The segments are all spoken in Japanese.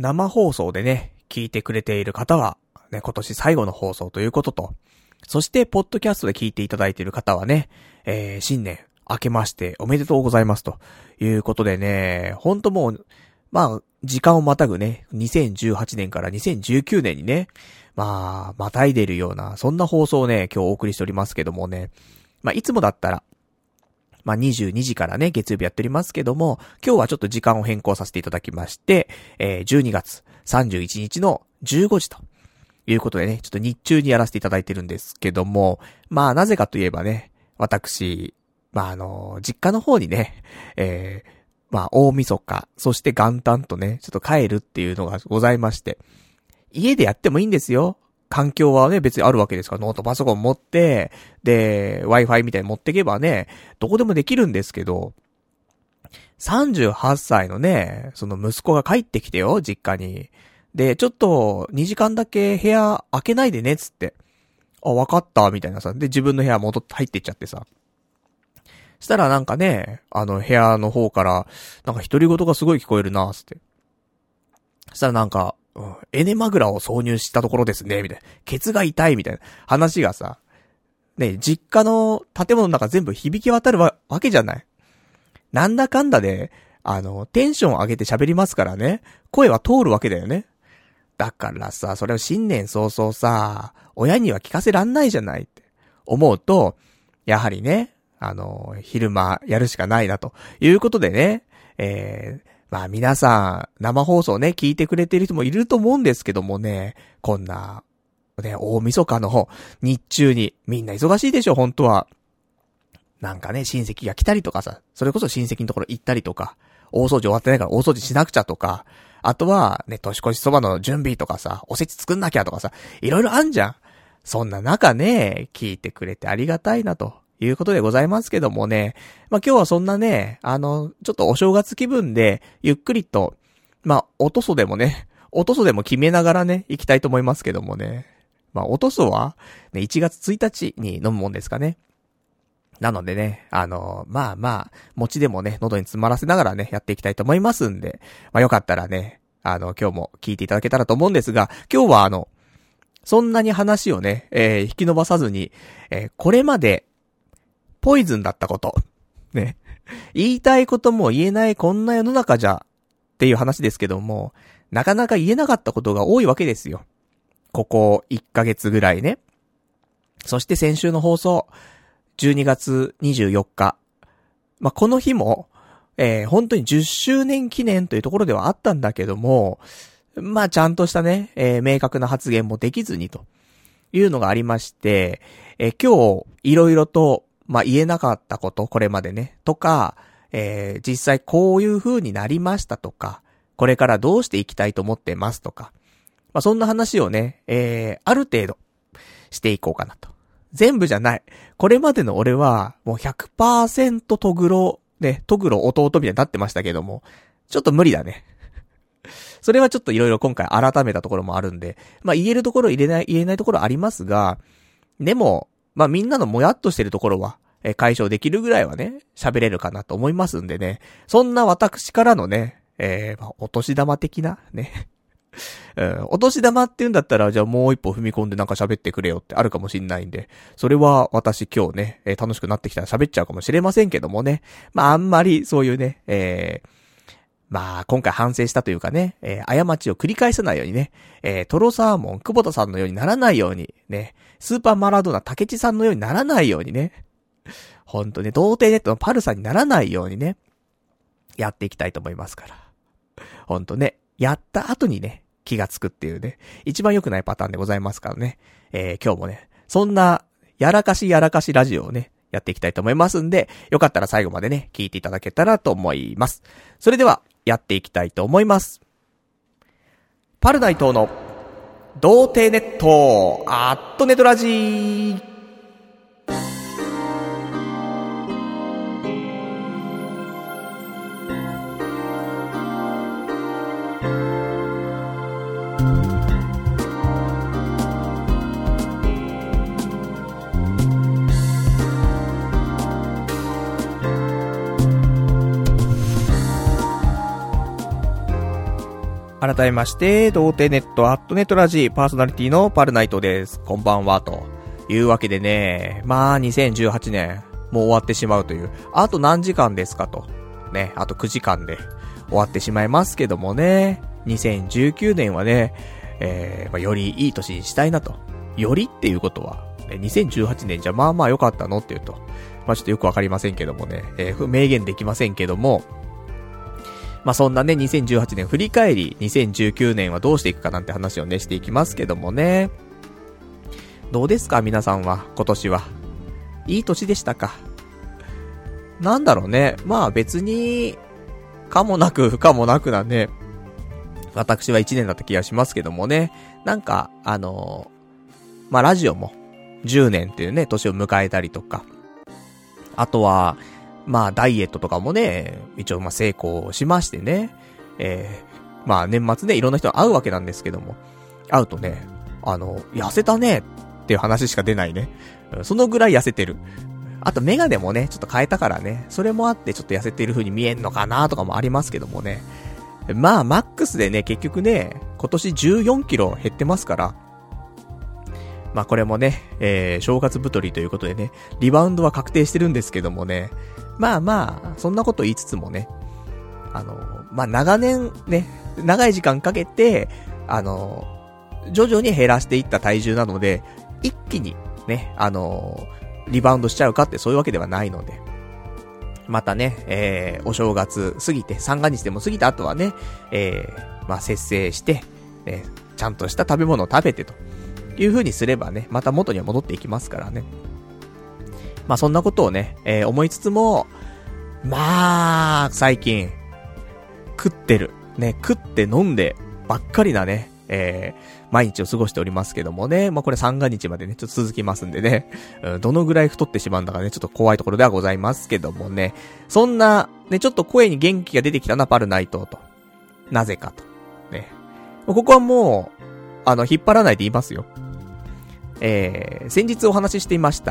生放送でね、聞いてくれている方は、ね、今年最後の放送ということと、そして、ポッドキャストで聞いていただいている方はね、新年明けましておめでとうございますということでね、ほんともう、まあ、時間をまたぐね、2018年から2019年にね、またいでいるような、そんな放送をね、今日お送りしておりますけどもね、いつもだったら、22時からね、月曜日やっておりますけども、今日はちょっと時間を変更させていただきまして、12月31日の15時ということでね、ちょっと日中にやらせていただいてるんですけども、なぜかといえばね、私、実家の方にね、大晦日、そして元旦とね、ちょっと帰るっていうのがございまして、家でやってもいいんですよ。環境はね、別にあるわけですから、ノートパソコン持って、で、Wi-Fi みたいに持ってけばね、どこでもできるんですけど、38歳のね、その息子が帰ってきてよ、実家に。で、ちょっと、2時間だけ部屋開けないでね、つって。あ、わかった、みたいなさ。で、自分の部屋戻って入ってっちゃってさ。したらなんかね、部屋の方から、なんか独り言がすごい聞こえるな、つって。したらなんか、エネマグラを挿入したところですね、みたいな。ケツが痛い、みたいな話がさ、ね、実家の建物の中全部響き渡るわけじゃない。なんだかんだで、テンション上げて喋りますからね、声は通るわけだよね。だからさ、それを新年早々さ、親には聞かせらんないじゃないって思うと、やはりね、昼間やるしかないなということでね、皆さん、生放送ね、聞いてくれてる人もいると思うんですけどもね、こんな、ね、大晦日の日中に、みんな忙しいでしょ、本当は。なんかね、親戚が来たりとかさ、それこそ親戚のところ行ったりとか、大掃除終わってないから大掃除しなくちゃとか、あとは、ね、年越しそばの準備とかさ、おせち作んなきゃとかさ、いろいろあんじゃん。そんな中ね、聞いてくれてありがたいなと。いうことでございますけどもね。今日はそんなね、ちょっとお正月気分で、ゆっくりと、おとそでも決めながらね、行きたいと思いますけどもね。おとそは、ね、1月1日に飲むもんですかね。なのでね、餅でもね、喉に詰まらせながらね、やっていきたいと思いますんで、よかったらね、今日も聞いていただけたらと思うんですが、今日はそんなに話をね、引き伸ばさずに、これまで、ポイズンだったこと。ね。言いたいことも言えないこんな世の中じゃっていう話ですけども、なかなか言えなかったことが多いわけですよ。ここ1ヶ月ぐらいね。そして先週の放送、12月24日。この日も、本当に10周年記念というところではあったんだけども、ちゃんとしたね、明確な発言もできずにというのがありまして、今日いろいろと言えなかったこと、これまでね、とか、実際こういう風になりましたとか、これからどうしていきたいと思ってますとか、そんな話をね、ある程度していこうかなと。全部じゃない。これまでの俺は、もう 100% トグロ弟みたいになってましたけども、ちょっと無理だね。それはちょっといろいろ今回改めたところもあるんで、言えるところ言えないところありますが、でも、みんなのもやっとしてるところは、解消できるぐらいはね、喋れるかなと思いますんでね。そんな私からのね、お年玉的な、ね。お年玉って言うんだったら、じゃあもう一歩踏み込んでなんか喋ってくれよってあるかもしんないんで、それは私今日ね、楽しくなってきたら喋っちゃうかもしれませんけどもね。あんまりそういうね、今回反省したというかね、過ちを繰り返さないようにね、トロサーモン、久保田さんのようにならないように、ね、スーパーマラドーナ、竹地さんのようにならないようにね、ほんとね、童貞ネットのパルさんにならないようにね、やっていきたいと思いますから。ほんとね、やった後にね、気がつくっていうね、一番良くないパターンでございますからね、今日もね、そんな、やらかしラジオをね、やっていきたいと思いますんで、よかったら最後までね、聞いていただけたらと思います。それでは、やっていきたいと思います。パルナイトの童貞ネットネトラジー。 改めまして、童貞ネットアットネットラジパーソナリティのパルナイトです。こんばんは、というわけでね、まあ2018年、もう終わってしまうという。あと何時間ですかと。ね、あと9時間で終わってしまいますけどもね、2019年はね、よりいい年にしたいなと。よりっていうことは、2018年じゃまあまあ良かったのっていうと、まあちょっとよくわかりませんけどもね、明言できませんけども、まあそんなね、2018年振り返り、2019年はどうしていくかなんて話をね、していきますけどもね。どうですか皆さんは、今年は。いい年でしたか？なんだろうね。まあ別に、かもなく不可もなくなね、私は1年だった気がしますけどもね。なんか、まあラジオも10年っていうね、年を迎えたりとか。あとは、まあダイエットとかもね、一応まあ成功しましてね。まあ年末ね、いろんな人に会うわけなんですけども。会うとね、痩せたねっていう話しか出ないね。そのぐらい痩せてる。あとメガネもね、ちょっと変えたからね。それもあってちょっと痩せてる風に見えんのかなとかもありますけどもね。まあマックスでね、結局ね、今年14キロ減ってますから。まあこれもね、正月太りということでね、リバウンドは確定してるんですけどもね。まあまあ、そんなこと言いつつもね、まあ長年ね、長い時間かけて、徐々に減らしていった体重なので、一気にね、リバウンドしちゃうかってそういうわけではないので、またね、お正月過ぎて、三が日でも過ぎた後はね、まあ節制して、ちゃんとした食べ物を食べてという風にすればね、また元には戻っていきますからね。まあそんなことをね、思いつつも、まあ最近食ってるね、食って飲んでばっかりなね、毎日を過ごしておりますけどもね、まあこれ三が日までねちょっと続きますんでね、どのぐらい太ってしまうんだかねちょっと怖いところではございますけどもね、そんなねちょっと声に元気が出てきたなパルナイトと、なぜかとね、ここはもう引っ張らないで言いますよ。先日お話ししていました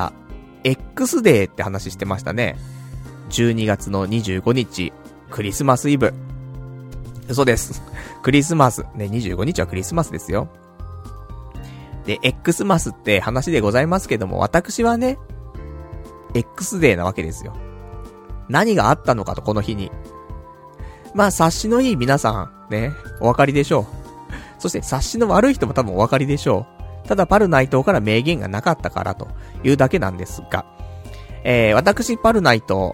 X デーって話してましたね。12月の25日クリスマスイブ。嘘です。クリスマスね、25日はクリスマスですよ。で X マスって話でございますけども、私はね X デーなわけですよ。何があったのかと、この日に。まあ察しのいい皆さんね、お分かりでしょう。そして察しの悪い人も多分お分かりでしょう。ただパルナイトから名言がなかったからというだけなんですが、私パルナイト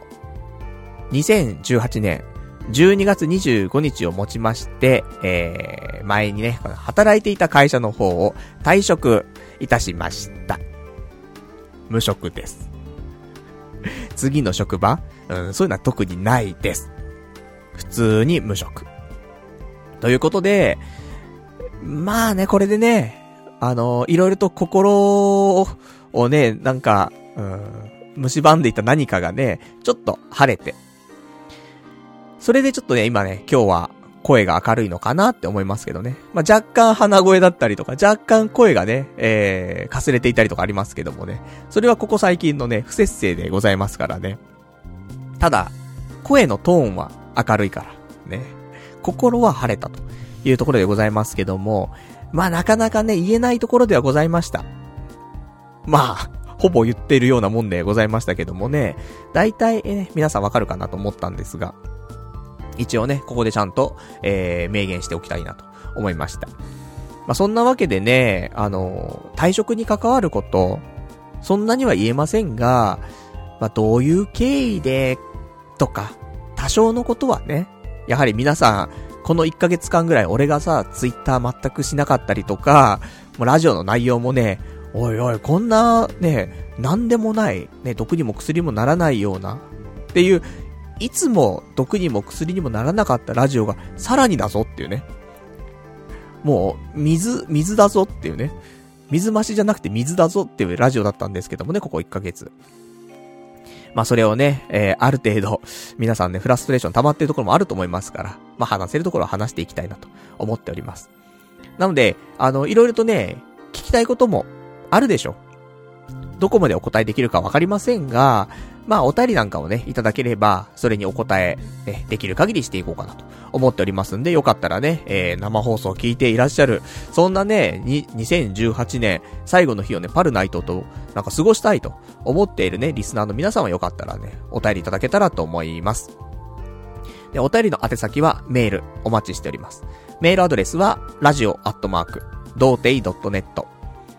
2018年12月25日をもちまして、前にね働いていた会社の方を退職いたしました。無職です。次の職場、そういうのは特にないです。普通に無職ということで、まあね、これでね、いろいろと心をね、なんか、蝕んでいた何かがね、ちょっと晴れて、それでちょっとね、今ね、今日は声が明るいのかなって思いますけどね。まあ、若干鼻声だったりとか、若干声がね、かすれていたりとかありますけどもね。それはここ最近のね、不節制でございますからね。ただ、声のトーンは明るいから、ね。心は晴れたというところでございますけども、まあなかなかね、言えないところではございました。まあ、ほぼ言っているようなもんでございましたけどもね、大体皆さんわかるかなと思ったんですが、一応ね、ここでちゃんと、明言しておきたいなと思いました。まあ、そんなわけでね、退職に関わること、そんなには言えませんが、まあ、どういう経緯で、とか、多少のことはね、やはり皆さん、この1ヶ月間ぐらい俺がさ、ツイッター全くしなかったりとか、もうラジオの内容もね、おいおい、こんな、ね、なんでもない、ね、毒にも薬もならないような、っていう、いつも毒にも薬にもならなかったラジオがさらにだぞっていうね。もう水だぞっていうね。水増しじゃなくて水だぞっていうラジオだったんですけどもね、ここ1ヶ月。まあそれをね、ある程度皆さんねフラストレーション溜まってるところもあると思いますから、まあ話せるところは話していきたいなと思っております。なのでいろいろとね聞きたいこともあるでしょ。どこまでお答えできるかわかりませんが、 まあお便りなんかをね、いただければ、それにお答え、ね、できる限りしていこうかなと思っておりますんで、よかったらね、生放送聞いていらっしゃる、そんなね、2018年最後の日をね、パルナイトとなんか過ごしたいと思っているね、リスナーの皆さんはよかったらね、お便りいただけたらと思います。で、お便りの宛先はメールお待ちしております。メールアドレスは、radio@doutei.net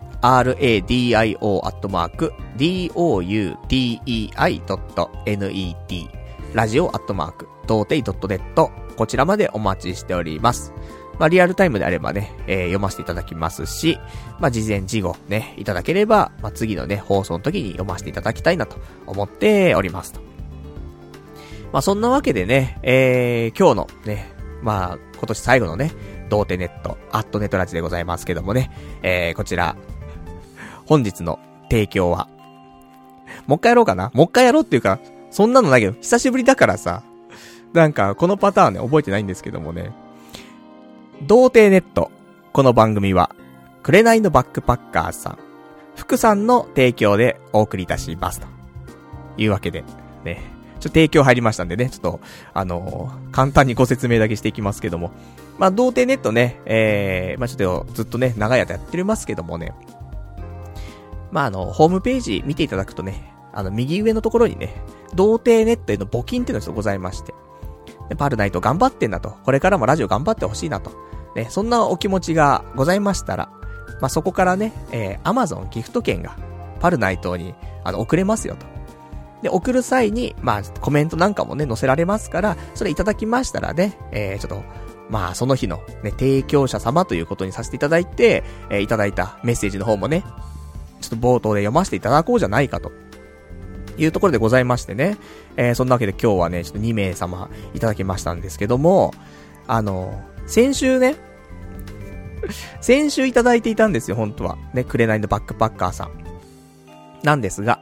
radio@doutei.net ラジオ@doutei.net こちらまでお待ちしております。まあリアルタイムであればね、読ませていただきますし、まあ事前事後ね、いただければ、まあ次のね、放送の時に読ませていただきたいなと思っておりますと。まあそんなわけでね、今日のね、まあ今年最後のね、童貞ネット、ネットラジでございますけどもね、こちら、本日の提供は、もう一回やろうかな？もう一回やろうっていうか、そんなのないけど、久しぶりだからさ、なんかこのパターンね、覚えてないんですけどもね、童貞ネット、この番組は、紅のバックパッカーさん、福さんの提供でお送りいたしますというわけで、ね、提供入りましたんでね、ちょっと、簡単にご説明だけしていきますけども、まあ、童貞ネットね、まあ、ちょっとずっとね、長い間やってますけどもね、まあ、ホームページ見ていただくとね、右上のところにね、童貞ネットへの募金っていうのがちょっとございまして、でパルナイト頑張ってんだと、これからもラジオ頑張ってほしいなと、ね、そんなお気持ちがございましたら、まあ、そこからね、Amazon ギフト券がパルナイトに送れますよと。で、送る際に、まあ、コメントなんかもね、載せられますから、それいただきましたらね、ちょっと、まあ、その日のね、提供者様ということにさせていただいて、いただいたメッセージの方もね、ちょっと冒頭で読ませていただこうじゃないかというところでございましてね、そんなわけで今日はね、ちょっと2名様いただきましたんですけども、先週いただいていたんですよ、本当は。ね、紅のバックパッカーさん。なんですが、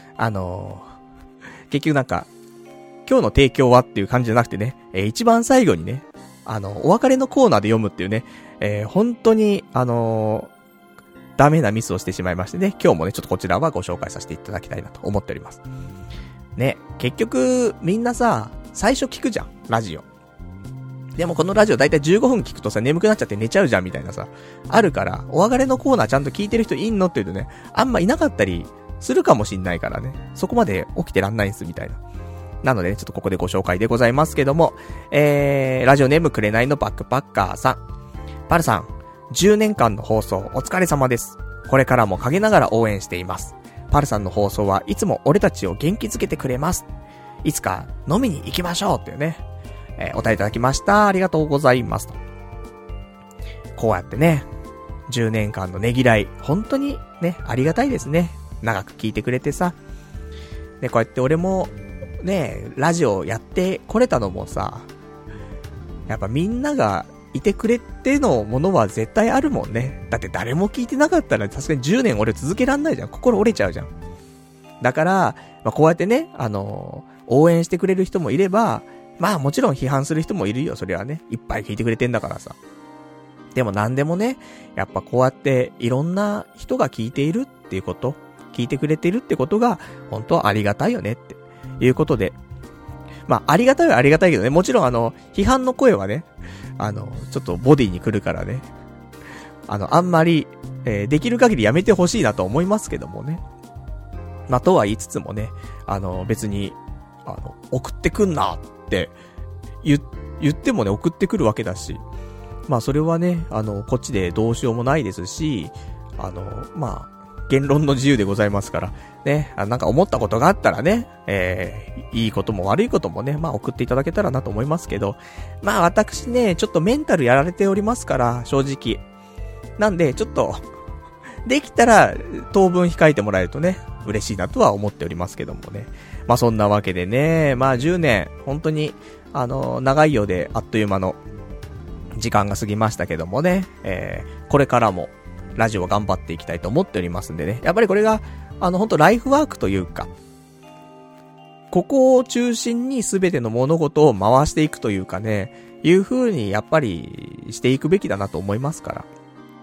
結局なんか、今日の提供はっていう感じじゃなくてね、一番最後にね、お別れのコーナーで読むっていうね、本当に、ダメなミスをしてしまいましてね、今日もね、ちょっとこちらはご紹介させていただきたいなと思っております。ね、結局、みんなさ、最初聞くじゃん、ラジオ。でもこのラジオだいたい15分聞くとさ、眠くなっちゃって寝ちゃうじゃんみたいなさ、あるから、お別れのコーナーちゃんと聞いてる人いんのって言うとね、あんまいなかったりするかもしんないからね、そこまで起きてらんないんすみたいな。なのでね、ちょっとここでご紹介でございますけども、ラジオネーム紅のバックパッカーさん。パルさん、10年間の放送お疲れ様です。これからも陰ながら応援しています。パルさんの放送はいつも俺たちを元気づけてくれます。いつか飲みに行きましょうっていうね、お便りいただきました。ありがとうございますと。こうやってね、10年間のねぎらい、本当にね、ありがたいですね。長く聞いてくれてさ。ね、こうやって俺も、ね、ラジオやってこれたのもさ、やっぱみんながいてくれてのものは絶対あるもんね。だって誰も聞いてなかったらさすがに10年俺続けらんないじゃん。心折れちゃうじゃん。だから、まあ、こうやってね、応援してくれる人もいれば、まあもちろん批判する人もいるよ。それはね、いっぱい聞いてくれてんだからさ。でもなんでもね、やっぱこうやっていろんな人が聞いているっていうこと、聞いてくれているってことが本当はありがたいよねっていうことで、まあありがたいはありがたいけどね、もちろん批判の声はね、ちょっとボディに来るからね、あんまり、できる限りやめてほしいなと思いますけどもね。まあとは言いつつもね、別に送ってくんなって言ってもね、送ってくるわけだし、まあそれはね、こっちでどうしようもないですし、まあ言論の自由でございますからね、なんか思ったことがあったらね、いいことも悪いこともね、まあ送っていただけたらなと思いますけど、まあ私ね、ちょっとメンタルやられておりますから、正直なんでちょっとできたら当分控えてもらえるとね、嬉しいなとは思っておりますけどもね。まあそんなわけでね、まあ10年本当に長いようであっという間の時間が過ぎましたけどもね、これからもラジオを頑張っていきたいと思っておりますんでね、やっぱりこれが本当ライフワークというか、ここを中心に全ての物事を回していくというかね、いう風にやっぱりしていくべきだなと思いますから。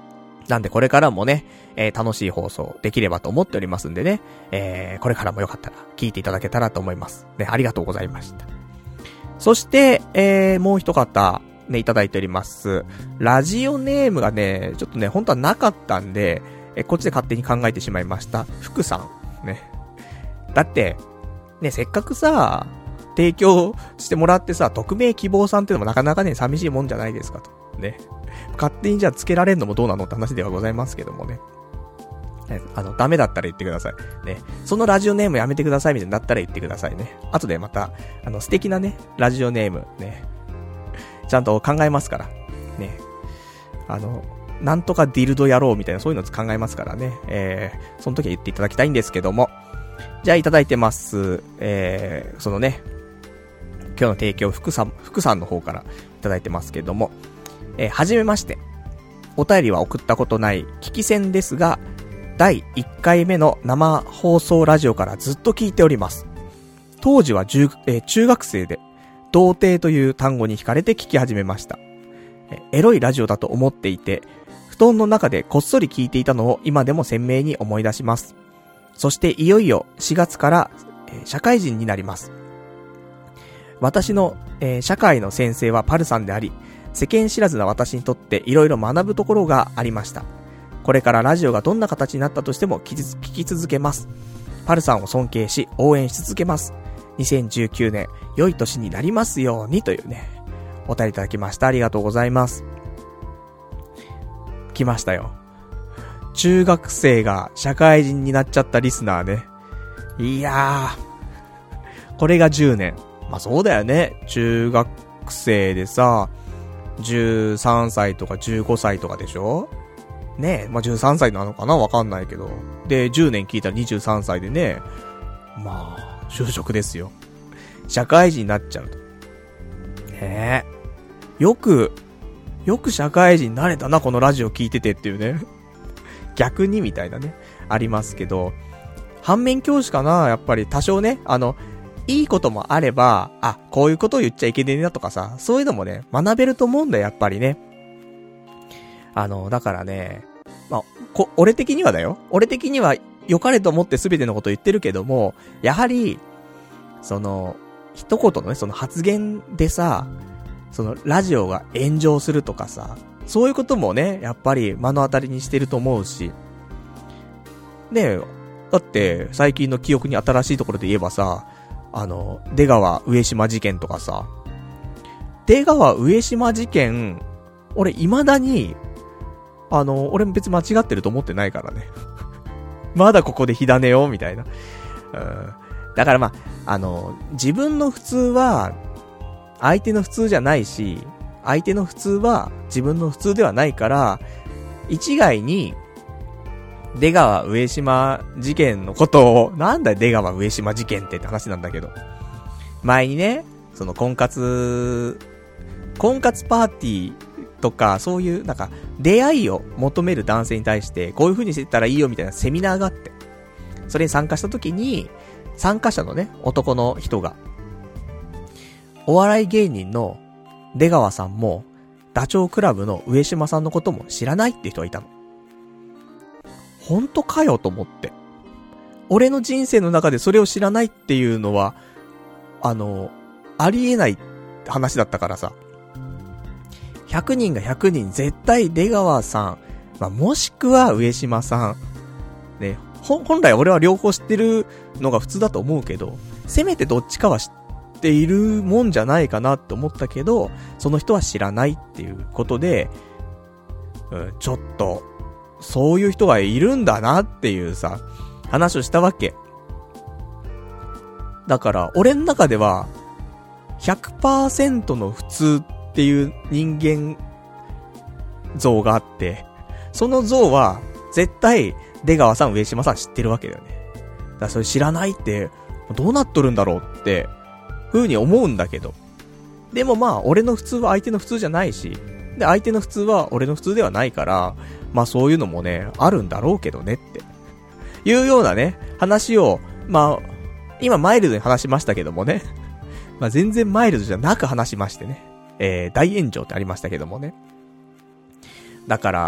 なんでこれからもね、楽しい放送できればと思っておりますんでね、これからもよかったら聞いていただけたらと思います。ね、ありがとうございました。そして、もう一方、ね、いただいております。ラジオネームがね、ちょっとね、本当はなかったんで、こっちで勝手に考えてしまいました。福さん。ね。だって、ね、せっかくさ、提供してもらってさ、匿名希望さんってのもなかなかね、寂しいもんじゃないですかと。ね。勝手にじゃあつけられるのもどうなのって話ではございますけどもね。ダメだったら言ってください。ね。そのラジオネームやめてくださいみたいになったら言ってくださいね。後でまた、素敵なね、ラジオネーム、ね。ちゃんと考えますから。ね。なんとかディルドやろうみたいなそういうの考えますからね。その時は言っていただきたいんですけども。じゃあいただいてます。そのね、今日の提供、福さんの方からいただいてますけども。はじめまして。お便りは送ったことない聞き戦ですが、第1回目の生放送ラジオからずっと聞いております。当時は中学生で、童貞という単語に惹かれて聞き始めました。エロいラジオだと思っていて、布団の中でこっそり聞いていたのを今でも鮮明に思い出します。そしていよいよ4月から、社会人になります。私の、社会の先生はパルさんであり、世間知らずな私にとっていろいろ学ぶところがありました。これからラジオがどんな形になったとしても聞き続けます。パルさんを尊敬し応援し続けます。2019年良い年になりますようにというね、お便りいただきました。ありがとうございます。来ましたよ。中学生が社会人になっちゃったリスナーね。いやー、これが10年。まあそうだよね。中学生でさ、13歳とか15歳とかでしょねえ、まあ、13歳なのかなわかんないけど。で、10年聞いたら23歳でね、まあ、就職ですよ。社会人になっちゃうと。ねえ。よく社会人になれたな、このラジオ聞いててっていうね。逆にみたいなね、ありますけど、反面教師かな、やっぱり多少ね、いいこともあれば、こういうことを言っちゃいけねえなとかさ、そういうのもね、学べると思うんだよ、やっぱりね。だからね、まあ、俺的にはだよ。俺的には良かれと思って全てのことを言ってるけども、やはり、一言のね、その発言でさ、ラジオが炎上するとかさ、そういうこともね、やっぱり目の当たりにしてると思うし。ねえ、だって、最近の記憶に新しいところで言えばさ、出川上島事件とかさ、出川上島事件、俺未だに、俺も別に間違ってると思ってないからね。まだここで火種よ、みたいな。だからまあ、自分の普通は、相手の普通じゃないし、相手の普通は自分の普通ではないから、一概に、出川上島事件のことを、なんだよ出川上島事件って話なんだけど。前にね、婚活パーティーとか、そういう、なんか、出会いを求める男性に対して、こういう風にしてたらいいよみたいなセミナーがあって、それに参加した時に、参加者のね、男の人が、お笑い芸人の出川さんも、ダチョウ倶楽部の上島さんのことも知らないって人がいたの。本当かよと思って。俺の人生の中でそれを知らないっていうのは、ありえない話だったからさ。100人が100人絶対出川さん、まあ、もしくは上島さん。ね、本来俺は両方知ってるのが普通だと思うけど、せめてどっちかは知っているもんじゃないかなって思ったけど、その人は知らないっていうことで、ちょっと、そういう人がいるんだなっていうさ、話をしたわけ。だから、俺の中では、100% の普通っていう人間像があって、その像は、絶対、出川さん、上島さん知ってるわけだよね。だからそれ知らないって、どうなっとるんだろうって、風に思うんだけど。でもまあ、俺の普通は相手の普通じゃないし、で、相手の普通は俺の普通ではないから、まあそういうのもね、あるんだろうけどねって。いうようなね、話を、まあ、今マイルドに話しましたけどもね。まあ全然マイルドじゃなく話しましてね。大炎上ってありましたけどもね。だから、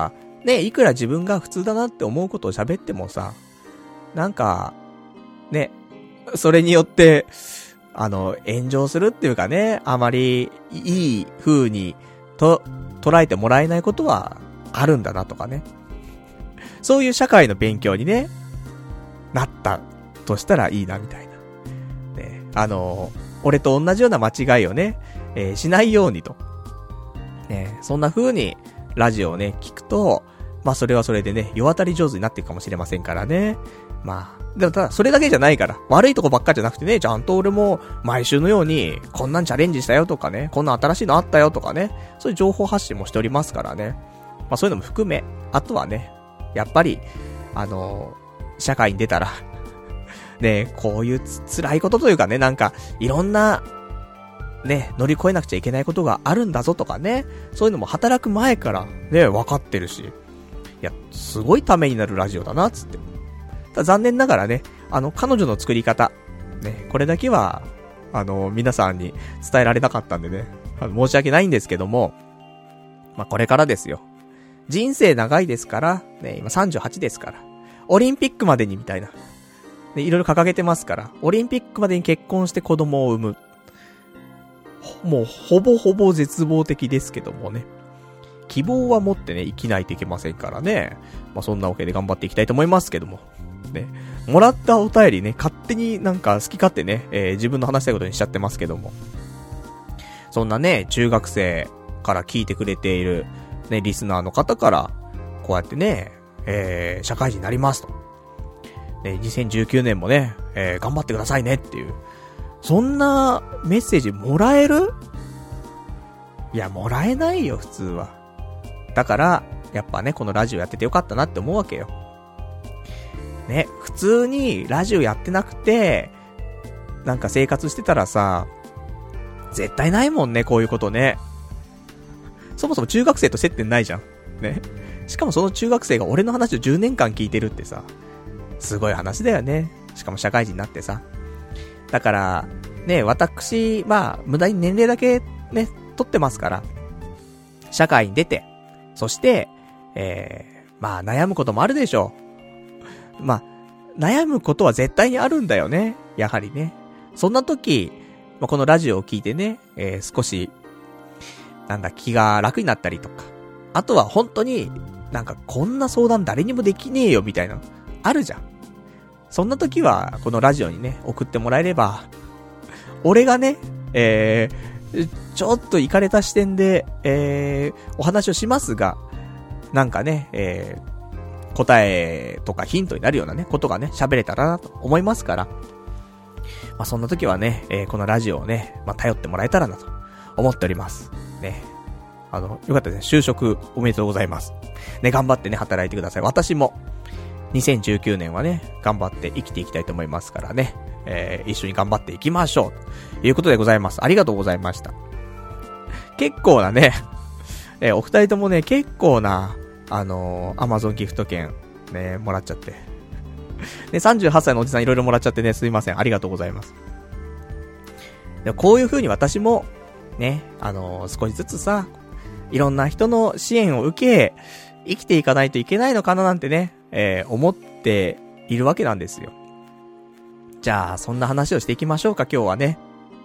ね、いくら自分が普通だなって思うことを喋ってもさ、なんか、ね、それによって、炎上するっていうかね、あまりいい風に捉えてもらえないことはあるんだなとかね。そういう社会の勉強にね、なったとしたらいいなみたいな。ね、俺と同じような間違いをね、しないようにと。ね、そんな風にラジオをね、聞くと、まあそれはそれでね、世渡り上手になっていくかもしれませんからね。まあ、でもただそれだけじゃないから、悪いとこばっかじゃなくてね、ちゃんと俺も毎週のように、こんなんチャレンジしたよとかね、こんな新しいのあったよとかね、そういう情報発信もしておりますからね。まあそういうのも含め、あとはね、やっぱり、社会に出たら、ね、こういう辛いことというかね、なんか、いろんな、ね、乗り越えなくちゃいけないことがあるんだぞとかね、そういうのも働く前からね、分かってるし、いや、すごいためになるラジオだな、つって。ただ残念ながらね、彼女の作り方、ね、これだけは、皆さんに伝えられなかったんでね、申し訳ないんですけども、まあ、これからですよ。人生長いですから、ね、今38ですから、オリンピックまでにみたいな、ね、いろいろ掲げてますから、オリンピックまでに結婚して子供を産む。もう、ほぼほぼ絶望的ですけどもね。希望は持ってね、生きないといけませんからね。まあ、そんなわけで頑張っていきたいと思いますけども。ね。もらったお便りね、勝手になんか好き勝手ね、自分の話したいことにしちゃってますけども。そんなね、中学生から聞いてくれている、ね、リスナーの方から、こうやってね、社会人になりますと。ね、2019年もね、頑張ってくださいねっていう。そんなメッセージもらえる？いや、もらえないよ、普通は。だから、やっぱね、このラジオやっててよかったなって思うわけよ。ね、普通にラジオやってなくて、なんか生活してたらさ、絶対ないもんね、こういうことね。そもそも中学生と接点ないじゃん。ね。しかもその中学生が俺の話を10年間聞いてるってさ、すごい話だよね。しかも社会人になってさ。だから、ね、私、まあ、無駄に年齢だけね、取ってますから、社会に出て、そして、まあ、悩むこともあるでしょう。まあ、悩むことは絶対にあるんだよね。やはりね。そんな時、まあ、このラジオを聞いてね、少し、なんだ、気が楽になったりとか。あとは本当に、なんかこんな相談誰にもできねえよみたいな、あるじゃん。そんな時は、このラジオにね、送ってもらえれば、俺がね、ちょっとイカれた視点で、お話をしますが、なんかね、答えとかヒントになるようなね、ことがね、喋れたらなと思いますから、まあ、そんな時はね、このラジオをね、まあ、頼ってもらえたらなと思っております。ね。よかったですね。就職おめでとうございます。ね、頑張ってね、働いてください。私も、2019年はね、頑張って生きていきたいと思いますからね、一緒に頑張っていきましょう。ということでございます。ありがとうございました。結構なね、お二人ともね、結構な、Amazon ギフト券、ね、もらっちゃって。ね、38歳のおじさんいろいろもらっちゃってね、すいません。ありがとうございます。でこういう風に私も、ね、少しずつさ、いろんな人の支援を受け、生きていかないといけないのかななんてね、思っているわけなんですよ。じゃあ、そんな話をしていきましょうか、今日はね。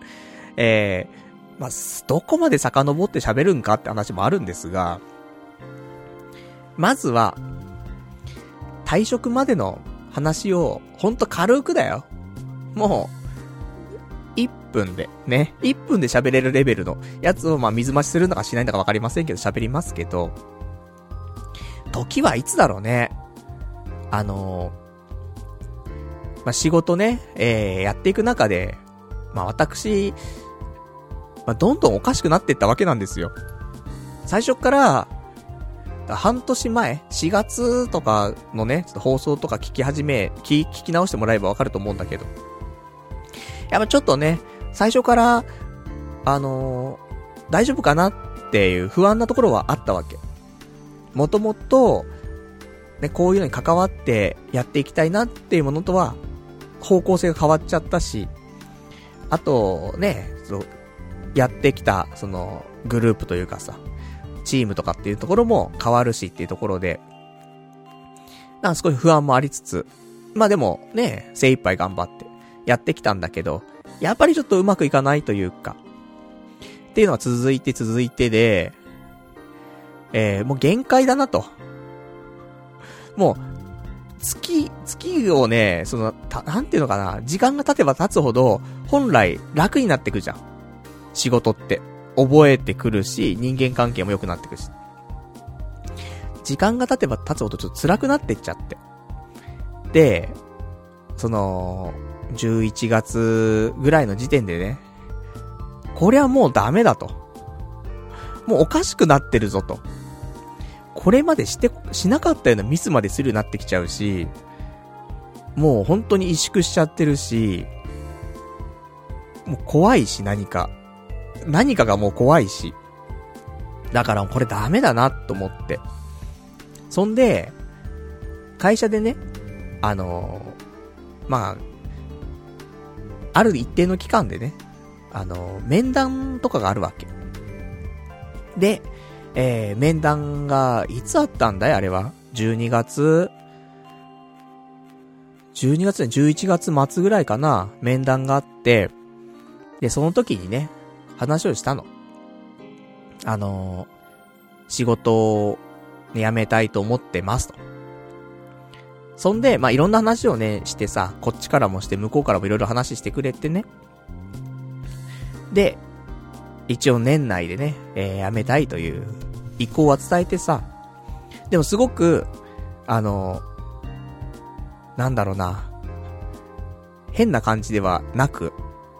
まあ、どこまで遡って喋るんかって話もあるんですが、まずは、退職までの話を、ほんと軽くだよ。もう、1分で、ね、1分で喋れるレベルのやつを、まあ、水増しするのかしないのかわかりませんけど、喋りますけど、時はいつだろうね。まあ、仕事ね、やっていく中で、まあ、私、まあ、どんどんおかしくなっていったわけなんですよ。最初から、半年前、4月とかのね、ちょっと放送とか聞き直してもらえばわかると思うんだけど。やっぱちょっとね、最初から、大丈夫かなっていう不安なところはあったわけ。もともと、ね、こういうのに関わってやっていきたいなっていうものとは、方向性が変わっちゃったし、あと、ね、やってきた、グループというかさ、 チームとかっていうところも変わるしっていうところで、なんか少し不安もありつつ、まあでもね、精一杯頑張ってやってきたんだけど、やっぱりちょっとうまくいかないというか、っていうのが続いてで、もう限界だなと。もう、月をね、なんていうのかな、時間が経てば経つほど、本来楽になってくじゃん。仕事って。覚えてくるし、人間関係も良くなってくるし。時間が経てば経つほどちょっと辛くなってっちゃって。で、11月ぐらいの時点でね、これはもうダメだと。もうおかしくなってるぞと。これまでしなかったようなミスまでするようになってきちゃうし、もう本当に萎縮しちゃってるし、もう怖いし何かがもう怖いし。だからこれダメだなと思って。そんで、会社でね、まあ、ある一定の期間でね、面談とかがあるわけ。で、面談が、いつあったんだいあれは。11月11月末ぐらいかな、面談があって、で、その時にね、話をしたの。仕事を、ね、辞めたいと思ってますと。そんで、まあ、いろんな話をね、してさ、こっちからもして、向こうからもいろいろ話してくれてね。で、一応年内でね、辞めたいという意向は伝えてさ、でもすごく、なんだろうな、変な感じではなく、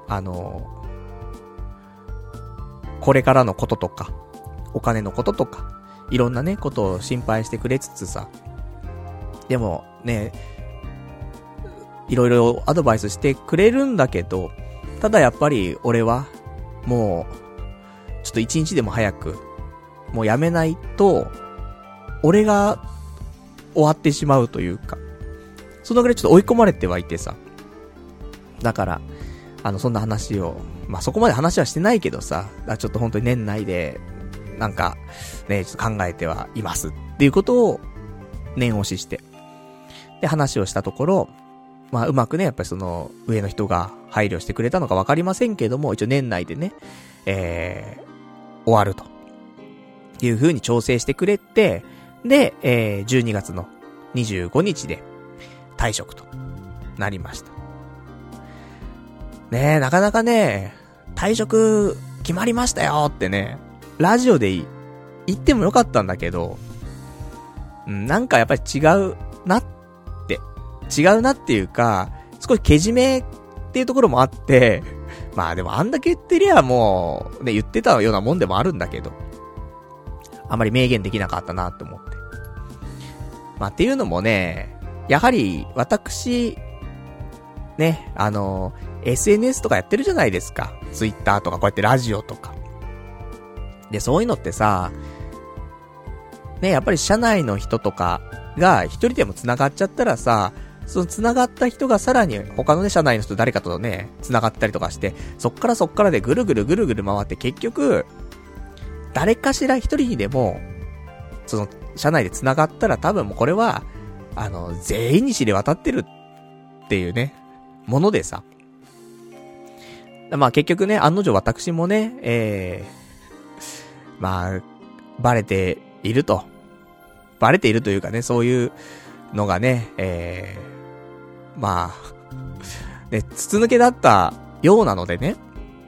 これからのこととか、お金のこととか、いろんなね、ことを心配してくれつつさ、でもね、いろいろアドバイスしてくれるんだけど、ただやっぱり俺は、もう、ちょっと一日でも早く、もうやめないと、俺が終わってしまうというか、そのぐらいちょっと追い込まれてはいてさ。だから、そんな話を、まあ、そこまで話はしてないけどさ、ちょっと本当に年内で、なんか、ね、ちょっと考えてはいますっていうことを、念押しして。で、話をしたところ、まあ、うまくね、やっぱりその、上の人が配慮してくれたのかわかりませんけども、一応年内でね、終わると。いう風に調整してくれて、で、12月の25日で退職となりました。ねえ、なかなかね、退職決まりましたよってね、ラジオで言ってもよかったんだけど、なんかやっぱり違うなっていうか、少しけじめっていうところもあって、まあでもあんだけ言ってりゃもう、ね、言ってたようなもんでもあるんだけど、あまり明言できなかったなと思って。まあっていうのもね、やはり私、ね、SNS とかやってるじゃないですか。Twitter とかこうやってラジオとか。で、そういうのってさ、ね、やっぱり社内の人とかが一人でも繋がっちゃったらさ、その繋がった人がさらに他のね、社内の人誰かとね、繋がったりとかして、そっからでぐるぐる回って結局、誰かしら一人にでも、その、社内で繋がったら多分もうこれは、全員に知れ渡ってるっていうね、ものでさ。まあ結局ね、案の定私もね、まあ、バレているというかね、そういうのがね、まあ、ね、筒抜けだったようなのでね。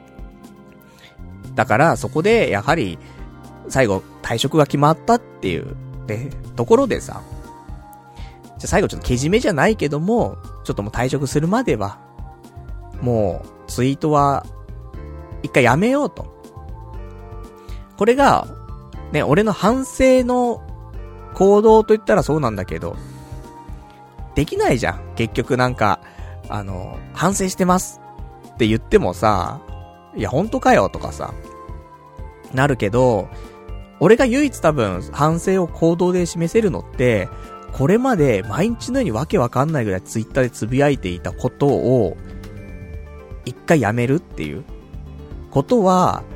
だからそこでやはり最後退職が決まったっていうね、ところでさ、じゃ最後ちょっとけじめじゃないけども、ちょっともう退職するまではもうツイートは一回やめようと。これがね、俺の反省の行動と言ったらそうなんだけど、できないじゃん。結局なんか反省してますって言ってもさ、いや本当かよとかさなるけど、俺が唯一多分反省を行動で示せるのって、これまで毎日のようにわけわかんないぐらいツイッターでつぶやいていたことを一回やめるっていうことは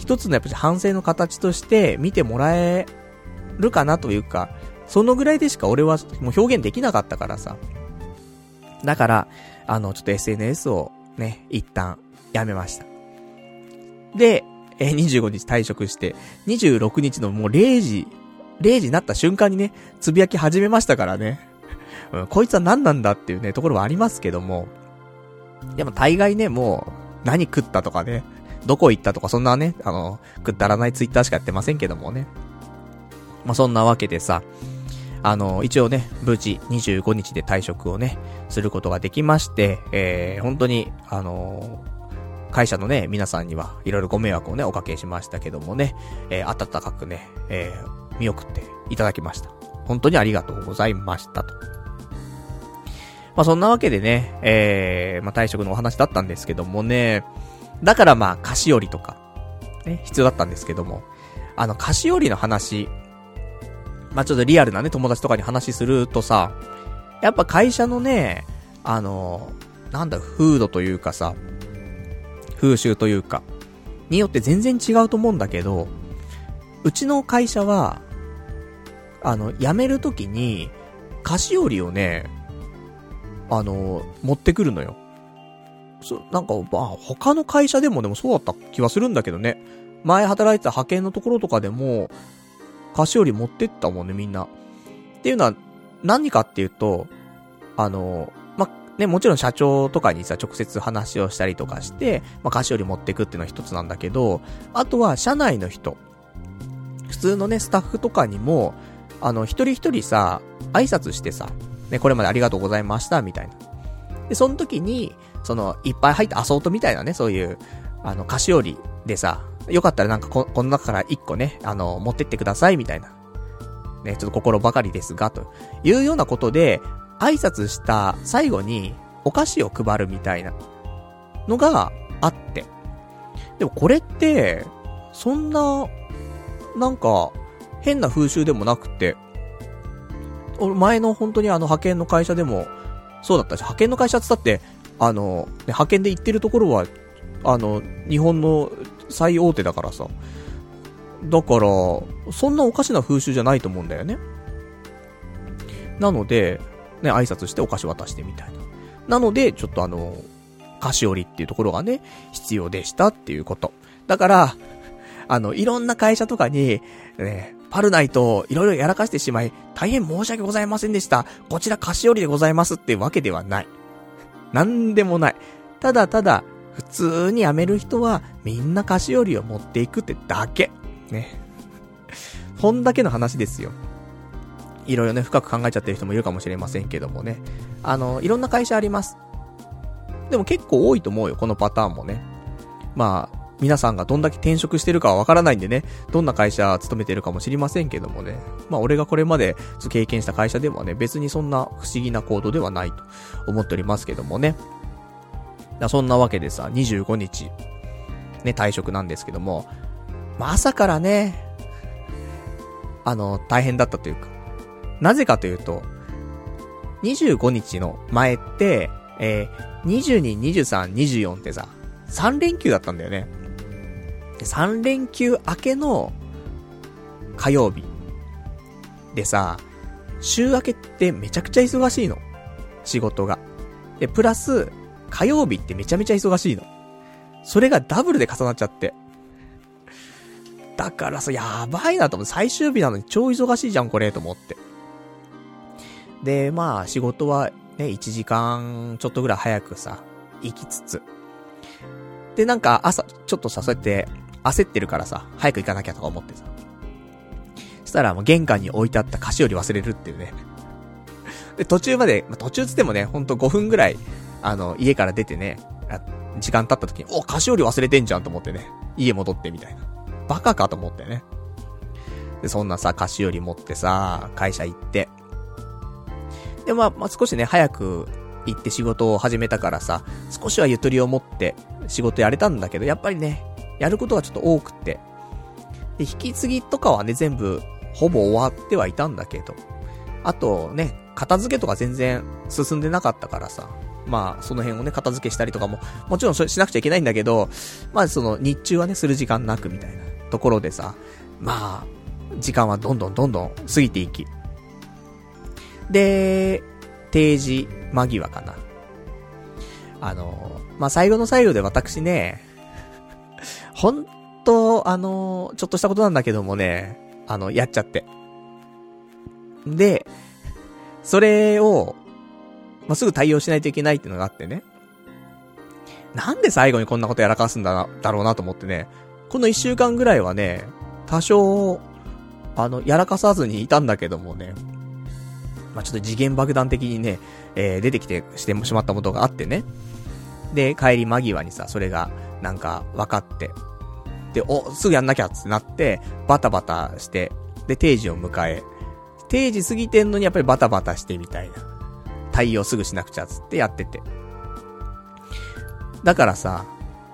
一つのやっぱり反省の形として見てもらえるかなというか、そのぐらいでしか俺はもう表現できなかったからさ。だから、ちょっと SNS をね、一旦やめました。で、25日退職して、26日のもう0時になった瞬間にね、つぶやき始めましたからね。こいつは何なんだっていうね、ところはありますけども。でも大概ね、もう、何食ったとかね、どこ行ったとかそんなね、くだらないツイッターしかやってませんけどもね。まあ、そんなわけでさ、一応ね、無事25日で退職をね、することができまして、本当に、会社のね、皆さんにはいろいろご迷惑をね、おかけしましたけどもね、温かくね、見送っていただきました。本当にありがとうございましたと。まあ、そんなわけでね、まあ、退職のお話だったんですけどもね、だからまあ、菓子折りとか、ね、必要だったんですけども、菓子折りの話、まあ、ちょっとリアルなね、友達とかに話するとさ、やっぱ会社のね、なんだ、風土というかさ、風習というか、によって全然違うと思うんだけど、うちの会社は、辞めるときに、菓子折りをね、持ってくるのよ。なんか、まあ、他の会社でもそうだった気はするんだけどね。前働いてた派遣のところとかでも、菓子折り持ってったもんね、みんな。っていうのは、何かっていうと、ま、ね、もちろん社長とかにさ、直接話をしたりとかして、まあ、菓子折り持ってくっていうのは一つなんだけど、あとは、社内の人。普通のね、スタッフとかにも、一人一人さ、挨拶してさ、ね、これまでありがとうございました、みたいな。で、その時に、いっぱい入ったアソートみたいなね、そういう、菓子折りでさ、よかったらなんかこの中から一個ね、持ってってください、みたいな。ね、ちょっと心ばかりですが、というようなことで、挨拶した最後に、お菓子を配るみたいな、のがあって。でもこれって、そんな、なんか、変な風習でもなくて、俺前の本当に派遣の会社でも、そうだったし、派遣の会社って言ったって、派遣で行ってるところは、日本の最大手だからさ。だから、そんなおかしな風習じゃないと思うんだよね。なので、ね、挨拶してお菓子渡してみたいな。なので、ちょっと菓子折りっていうところがね、必要でしたっていうこと。だから、いろんな会社とかに、ね、パルナイトいろいろやらかしてしまい、大変申し訳ございませんでした。こちら菓子折りでございますってわけではない。なんでもない。ただただ、普通に辞める人はみんな菓子折りを持っていくってだけ。ね。そんだけの話ですよ。いろいろね、深く考えちゃってる人もいるかもしれませんけどもね。いろんな会社あります。でも結構多いと思うよ、このパターンもね。まあ、皆さんがどんだけ転職してるかはわからないんでね、どんな会社勤めてるかもしれませんけどもね。まあ俺がこれまで経験した会社ではね、別にそんな不思議な行動ではないと思っておりますけどもね。そんなわけでさ、25日、ね、退職なんですけども、まあ朝からね、大変だったというか、なぜかというと、25日の前って、22、23、24ってさ、3連休だったんだよね。3連休明けの火曜日でさ、週明けってめちゃくちゃ忙しいの。仕事が。で、プラス、火曜日ってめちゃめちゃ忙しいの。それがダブルで重なっちゃって。だからさ、やばいなと思って、最終日なのに超忙しいじゃんこれと思って。で、まあ仕事はね、1時間ちょっとぐらい早くさ、行きつつ。で、なんか朝、ちょっとさ、そうやって焦ってるからさ、早く行かなきゃとか思ってさ。そしたらもう玄関に置いてあった菓子折り忘れるっていうね。で、途中まで、途中つってもね、ほんと5分ぐらい、家から出てね、時間経った時に、お、菓子折り忘れてんじゃんと思ってね、家戻ってみたいな。バカかと思ってね。で、そんなさ、菓子折り持ってさ、会社行って。で、まあ少しね、早く行って仕事を始めたからさ、少しはゆとりを持って仕事やれたんだけど、やっぱりね、やることがちょっと多くて。で、引き継ぎとかはね、全部、ほぼ終わってはいたんだけど、あとね、片付けとか全然進んでなかったからさ、 まあその辺をね片付けしたりとかももちろんしなくちゃいけないんだけど、まあその日中はねする時間なくみたいなところでさ、まあ時間はどんどん過ぎていき、で定時間際かな、まあ最後の最後で私ね、ほんとちょっとしたことなんだけどもね、やっちゃって、でそれをまあ、すぐ対応しないといけないっていうのがあってね。なんで最後にこんなことやらかすんだろうなと思ってね。この1週間ぐらいはね、多少、やらかさずにいたんだけどもね。まあ、ちょっと次元爆弾的にね、出てきてしてしまったことがあってね。で、帰り間際にさ、それが、なんか、分かって。で、すぐやんなきゃってなって、バタバタして、で、定時を迎え。定時過ぎてんのにやっぱりバタバタしてみたいな。対応すぐしなくちゃつってやってて。だからさ、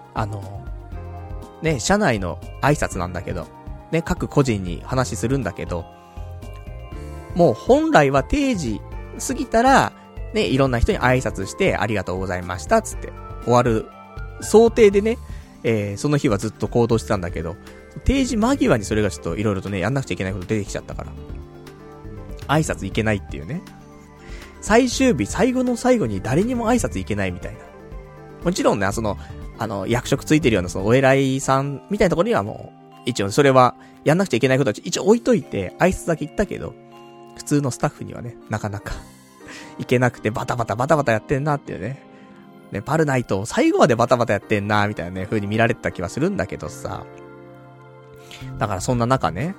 ね、社内の挨拶なんだけど、ね、各個人に話するんだけど、もう本来は定時過ぎたら、ね、いろんな人に挨拶してありがとうございましたつって終わる想定でね、その日はずっと行動してたんだけど、定時間際にそれがちょっといろいろとね、やんなくちゃいけないこと出てきちゃったから、挨拶いけないっていうね。最終日、最後の最後に誰にも挨拶いけないみたいな。もちろんね、役職ついてるようなそのお偉いさんみたいなところにはもう、一応それはやんなくちゃいけないことは一応置いといて、挨拶だけ言ったけど、普通のスタッフにはね、なかなかいけなくてバタバタやってんなっていうね。ね、パルナイト最後までバタバタやってんなみたいなね、風に見られてた気はするんだけどさ。だからそんな中ね、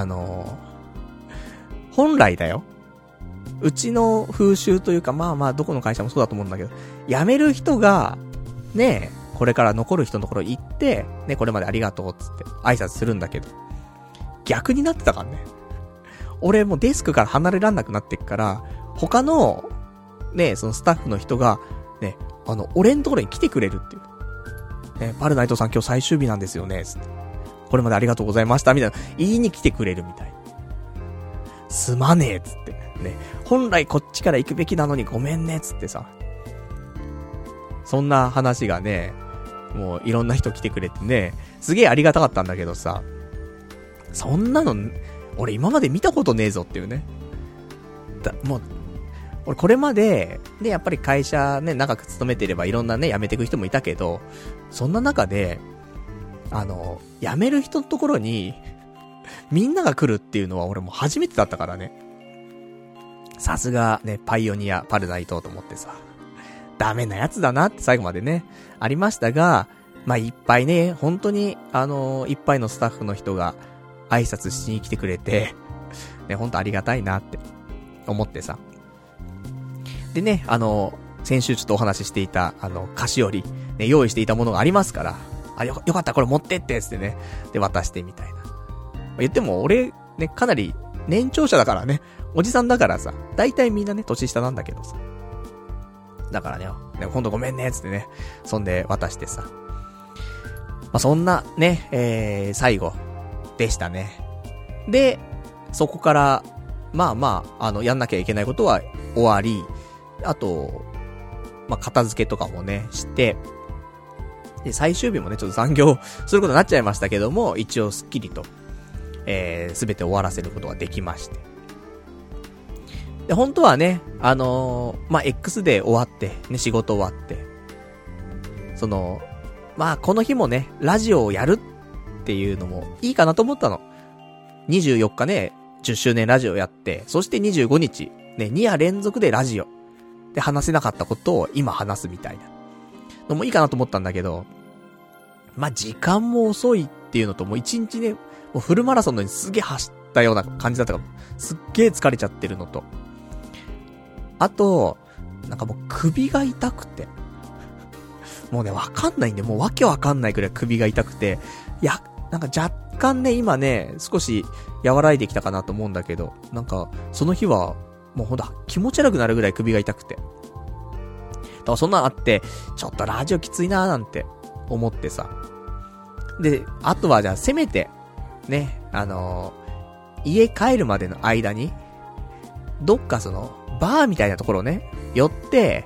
本来だよ。うちの風習というか、まあまあどこの会社もそうだと思うんだけど、辞める人が、ね、これから残る人のところ行って、ね、これまでありがとうっつって挨拶するんだけど、逆になってたからね。俺もうデスクから離れらんなくなってっから、他の、ね、そのスタッフの人が、ね、俺のところに来てくれるっていう。ね、パルナイトさん今日最終日なんですよね、つって。これまでありがとうございました、みたいな、言いに来てくれるみたい。すまねえ、つって。ね、本来こっちから行くべきなのにごめんね、つってさ。そんな話がね、もういろんな人来てくれてね、すげえありがたかったんだけどさ、そんなの、俺今まで見たことねえぞっていうね。もう、俺これまで、ね、やっぱり会社ね、長く勤めてればいろんなね、辞めていく人もいたけど、そんな中で、辞める人のところに、みんなが来るっていうのは俺も初めてだったからね。さすがね、パイオニア、パルナイトと思ってさ。ダメなやつだなって最後までね、ありましたが、まあ、いっぱいね、本当に、いっぱいのスタッフの人が挨拶しに来てくれて、ね、本当ありがたいなって思ってさ。でね、先週ちょっとお話ししていた、菓子折り、ね、用意していたものがありますから、よかったこれ持ってってつってね、で渡してみたいな。言っても俺、ね、かなり年長者だからね、おじさんだからさ、大体みんなね、年下なんだけどさ。だからね、今度ごめんね、つってね、そんで渡してさ。まあ、そんなね、最後でしたね。で、そこから、まあまあ、やんなきゃいけないことは終わり、あと、まあ、片付けとかもね、して、で、最終日もね、ちょっと残業することになっちゃいましたけども、一応スッキリと、すべて終わらせることができまして。で、本当はね、まあ、X で終わって、ね、仕事終わって、まあ、この日もね、ラジオをやるっていうのもいいかなと思ったの。24日ね、10周年ラジオやって、そして25日、ね、2夜連続でラジオ。で、話せなかったことを今話すみたいなのもいいかなと思ったんだけど、まあ、時間も遅いっていうのと、もう1日ね、もうフルマラソンのにすげえ走ったような感じだったから、すっげえ疲れちゃってるのと、あと、なんかもう首が痛くて。もうね、わかんないんで、もうわけわかんないくらい首が痛くて。いや、なんか若干ね、今ね、少し和らいできたかなと思うんだけど、なんか、その日は、もうほんと気持ち悪くなるぐらい首が痛くて。だからそんなのあって、ちょっとラジオきついなーなんて思ってさ。で、あとはじゃあせめて、ね、家帰るまでの間に、どっかバーみたいなところをね、寄って、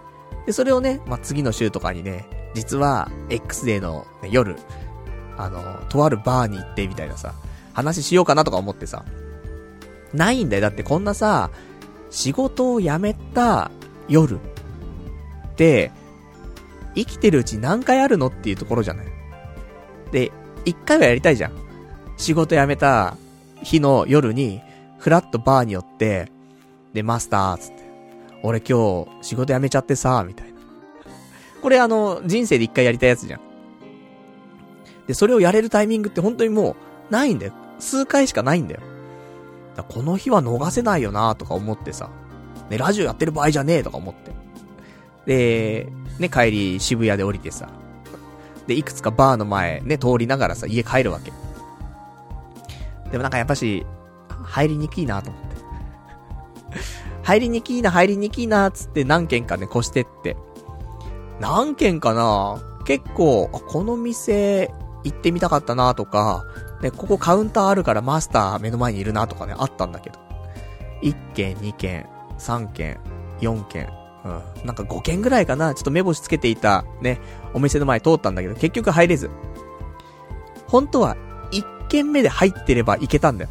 で、それをね、次の週とかにね、実は X デーの、ね、夜、とあるバーに行ってみたいなさ、話しようかなとか思ってさ、ないんだよ。だってこんなさ、仕事を辞めた夜って、生きてるうち何回あるのっていうところじゃない。で、一回はやりたいじゃん。仕事辞めた日の夜に、フラッとバーに寄って、で、マスターつって、俺今日仕事辞めちゃってさ、みたいな。これ人生で一回やりたいやつじゃん。で、それをやれるタイミングって本当にもう、ないんだよ。数回しかないんだよ。だこの日は逃せないよなとか思ってさ。ね、ラジオやってる場合じゃねえとか思って。で、ね、帰り渋谷で降りてさ。で、いくつかバーの前ね、通りながらさ、家帰るわけ。でもなんかやっぱし、入りにくいなと思って。入りにくいな、つって何軒かね、越してって。何軒かな結構、この店行ってみたかったなとか、ね、ここカウンターあるからマスター目の前にいるなとかね、あったんだけど。1軒、2軒、3軒、4軒、なんか5軒ぐらいかな、ちょっと目星つけていたね、お店の前通ったんだけど、結局入れず。本当は1軒目で入ってれば行けたんだよ。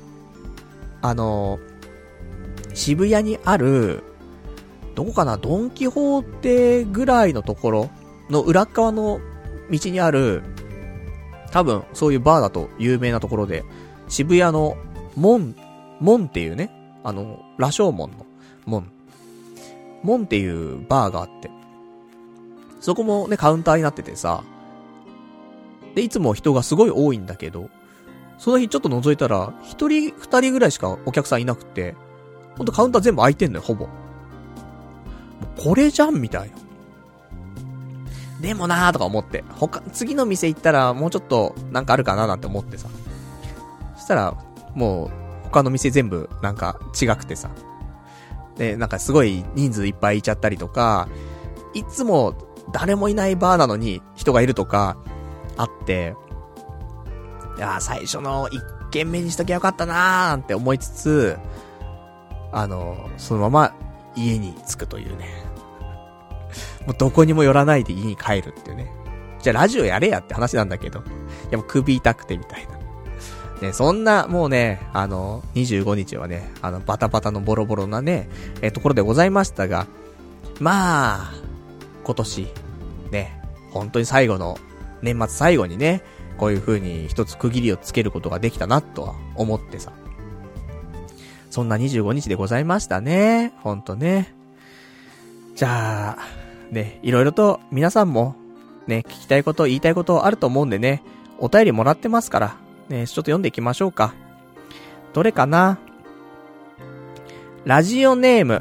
渋谷にある、どこかな、ドンキホーテぐらいのところの裏側の道にある、多分そういうバーだと有名なところで、渋谷の門っていうね、羅生門の門っていうバーがあって、そこもねカウンターになっててさ、でいつも人がすごい多いんだけど、その日ちょっと覗いたら1人2人ぐらいしかお客さんいなくて、ほんとカウンター全部空いてんのよ、ほぼ。もうこれじゃんみたいな。でもなーとか思って、次の店行ったらもうちょっとなんかあるかななんて思ってさ。そしたら、もう他の店全部なんか違くてさ。で、なんかすごい人数いっぱいいちゃったりとか、いつも誰もいないバーなのに人がいるとかあって、いや最初の1軒目にしときゃよかったなーなんて思いつつ、そのまま家に着くというね。もうどこにも寄らないで家に帰るっていうね。じゃあラジオやれやって話なんだけど。いやもう首痛くてみたいな。ね、そんなもうね、25日はね、バタバタのボロボロなね、ところでございましたが、まあ、今年、ね、本当に最後の、年末最後にね、こういう風に一つ区切りをつけることができたなとは思ってさ。そんな25日でございましたね。ほんとね。じゃあ、ね、いろいろと皆さんも、ね、聞きたいこと、言いたいことあると思うんでね、お便りもらってますから、ね、ちょっと読んでいきましょうか。どれかな？ラジオネーム。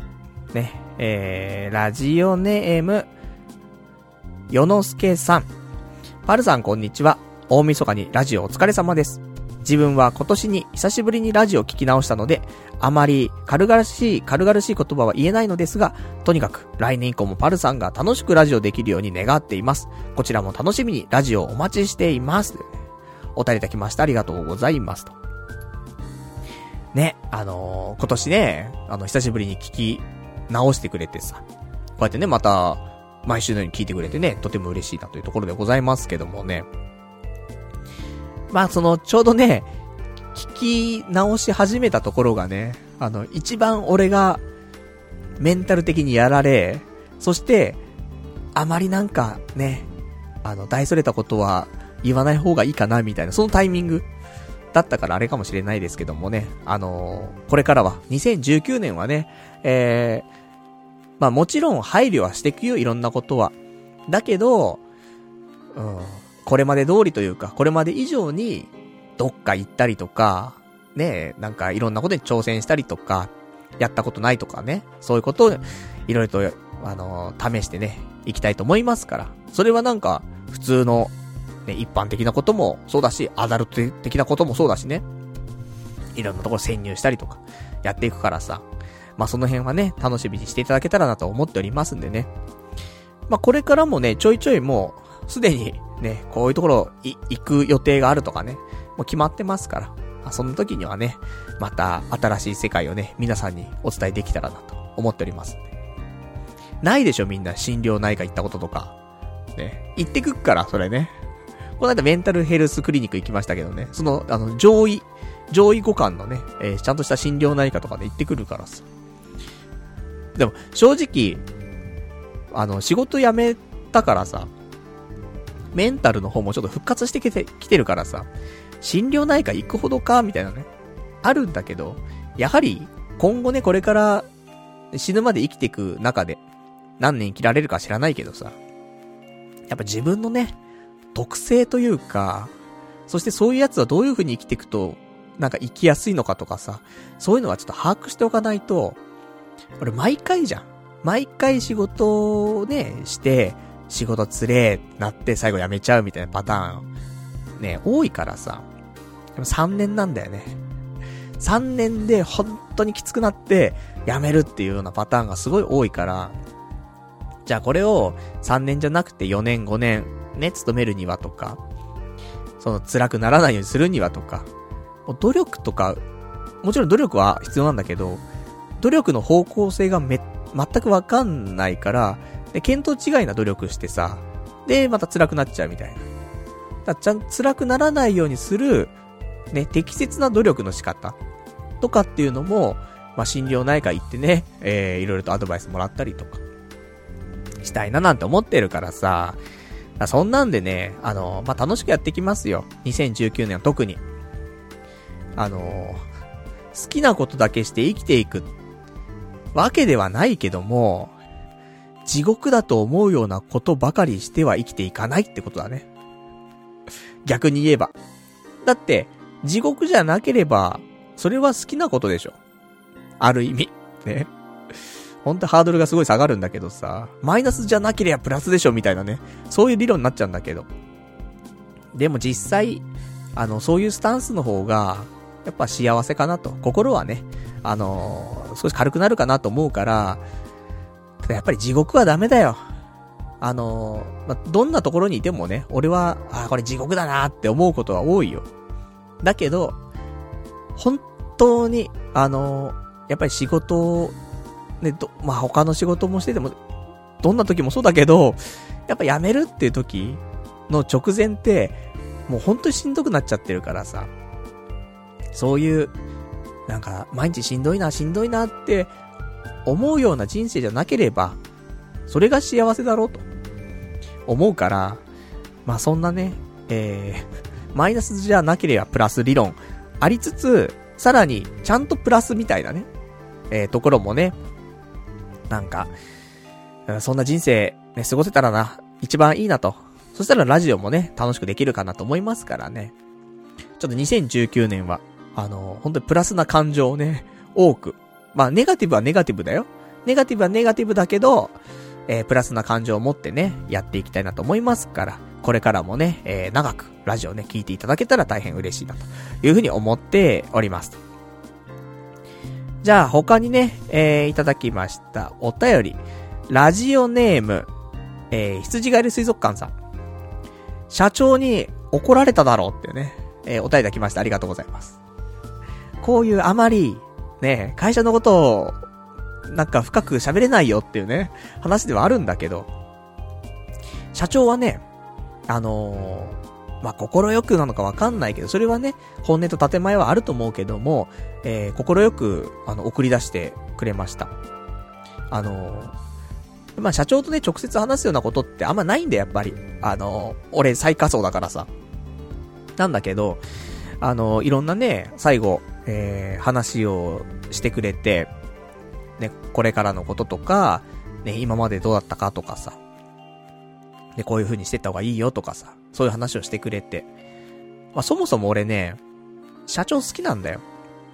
ね、ラジオネーム、よのすけさん。パルさんこんにちは。大晦日にラジオお疲れ様です。自分は今年に久しぶりにラジオを聞き直したので、あまり軽々しい言葉は言えないのですが、とにかく来年以降もパルさんが楽しくラジオできるように願っています。こちらも楽しみにラジオをお待ちしています。お便りいただきました。ありがとうございますと。ね、今年ね、久しぶりに聞き直してくれてさ、こうやってね、また、毎週のように聞いてくれてね、とても嬉しいなというところでございますけどもね。まあ、ちょうどね、聞き直し始めたところがね、一番俺が、メンタル的にやられ、そして、あまりなんかね、大それたことは言わない方がいいかな、みたいな、そのタイミングだったからあれかもしれないですけどもね、これからは、2019年はね、まあもちろん配慮はしていくよ、いろんなことは。だけど、これまで通りというか、これまで以上に、どっか行ったりとか、ね、なんかいろんなことに挑戦したりとか、やったことないとかね、そういうことをいろいろと、試してね、行きたいと思いますから。それはなんか、普通の、ね、一般的なこともそうだし、アダルト的なこともそうだしね、いろんなところ潜入したりとか、やっていくからさ、まあその辺はね、楽しみにしていただけたらなと思っておりますんでね。まあこれからもね、ちょいちょいもう、すでにね、こういうところ行く予定があるとかね、もう決まってますから、まあ、その時にはね、また新しい世界をね、皆さんにお伝えできたらなと思っておりますんで。 ないでしょみんな心療内科行ったこととか。ね。行ってくっから、それね。この間メンタルヘルスクリニック行きましたけどね。その、上位互換のね、ちゃんとした心療内科とかで行ってくるからさ。でも、正直、仕事辞めたからさ、メンタルの方もちょっと復活してきてるからさ、心療内科行くほどかみたいなね。あるんだけど、やはり、今後ね、これから死ぬまで生きていく中で、何年生きられるか知らないけどさ、やっぱ自分のね、特性というか、そしてそういうやつはどういう風に生きていくと、なんか生きやすいのかとかさ、そういうのはちょっと把握しておかないと、俺毎回じゃん。毎回仕事をね、して、仕事つれーなって最後辞めちゃうみたいなパターン、ね、多いからさ。でも3年なんだよね。3年で本当にきつくなって辞めるっていうようなパターンがすごい多いから、じゃあこれを3年じゃなくて4年5年ね、勤めるにはとか、その辛くならないようにするにはとか、もう努力とか、もちろん努力は必要なんだけど、努力の方向性が全くわかんないから、で、見当違いな努力してさ、で、また辛くなっちゃうみたいな。だから辛くならないようにする、ね、適切な努力の仕方とかっていうのも、まあ、心療内科行ってね、いろいろとアドバイスもらったりとか、したいななんて思ってるからさ、そんなんでね、まあ、楽しくやってきますよ。2019年は特に。好きなことだけして生きていくわけではないけども、地獄だと思うようなことばかりしては生きていかないってことだね。逆に言えば。だって、地獄じゃなければ、それは好きなことでしょ。ある意味。ね。ほんとハードルがすごい下がるんだけどさ、マイナスじゃなければプラスでしょみたいなね。そういう理論になっちゃうんだけど。でも実際、そういうスタンスの方が、やっぱ幸せかなと。心はね、少し軽くなるかなと思うから、やっぱり地獄はダメだよ。まあ、どんなところにいてもね、俺は、これ地獄だなって思うことは多いよ。だけど、本当に、やっぱり仕事ね、まあ、他の仕事もしてても、どんな時もそうだけど、やっぱ辞めるっていう時の直前って、もう本当にしんどくなっちゃってるからさ、そういう、なんか、毎日しんどいなって思うような人生じゃなければ、それが幸せだろうと思うから、まあそんなね、マイナスじゃなければプラス理論ありつつ、さらにちゃんとプラスみたいなね、ところもね、なんか、そんな人生ね、過ごせたらな、一番いいなと。そしたらラジオもね、楽しくできるかなと思いますからね。ちょっと2019年は、本当にプラスな感情をね、多く。まあ、ネガティブはネガティブだよ。ネガティブはネガティブだけど、プラスな感情を持ってね、やっていきたいなと思いますから、これからもね、長くラジオね、聞いていただけたら大変嬉しいなというふうに思っております。じゃあ、他にね、いただきましたお便り。ラジオネーム、羊ガエル水族館さん。社長に怒られただろうっていうね、お便りいただきました。ありがとうございます。こういうあまり、ね、会社のことを、なんか深く喋れないよっていうね、話ではあるんだけど、社長はね、まあ、心よくなのかわかんないけど、それはね、本音と建前はあると思うけども、心よく、送り出してくれました。まあ、社長とね、直接話すようなことってあんまないんだよ、やっぱり。俺、最下層だからさ。なんだけど、いろんなね、最後、話をしてくれて、ね、これからのこととか、ね、今までどうだったかとかさ、で、こういう風にしてった方がいいよとかさ、そういう話をしてくれて、まあ、そもそも俺ね、社長好きなんだよ。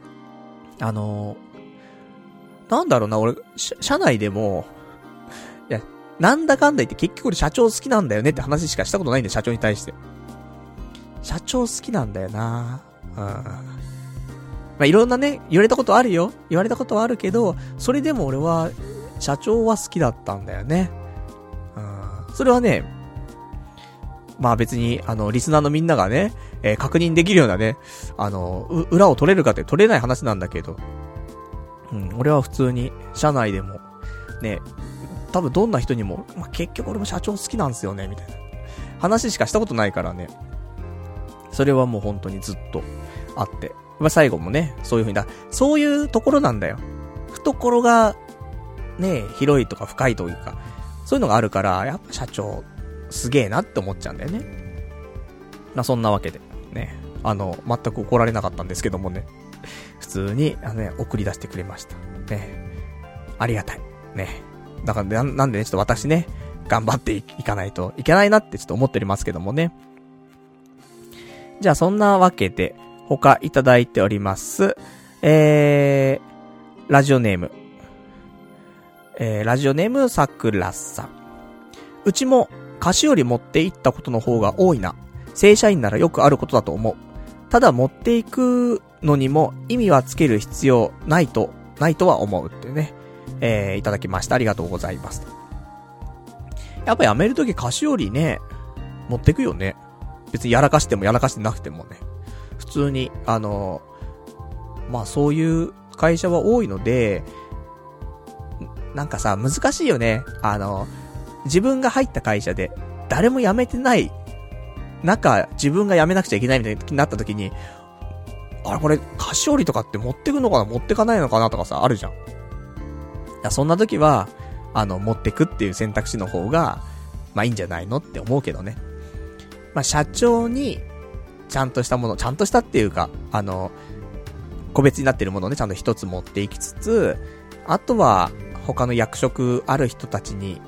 なんだろうな、俺、社内でも、いや、なんだかんだ言って結局俺社長好きなんだよねって話しかしたことないんだよ、社長に対して。社長好きなんだよな。まあ、いろんなね、言われたことあるよ。言われたことはあるけど、それでも俺は、社長は好きだったんだよね。それはね、まあ別に、リスナーのみんながね、確認できるようなね、裏を取れるかって取れない話なんだけど、俺は普通に、社内でも、ね、 多分どんな人にも、結局俺も社長好きなんですよね、みたいな話しかしたことないからね。それはもう本当にずっとあって。最後もね、そういう風にそういうところなんだよ。懐が、ね、広いとか深いというか、そういうのがあるから、やっぱ社長、すげえなって思っちゃうんだよね。そんなわけで、ね。全く怒られなかったんですけどもね。普通に、送り出してくれました。ね。ありがたい。ね。だからなんでね、ちょっと私ね、頑張っていかないといけないなってちょっと思っておりますけどもね。じゃあそんなわけで、他いただいております。ラジオネームさくらさん。うちも菓子折り持って行ったことの方が多いな。正社員ならよくあることだと思う。ただ持っていくのにも意味はつける必要ないとは思うってね。いただきました。ありがとうございます。やっぱ辞めるとき菓子折りね、持ってくよね。別にやらかしてもやらかしてなくてもね。普通に、そういう会社は多いので、なんかさ、難しいよね。自分が入った会社で、誰も辞めてない、自分が辞めなくちゃいけないみたいになった時に、あれこれ、菓子折りとかって持ってくのかな持ってかないのかなとかさ、あるじゃん。そんな時は、持ってくっていう選択肢の方が、いいんじゃないのって思うけどね。社長に、ちゃんとしたもの、ちゃんとしたっていうか、個別になってるものをね、ちゃんと一つ持っていきつつ、あとは、他の役職ある人たちに、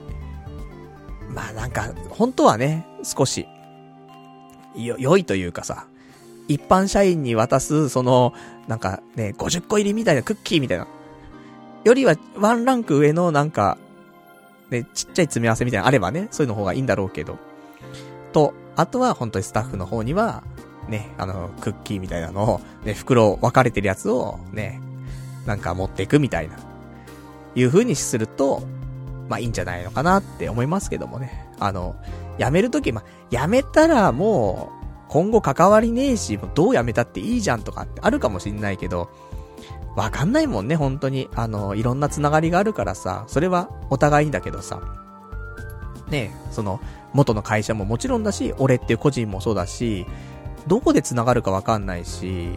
本当はね、少し、良いというかさ、一般社員に渡す、50個入りみたいなクッキーみたいな、よりは、ワンランク上のちっちゃい詰め合わせみたいなのあればね、そういうの方がいいんだろうけど、あとは本当にスタッフの方には、ね、クッキーみたいなのを、ね、袋分かれてるやつを、ね、持っていくみたいな、いう風にすると、いいんじゃないのかなって思いますけどもね。辞めるとき、辞めたらもう、今後関わりねえし、どう辞めたっていいじゃんとかってあるかもしんないけど、わかんないもんね、本当に。いろんなつながりがあるからさ、それはお互いにだけどさ、ね、元の会社ももちろんだし、俺っていう個人もそうだし、どこで繋がるかわかんないし、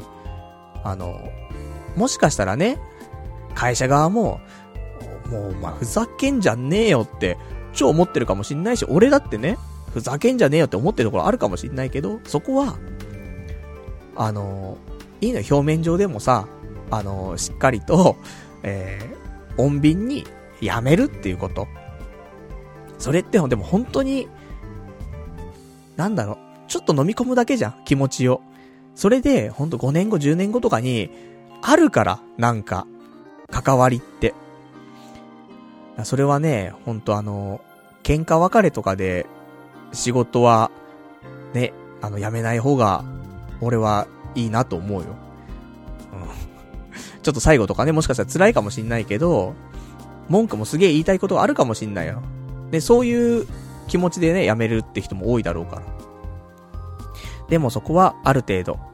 もしかしたらね、会社側もうふざけんじゃねえよって超思ってるかもしんないし、俺だってね、ふざけんじゃねえよって思ってるところあるかもしんないけど、そこは、いいのよ、表面上でもさ、しっかりと、穏便にやめるっていうこと。それってでも本当に、ちょっと飲み込むだけじゃん、気持ちを。それで、ほんと5年後、10年後とかに、あるから、関わりって。それはね、ほんと喧嘩別れとかで、仕事は、ね、辞めない方が、俺はいいなと思うよ。ちょっと最後とかね、もしかしたら辛いかもしんないけど、文句もすげえ言いたいことがあるかもしんないよ。で、そういう気持ちでね、辞めるって人も多いだろうから。でもそこは、ある程度、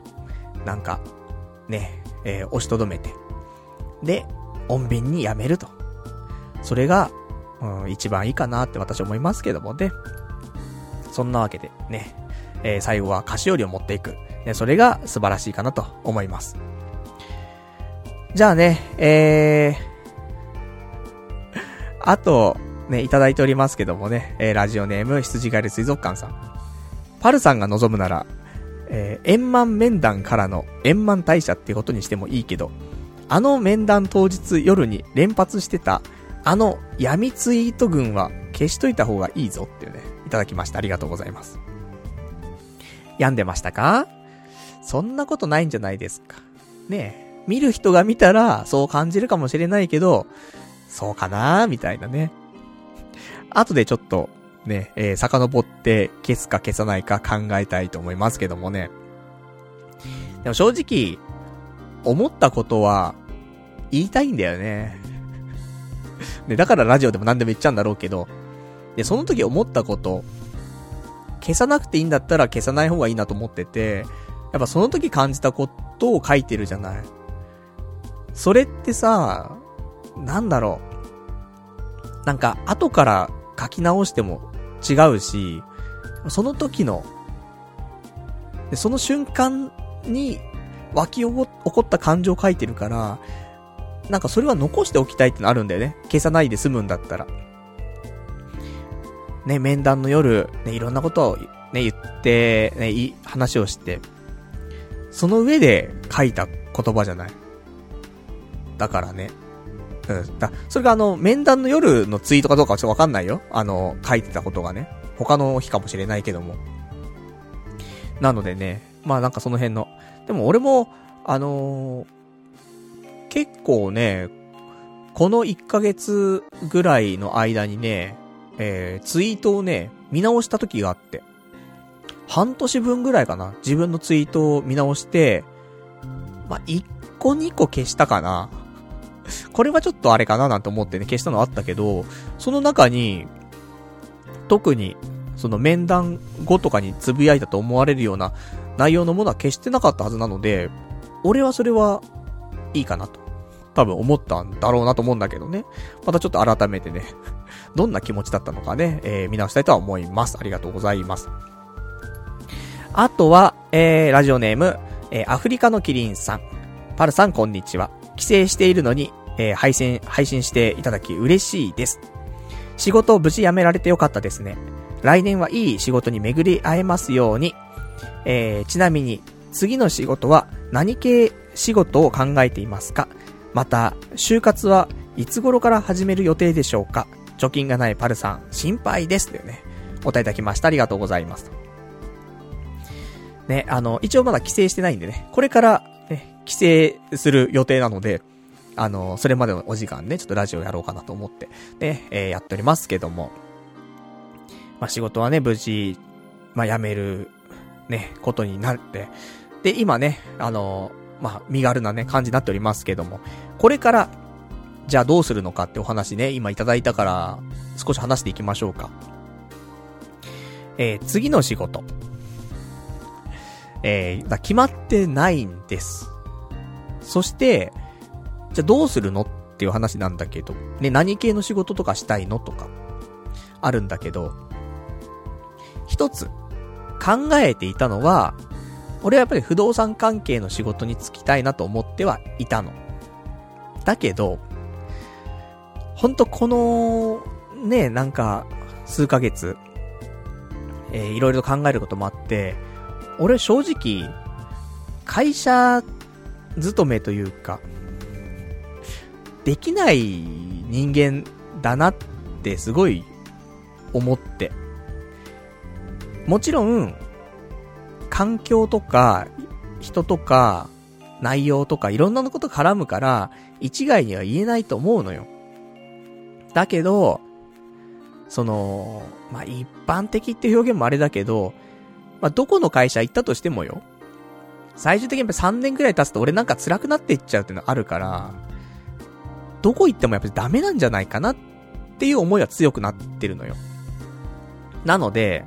ね、押しとどめて。で、穏便に辞めると。それが、一番いいかなって私は思いますけどもね。そんなわけでね、最後は菓子折りを持っていく。ね、それが素晴らしいかなと思います。じゃあね、あと、ね、いただいておりますけどもね、ラジオネーム、羊狩り水族館さん。パルさんが望むなら、円満面談からの円満退社ってことにしてもいいけど、面談当日夜に連発してた、闇ツイート群は消しといた方がいいぞっていうね、いただきました。ありがとうございます。病んでましたか？そんなことないんじゃないですか。ねえ、見る人が見たらそう感じるかもしれないけど、そうかなーみたいなね。後でちょっとね、遡って消すか消さないか考えたいと思いますけどもね。でも正直、思ったことは言いたいんだよね。で、だからラジオでも何でも言っちゃうんだろうけど、で、その時思ったこと、消さなくていいんだったら消さない方がいいなと思ってて、やっぱその時感じたことを書いてるじゃない。それってさ、 なんか後から書き直しても違うし、その時のでその瞬間に湧き起こった感情を書いてるから、なんかそれは残しておきたいってのあるんだよね。消さないで済むんだったら。ね、面談の夜、ね、いろんなことをね、言って、ね、話をして、その上で書いた言葉じゃない。だからね。それが面談の夜のツイートかどうかはちょっとわかんないよ。書いてたことがね。他の日かもしれないけども。なのでね、まあなんかその辺の。でも俺も、結構ね、この1ヶ月ぐらいの間にね、ツイートをね、見直した時があって。半年分ぐらいかな。自分のツイートを見直して、まあ、1個2個消したかな。これはちょっとあれかななんて思ってね、消したのあったけど、その中に、特に、その面談後とかにつぶやいたと思われるような内容のものは消してなかったはずなので、俺はそれはいいかなと。多分思ったんだろうなと思うんだけどね。またちょっと改めてね、どんな気持ちだったのかね、見直したいとは思います。ありがとうございます。あとは、ラジオネーム、アフリカのキリンさん。パルさんこんにちは。帰省しているのに、配信していただき嬉しいです。仕事を無事辞められてよかったですね。来年はいい仕事に巡り会えますように。ちなみに、次の仕事は何系仕事を考えていますか？また、就活はいつ頃から始める予定でしょうか？貯金がないパルさん、心配です。というね、お答えいただきました。ありがとうございます。ね、一応まだ帰省してないんでね、これから、ね、帰省する予定なので、それまでのお時間ね、ちょっとラジオやろうかなと思って、ね、やっておりますけども、まあ、仕事はね、無事、まあ、辞める、ね、ことになって、で、今ね、まあ、身軽なね、感じになっておりますけども、これから、じゃあどうするのかってお話ね、今いただいたから、少し話していきましょうか。次の仕事。決まってないんです。そして、じゃあどうするのっていう話なんだけど、ね、何系の仕事とかしたいのとか、あるんだけど、一つ、考えていたのは、俺はやっぱり不動産関係の仕事に就きたいなと思ってはいたの。だけど、ほんとこの、ね、なんか、数ヶ月、いろいろと考えることもあって、俺正直、会社勤めというか、できない人間だなってすごい思って。もちろん、環境とか、人とか、内容とかいろんなこと絡むから、一概には言えないと思うのよ。だけど、まあ、一般的って表現もあれだけど、まあ、どこの会社行ったとしてもよ。最終的にやっぱ3年くらい経つと俺なんか辛くなっていっちゃうっていうのあるから、どこ行ってもやっぱりダメなんじゃないかなっていう思いは強くなってるのよ。なので、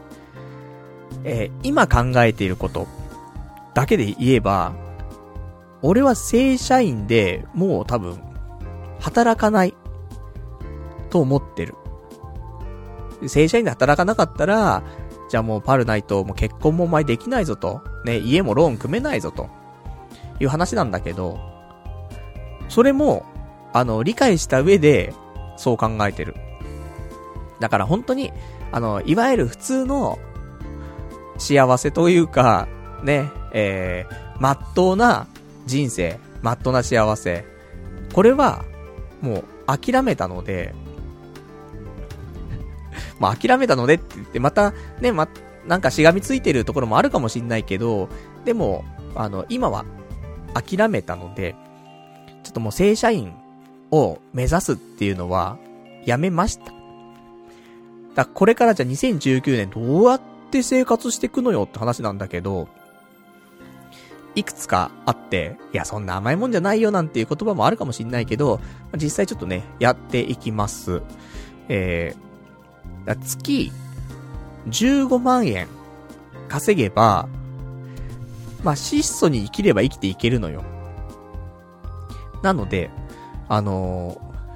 今考えていることだけで言えば、俺は正社員でもう多分働かないと思ってる。正社員で働かなかったら、じゃあもうパルないともう結婚もお前できないぞと、ね、家もローン組めないぞという話なんだけど、それも理解した上でそう考えてる。だから本当にいわゆる普通の幸せというかね、まっとうな人生、まっとうな幸せ、これはもう諦めたので、まあ諦めたのでって言ってまたね、なんかしがみついてるところもあるかもしんないけど、でも今は諦めたので、ちょっともう正社員を目指すっていうのはやめました。だこれからじゃあ2019年どうやって生活していくのよって話なんだけど、いくつかあって、いやそんな甘いもんじゃないよなんていう言葉もあるかもしんないけど、実際ちょっとねやっていきます。月15万円稼げば、まあ質素に生きれば生きていけるのよ。なので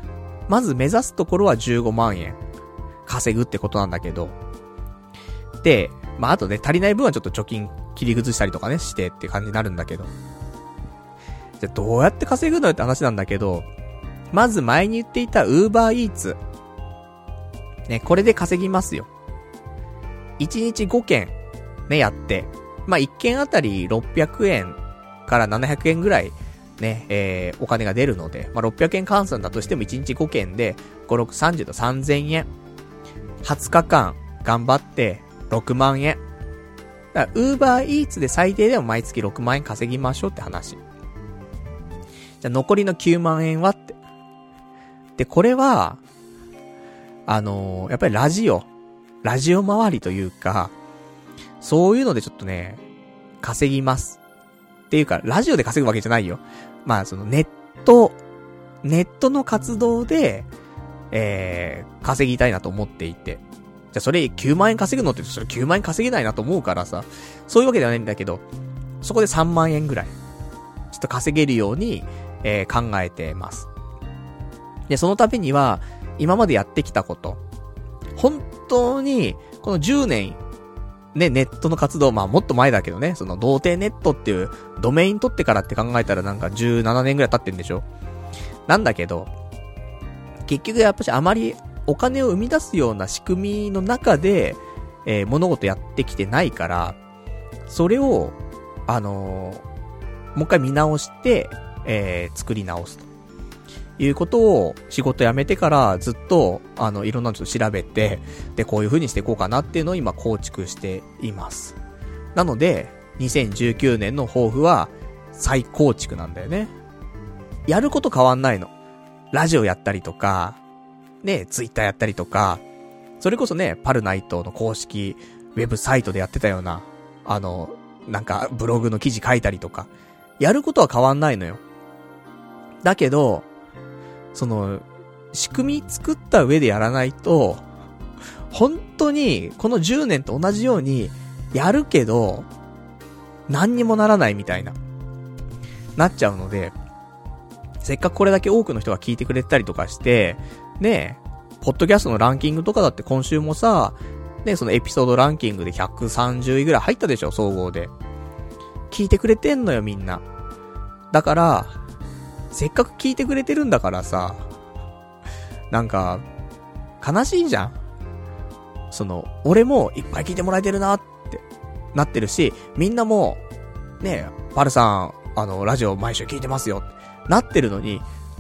まず目指すところは15万円稼ぐってことなんだけど、で、まあ、あとね、足りない分はちょっと貯金切り崩したりとかね、してって感じになるんだけど。じゃあどうやって稼ぐのよって話なんだけど、まず前に言っていた Uber Eats。ね、これで稼ぎますよ。1日5件、ね、やって、まあ、1件あたり600円から700円ぐらい、ね、お金が出るので、まあ、600円換算だとしても1日5件で、5、6、30と3000円。20日間頑張って6万円。だから、Uber Eats で最低でも毎月6万円稼ぎましょうって話。じゃあ残りの9万円はって。で、これは、やっぱりラジオ周りというか、そういうのでちょっとね、稼ぎます。っていうか、ラジオで稼ぐわけじゃないよ。まあ、そのネットの活動で、稼ぎたいなと思っていて。じゃあそれ9万円稼ぐのってそれ9万円稼げないなと思うからさ、そういうわけではないんだけど、そこで3万円ぐらい、ちょっと稼げるように、考えてます。で、そのためには、今までやってきたこと、本当に、この10年、ね、ネットの活動、まあもっと前だけどね、その童貞ネットっていうドメイン取ってからって考えたらなんか17年ぐらい経ってんでしょ。なんだけど、結局やっぱしあまりお金を生み出すような仕組みの中で、物事やってきてないから、それを、もう一回見直して、作り直すと。いうことを仕事辞めてからずっと、いろんなのちょっと調べて、で、こういう風にしていこうかなっていうのを今構築しています。なので、2019年の抱負は再構築なんだよね。やること変わんないの。ラジオやったりとか、ね、ツイッターやったりとか、それこそね、パルナイトの公式ウェブサイトでやってたような、なんかブログの記事書いたりとか、やることは変わんないのよ。だけど、その、仕組み作った上でやらないと、本当にこの10年と同じように、やるけど、何にもならないみたいな、なっちゃうので、せっかくこれだけ多くの人が聞いてくれたりとかして、ねえ、ポッドキャストのランキングとかだって今週もさ、ね、そのエピソードランキングで130位ぐらい入ったでしょ、総合で。聞いてくれてんのよ、みんな。だから、せっかく聞いてくれてるんだからさ、なんか、悲しいじゃん。その、俺もいっぱい聞いてもらえてるなってなってるし、みんなも、ねえ、パルさん、ラジオ毎週聞いてますよってなってるのに、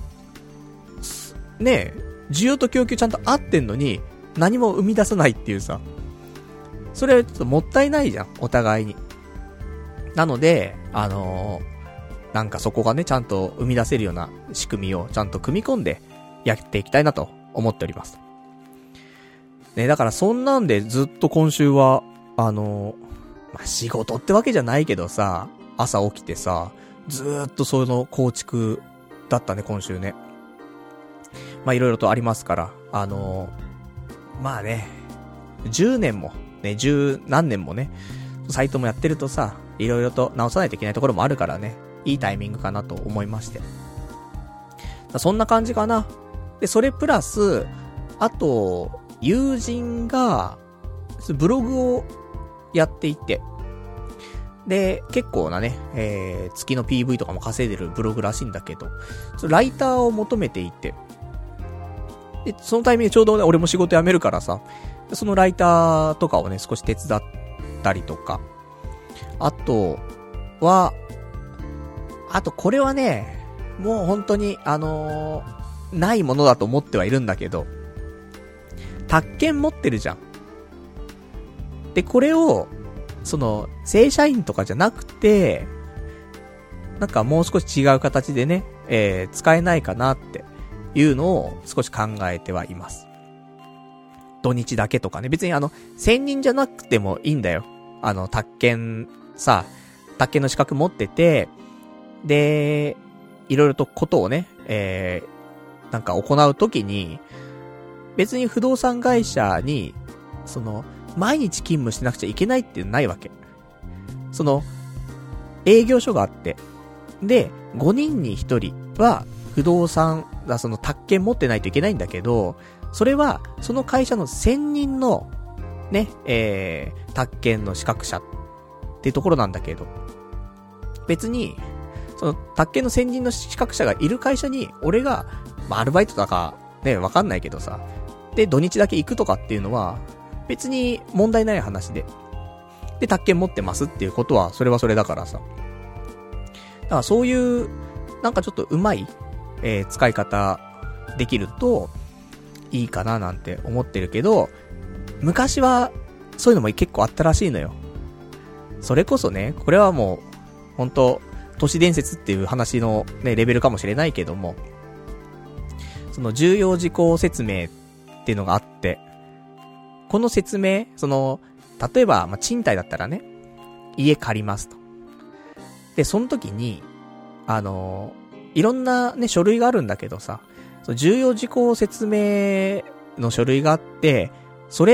ねえ、需要と供給ちゃんと合ってんのに、何も生み出さないっていうさ、それはちょっともったいないじゃん、お互いに。なので、なんかそこがね、ちゃんと生み出せるような仕組みをちゃんと組み込んでやっていきたいなと思っております。ね、だからそんなんでずっと今週は、まあ、仕事ってわけじゃないけどさ、朝起きてさ、ずーっとその構築だったね、今週ね。まあいろいろとありますから、まあね、10年も、ね、10何年もね、サイトもやってるとさ、いろいろと直さないといけないところもあるからね、いいタイミングかなと思いまして。そんな感じかな。で、それプラス、あと、友人が、ブログをやっていて、で、結構なね、月の PV とかも稼いでるブログらしいんだけど、ライターを求めていて、で、そのタイミングでちょうどね、俺も仕事辞めるからさ、そのライターとかをね、少し手伝ったりとか、あとは、これはね、もう本当に、ないものだと思ってはいるんだけど、宅建持ってるじゃん。で、これを、正社員とかじゃなくて、なんかもう少し違う形でね、使えないかなっていうのを少し考えてはいます。土日だけとかね、別に専任じゃなくてもいいんだよ。宅建の資格持ってて、で、いろいろとことをね、なんか行うときに、別に不動産会社に、毎日勤務してなくちゃいけないってないわけ。営業所があって、 で、5人に1人は不動産、その宅建持ってないといけないんだけど、それはその会社の専任のね、宅建の資格者っていうところなんだけど、別にその宅建の専任の資格者がいる会社に俺が、まあ、アルバイトだかね、わかんないけどさ、で土日だけ行くとかっていうのは別に問題ない話で、で宅建持ってますっていうことはそれはそれだからさ、だからそういうなんかちょっとうまい、使い方できるといいかななんて思ってるけど、昔はそういうのも結構あったらしいのよ。それこそね、これはもう本当都市伝説っていう話のねレベルかもしれないけども、その重要事項説明っていうのがあって、この説明、その例えばまあ賃貸だったらね、家借りますと。でその時にいろんなね書類があるんだけどさ、その重要事項説明の書類があって、そ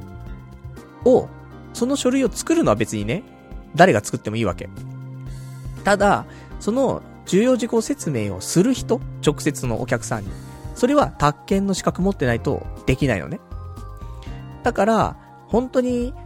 の書類を作るのは別にね、誰が作ってもいいわけ。ただ、その重要事項説明をする人、直接のお客さんに、それは宅建の資格持ってないとできないのね。だから、本当に、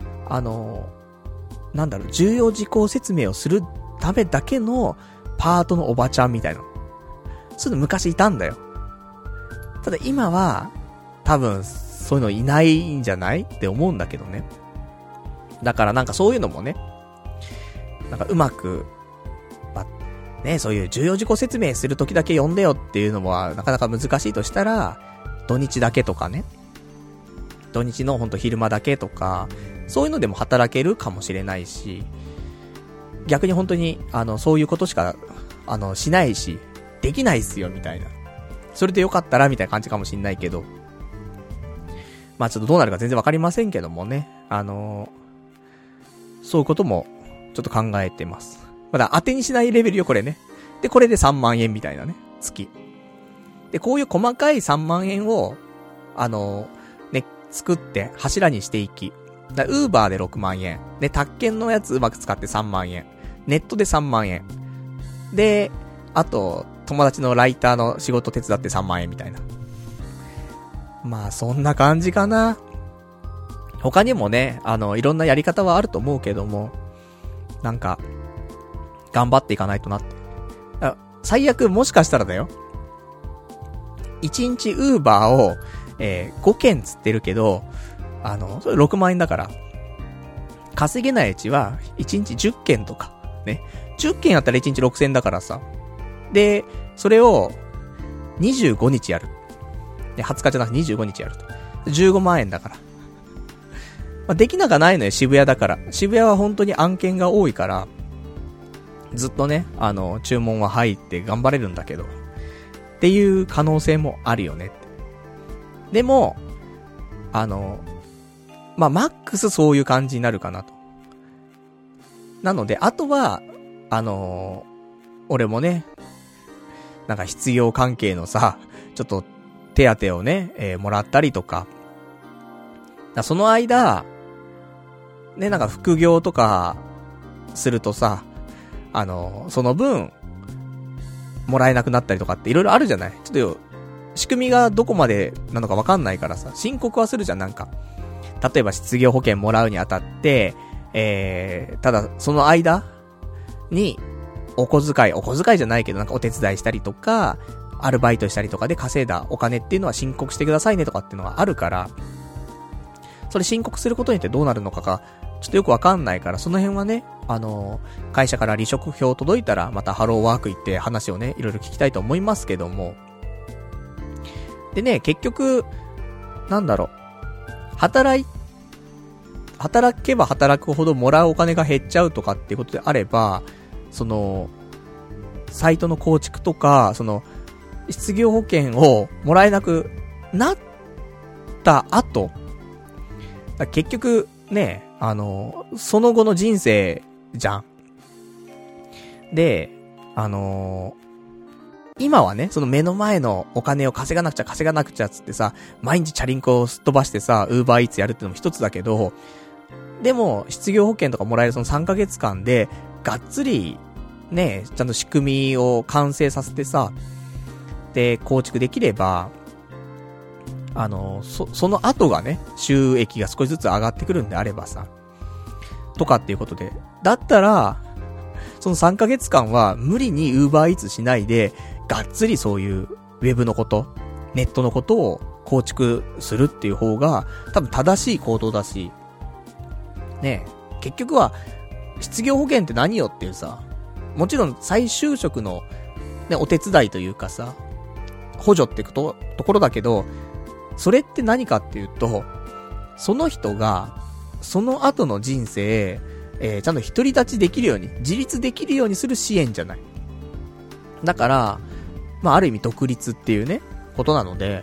重要事項説明をするためだけのパートのおばちゃんみたいな。そういうの昔いたんだよ。ただ今は、多分、そういうのいないんじゃないって思うんだけどね。だからなんかそういうのもね、なんかうまく、まあ、ね、そういう重要事項説明するときだけ呼んでよっていうのもなかなか難しいとしたら、土日だけとかね。土日のほんと昼間だけとか、そういうのでも働けるかもしれないし、逆に本当に、そういうことしか、しないし、できないっすよ、みたいな。それでよかったら、みたいな感じかもしんないけど、まあちょっとどうなるか全然わかりませんけどもね。そういうことも、ちょっと考えてます。まだ当てにしないレベルよ、これね。で、これで3万円みたいなね。月。で、こういう細かい3万円を、ね、作って柱にしていき。だ、ウーバーで6万円。で、宅建のやつうまく使って3万円。ネットで3万円。で、あと、友達のライターの仕事手伝って3万円みたいな。まあ、そんな感じかな。他にもね、いろんなやり方はあると思うけども、なんか、頑張っていかないとなって。最悪もしかしたらだよ。1日ウーバーを、5件つってるけど、それ6万円だから、稼げないうちは、1日10件とか、ね。10件やったら1日6000円だからさ。で、それを、25日やる。20日じゃなくて25日やると。15万円だから。まあ、できなかないのよ、渋谷だから。渋谷は本当に案件が多いから、ずっとね、注文は入って頑張れるんだけど。っていう可能性もあるよねって。でも、まあ、マックスそういう感じになるかなと。なので、あとは、俺もね、なんか必要関係のさ、ちょっと手当をね、もらったりとか。その間、ね、なんか副業とか、するとさ、その分、もらえなくなったりとかっていろいろあるじゃない？ちょっと、仕組みがどこまでなのかわかんないからさ、申告はするじゃん、なんか。例えば失業保険もらうにあたって、ただ、その間に、お小遣いじゃないけどなんかお手伝いしたりとか、アルバイトしたりとかで稼いだお金っていうのは申告してくださいねとかっていうのがあるから、それ申告することによってどうなるのかが、ちょっとよくわかんないから、その辺はね、会社から離職票届いたら、またハローワーク行って話をね、いろいろ聞きたいと思いますけども。でね、結局、なんだろう、働けば働くほどもらうお金が減っちゃうとかっていうことであれば、その、サイトの構築とか、その、失業保険をもらえなくなった後、結局、ね、その後の人生じゃん。で、今はね、その目の前のお金を稼がなくちゃつってさ、毎日チャリンコをすっ飛ばしてさ、ウーバーイーツやるってのも一つだけど、でも、失業保険とかもらえるその3ヶ月間で、がっつり、 ね、ちゃんと仕組みを完成させてさ、で、構築できれば、その後がね、収益が少しずつ上がってくるんであればさ、とかっていうことで、だったら、その3ヶ月間は無理に Uber Eats しないで、がっつりそういうウェブのこと、ネットのことを構築するっていう方が、多分正しい行動だし、ねえ、結局は、失業保険って何よっていうさ、もちろん再就職の、ね、お手伝いというかさ、補助ってところだけど、それって何かっていうと、その人が、その後の人生、ちゃんと独り立ちできるように、自立できるようにする支援じゃない。だから、まあある意味独立っていうね、ことなので、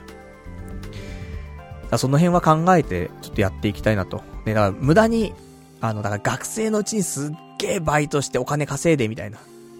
その辺は考えて、ちょっとやっていきたいなと。ね、だから無駄に、だから学生のうちにすっげーバイトしてお金稼いでみたいな。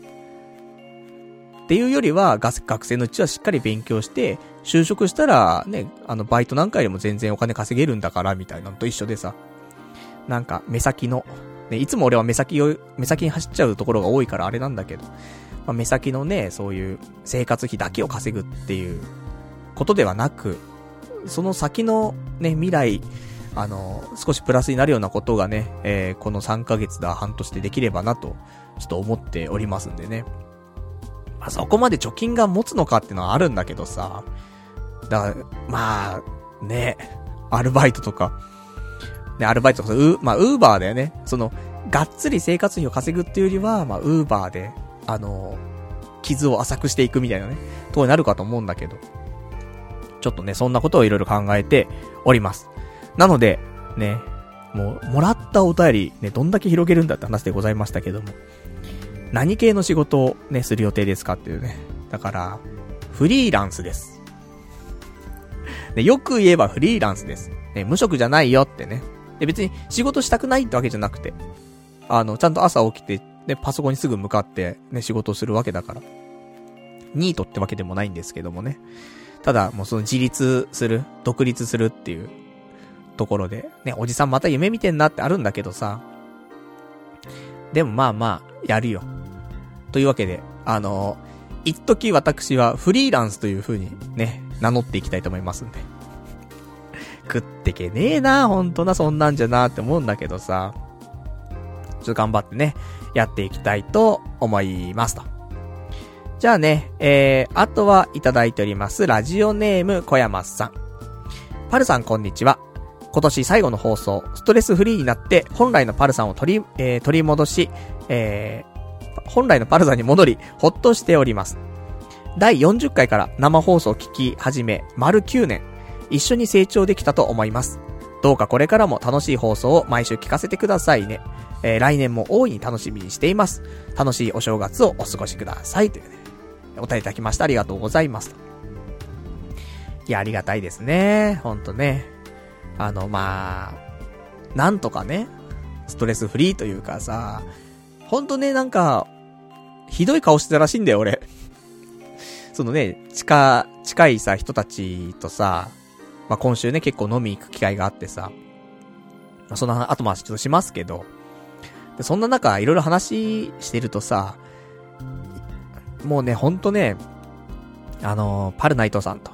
っていうよりは、学生のうちはしっかり勉強して、就職したら、ね、バイトなんかよりも全然お金稼げるんだから、みたいなのと一緒でさ。なんか、目先の、ね、いつも俺は目先に走っちゃうところが多いからあれなんだけど、まあ、目先のね、そういう生活費だけを稼ぐっていうことではなく、その先のね、未来、少しプラスになるようなことがね、この3ヶ月だ、半年でできればなと、ちょっと思っておりますんでね。まあ、そこまで貯金が持つのかっていうのはあるんだけどさ、だから、まあ、ね、アルバイトとか、ね、アルバイトとか、まあ、ウーバーだよね。がっつり生活費を稼ぐっていうよりは、まあ、ウーバーで、傷を浅くしていくみたいなね、とになるかと思うんだけど、ちょっとね、そんなことをいろいろ考えております。なので、ね、もらったお便り、ね、どんだけ広げるんだって話でございましたけども、何系の仕事をね、する予定ですかっていうね。だから、フリーランスです。ね、よく言えばフリーランスです。ね、無職じゃないよってね。で、別に仕事したくないってわけじゃなくて、ちゃんと朝起きて、ね、パソコンにすぐ向かって、ね、仕事をするわけだから。ニートってわけでもないんですけどもね。ただ、もうその自立する、独立するっていうところで、ね、おじさんまた夢見てんなってあるんだけどさ。でもまあまあ、やるよ。というわけで、一時私はフリーランスという風にね、名乗っていきたいと思いますんで。食ってけねえな、ほんとな、そんなんじゃなって思うんだけどさ。ちょっと頑張ってね、やっていきたいと思いますと。じゃあね、あとはいただいております。ラジオネーム小山さん。パルさんこんにちは。今年最後の放送、ストレスフリーになって本来のパルさんを取り戻し、本来のパルさんに戻り、ほっとしております。第40回から生放送を聞き始め、丸9年、一緒に成長できたと思います。どうかこれからも楽しい放送を毎週聞かせてくださいね。来年も大いに楽しみにしています。楽しいお正月をお過ごしください。というね、お便りいただきました。ありがとうございます。いや、ありがたいですね。ほんとね。まあ、なんとかね、ストレスフリーというかさ、ほんとね、なんか、ひどい顔してたらしいんだよ、俺。そのね、近いさ、人たちとさ、まあ、今週ね、結構飲み行く機会があってさ、まあ、その後もちょっとしますけど、でそんな中、いろいろ話してるとさ、もうね、ほんとね、パルナイトさんと、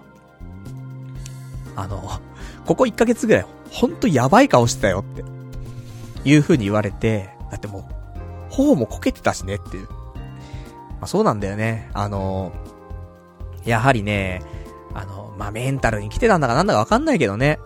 ここ1ヶ月ぐらい、ほんとやばい顔してたよって、いう風に言われて、だってもう、頬もこけてたしねっていう。まあ、そうなんだよね。やはりね、まあ、メンタルに来てたんだかなんだかわかんないけどね。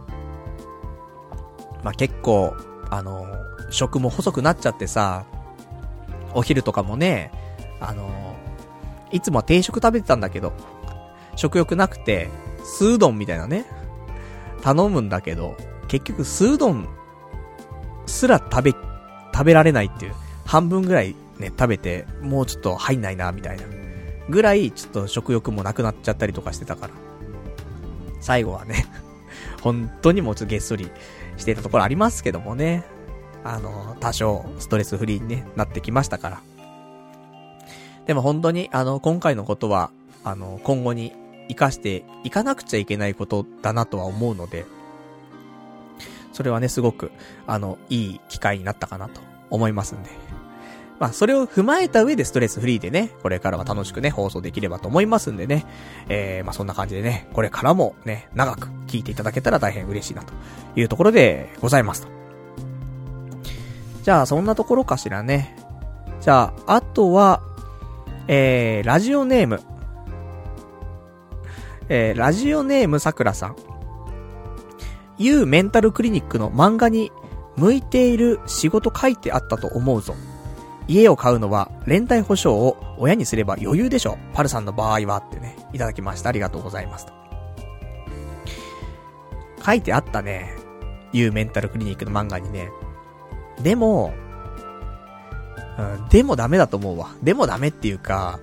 まあ、結構、食も細くなっちゃってさ、お昼とかもね、いつもは定食食べてたんだけど、食欲なくて、スードンみたいなね、頼むんだけど、結局スードンすら食べられないっていう、半分ぐらいね、食べて、もうちょっと入んないな、みたいな。ぐらい、ちょっと食欲もなくなっちゃったりとかしてたから。最後はね、本当にもうちょっとげっそりしてたところありますけどもね。多少ストレスフリーに、ね、なってきましたから。でも本当に、今回のことは、今後に活かしていかなくちゃいけないことだなとは思うので、それはね、すごく、いい機会になったかなと思いますんで。 まあそれを踏まえた上でストレスフリーでね、これからは楽しくね、放送できればと思いますんでね。まあそんな感じでね、これからもね、長く聞いていただけたら大変嬉しいなというところでございますと。じゃあそんなところかしらね。じゃあ、あとは、ラジオネーム。ラジオネームさくらさん。U メンタルクリニックの漫画に向いている仕事書いてあったと思うぞ。家を買うのは連帯保証を親にすれば余裕でしょ。パルさんの場合はってね、いただきました。ありがとうございますと。書いてあったね。U メンタルクリニックの漫画にね。でも、でもダメだと思うわ。でもダメっていうか、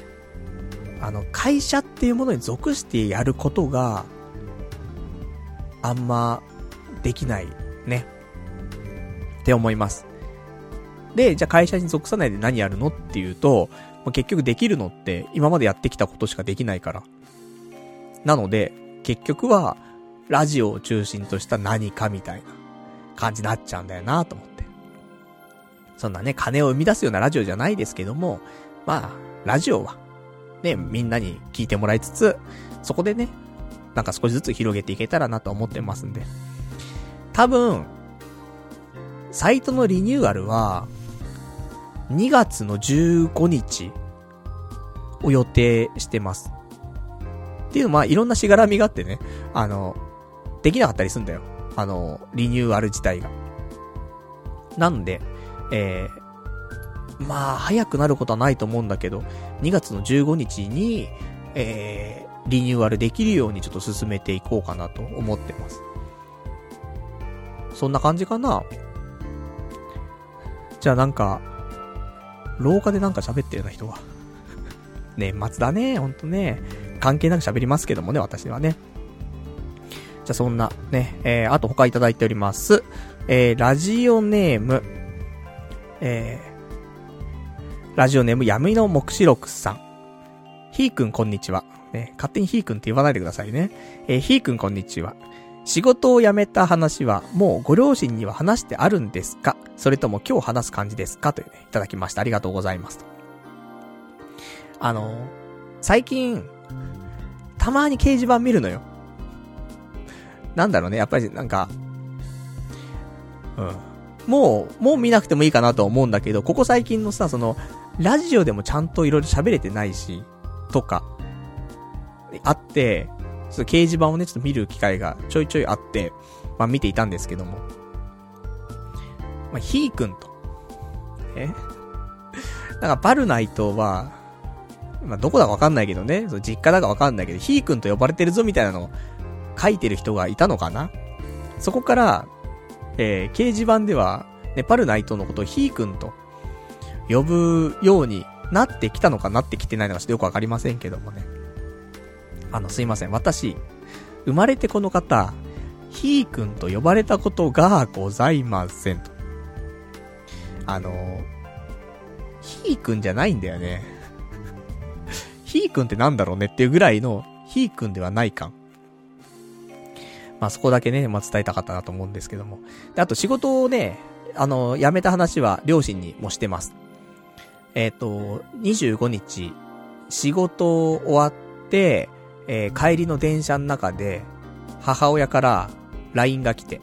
会社っていうものに属してやることが、あんま、できない、ね。って思います。で、じゃあ会社に属さないで何やるのっていうと、結局できるのって今までやってきたことしかできないから。なので、結局は、ラジオを中心とした何かみたいな感じになっちゃうんだよなと思って。そんなね、金を生み出すようなラジオじゃないですけども、まあ、ラジオは、ね、みんなに聞いてもらいつつ、そこでね、なんか少しずつ広げていけたらなと思ってますんで。多分、サイトのリニューアルは、2月の15日を予定してます。っていうのは、いろんなしがらみがあってね、できなかったりすんだよ。リニューアル自体が。なんで、まあ、早くなることはないと思うんだけど、2月の15日に、リニューアルできるようにちょっと進めていこうかなと思ってます。そんな感じかな。じゃあなんか、廊下でなんか喋ってるような人が。年末だね、ほんとね。関係なく喋りますけどもね、私はね。じゃあそんな、ね、あと他いただいております。ラジオネーム、やむいの目視録さん。ひーくんこんにちは。ね、勝手にひーくんって言わないでくださいね。ひーくんこんにちは。仕事を辞めた話はもうご両親には話してあるんですか？それとも今日話す感じですか？というね、いただきました。ありがとうございます。最近、たまに掲示板見るのよ。なんだろうね、やっぱりなんか、もう見なくてもいいかなと思うんだけど、ここ最近のさ、ラジオでもちゃんといろいろ喋れてないし、とか、あって、ちょっと掲示板をね、ちょっと見る機会がちょいちょいあって、まあ見ていたんですけども。まあ、ひーくんと。なんかパルナイトは、まあどこだかわかんないけどね、実家だかわかんないけど、ひーくんと呼ばれてるぞみたいなのを書いてる人がいたのかな？そこから、掲示板では、ね、パルナイトのことをひーくんと呼ぶようになってきたのかなってきてないのかちょっとよくわかりませんけどもね。すいません。私、生まれてこの方、ひーくんと呼ばれたことがございませんと。ひーくんじゃないんだよね。ひーくんってなんだろうねっていうぐらいの、ひーくんではない感。まあそこだけね、まあ伝えたかったなと思うんですけども。で、あと仕事をね、辞めた話は両親にもしてます。25日、仕事終わって、帰りの電車の中で、母親から LINE が来て、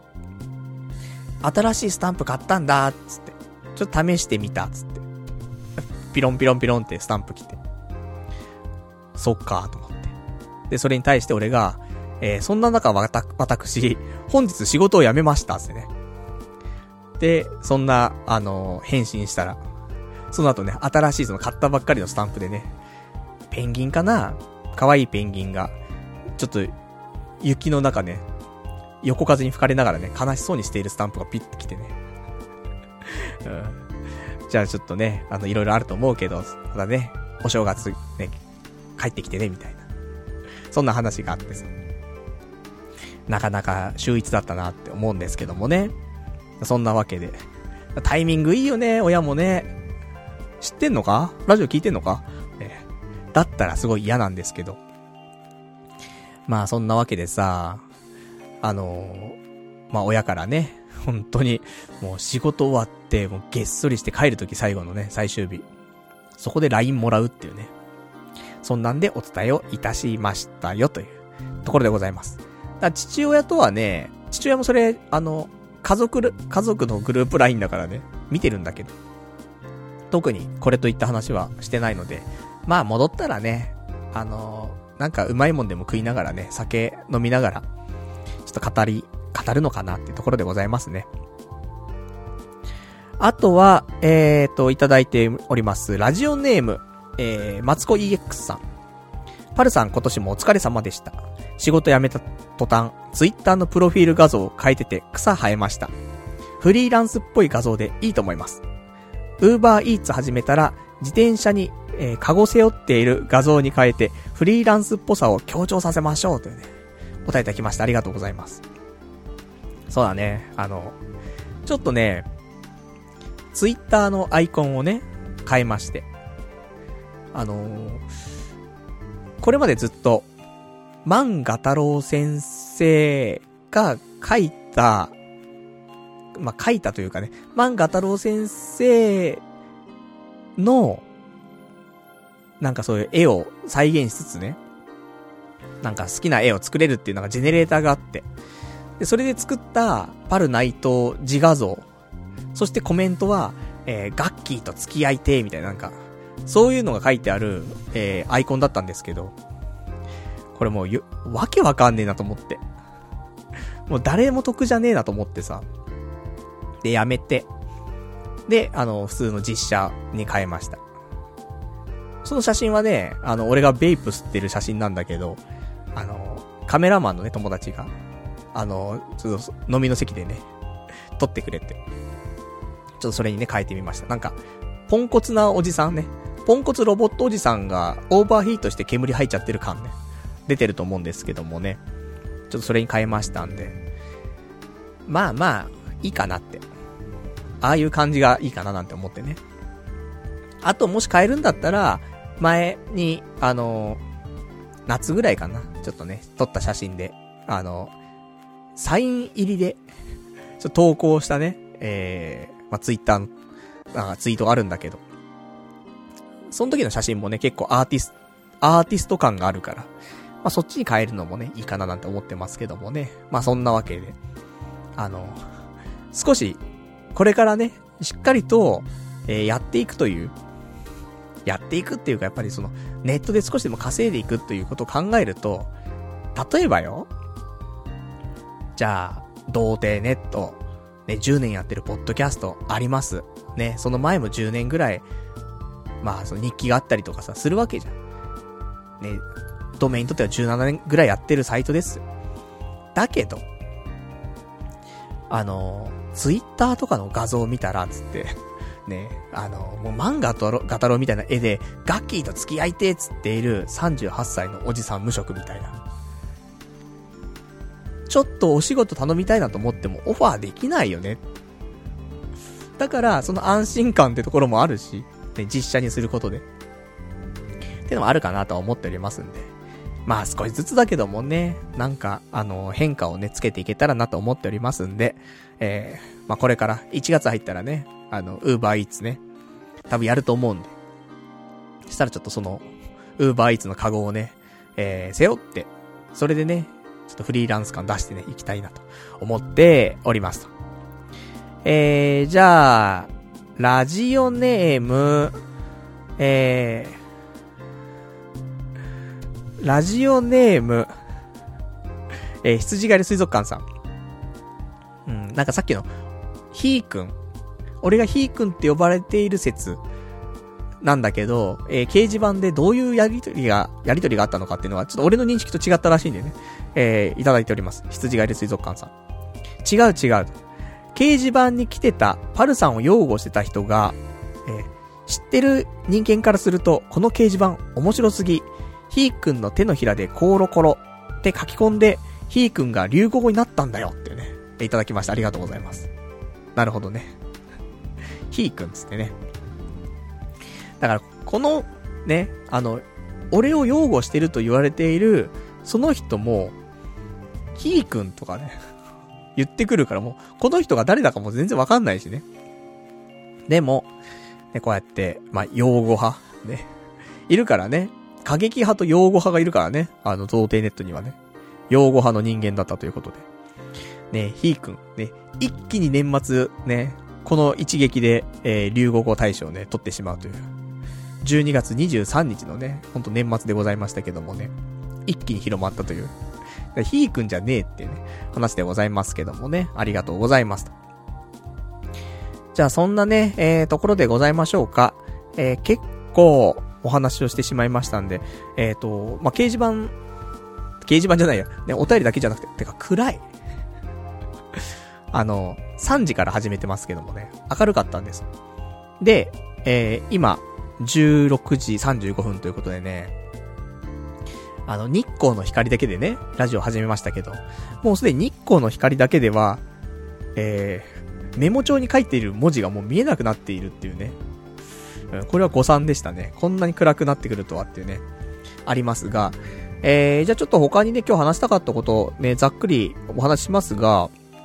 新しいスタンプ買ったんだ、つって。ちょっと試してみた、つって。ピロンピロンピロンってスタンプ来て。そっか、と思って。で、それに対して俺が、そんな中私、本日仕事を辞めました、つってね。で、そんな、返信したら、その後ね、新しい買ったばっかりのスタンプでね、ペンギンかな？可愛いペンギンが、ちょっと、雪の中ね、横風に吹かれながらね、悲しそうにしているスタンプがピッて来てね。じゃあちょっとね、いろいろあると思うけど、ただね、お正月ね、帰ってきてね、みたいな。そんな話があってさ。なかなか秀逸だったなって思うんですけどもね。そんなわけで。タイミングいいよね、親もね。知ってんのか？ラジオ聞いてんのか？だったらすごい嫌なんですけど。まあそんなわけでさ、まあ親からね、 本当に、もう仕事終わって、もうげっそりして帰るとき最後のね、最終日。そこで LINE もらうっていうね。そんなんでお伝えをいたしましたよというところでございます。だから父親とはね、父親もそれ、家族のグループ LINE だからね、見てるんだけど。特にこれといった話はしてないので、まあ戻ったらね、なんかうまいもんでも食いながらね、酒飲みながら、ちょっと語るのかなっていうところでございますね。あとは、いただいております。ラジオネーム、マツコ EX さん。パルさん今年もお疲れ様でした。仕事辞めた途端、ツイッターのプロフィール画像を変えてて草生えました。フリーランスっぽい画像でいいと思います。ウーバーイーツ始めたら、自転車に、カゴ背負っている画像に変えて、フリーランスっぽさを強調させましょうというね、答えいただきました。ありがとうございます。そうだね、ちょっとね、ツイッターのアイコンをね、変えまして。これまでずっと、万画太郎先生が書いたというかね、万画太郎先生の、なんかそういう絵を再現しつつね、なんか好きな絵を作れるっていうのがジェネレーターがあって、で、それで作ったパルナイト自画像、そしてコメントは、ガッキーと付き合いてーみたいななんか、そういうのが書いてある、アイコンだったんですけど、これもうわけわかんねえなと思って。もう誰も得じゃねえなと思ってさ。で、やめて。で、普通の実写に変えました。その写真はね、俺がベイプ吸ってる写真なんだけど、カメラマンのね、友達が、ちょっと飲みの席でね、撮ってくれて。ちょっとそれにね、変えてみました。なんか、ポンコツなおじさんね。ポンコツロボットおじさんがオーバーヒートして煙入っちゃってる感ね。出てると思うんですけどもね。ちょっとそれに変えましたんで。まあまあ、いいかなって。ああいう感じがいいかななんて思ってね。あともし変えるんだったら、前に、夏ぐらいかな。ちょっとね、撮った写真で、サイン入りで、ちょっと投稿したね、ツイッターの、ツイートがあるんだけど。その時の写真もね、結構アーティスト感があるから、まあそっちに変えるのもね、いいかななんて思ってますけどもね。まあそんなわけで、少し、これからね、しっかりと、やっていくっていうか、やっぱりその、ネットで少しでも稼いでいくということを考えると、例えばよ、じゃあ、童貞ネット、ね、10年やってるポッドキャストあります。ね、その前も10年ぐらい、まあ、その日記があったりとかさ、するわけじゃん。ね、ドメインにとっては17年ぐらいやってるサイトです。だけど、ツイッターとかの画像を見たら、つって、ね、もう漫画ガタロみたいな絵で、ガッキーと付き合いてーつっている38歳のおじさん無職みたいな。ちょっとお仕事頼みたいなと思ってもオファーできないよね。だから、その安心感ってところもあるし、ね、実写にすることで。ってのもあるかなとは思っておりますんで。まあ少しずつだけどもね、なんか、変化をね、つけていけたらなと思っておりますんで、まあこれから1月入ったらね、ウーバーイーツね、多分やると思うんで。そしたらちょっとその、ウーバーイーツのカゴをね、背負って、それでね、ちょっとフリーランス感出してね、行きたいなと思っておりますと。じゃあ、ラジオネーム、羊狩り水族館さん。なんかさっきの、ひーくん。俺がひーくんって呼ばれている説なんだけど、掲示板でどういうやりとりがあったのかっていうのは、ちょっと俺の認識と違ったらしいんでね。いただいております。羊狩り水族館さん。違う。掲示板に来てたパルさんを擁護してた人が、知ってる人間からすると、この掲示板面白すぎ。ひーくんの手のひらでコロコロって書き込んで、ひーくんが流行語になったんだよってね、いただきました。ありがとうございます。なるほどね。ひーくんつってね。だから、この、ね、俺を擁護してると言われている、その人も、ひーくんとかね、 言ってくるからもう、この人が誰だかも全然わかんないしね。でも、ね、こうやって、まあ、擁護派、ね。いるからね。過激派と擁護派がいるからね。童貞ネットにはね。擁護派の人間だったということで。ね、ひーくん、ね、一気に年末、ね、この一撃で、流行語大賞をね、取ってしまうという。12月23日のね、ほんと年末でございましたけどもね。一気に広まったという。ひーくんじゃねえってね、話でございますけどもね。ありがとうございますと。じゃあそんなね、ところでございましょうか。結構お話をしてしまいましたんで、まあ、掲示板じゃないや。ね、お便りだけじゃなくてか暗い。3時から始めてますけどもね、明るかったんです。で、今、16時35分ということでね、日光の光だけでね、ラジオ始めましたけど、もうすでに日光の光だけでは、メモ帳に書いている文字がもう見えなくなっているっていうね。これは誤算でしたね。こんなに暗くなってくるとはっていうね、ありますが、じゃあちょっと他にね、今日話したかったことね、ざっくりお話しますが、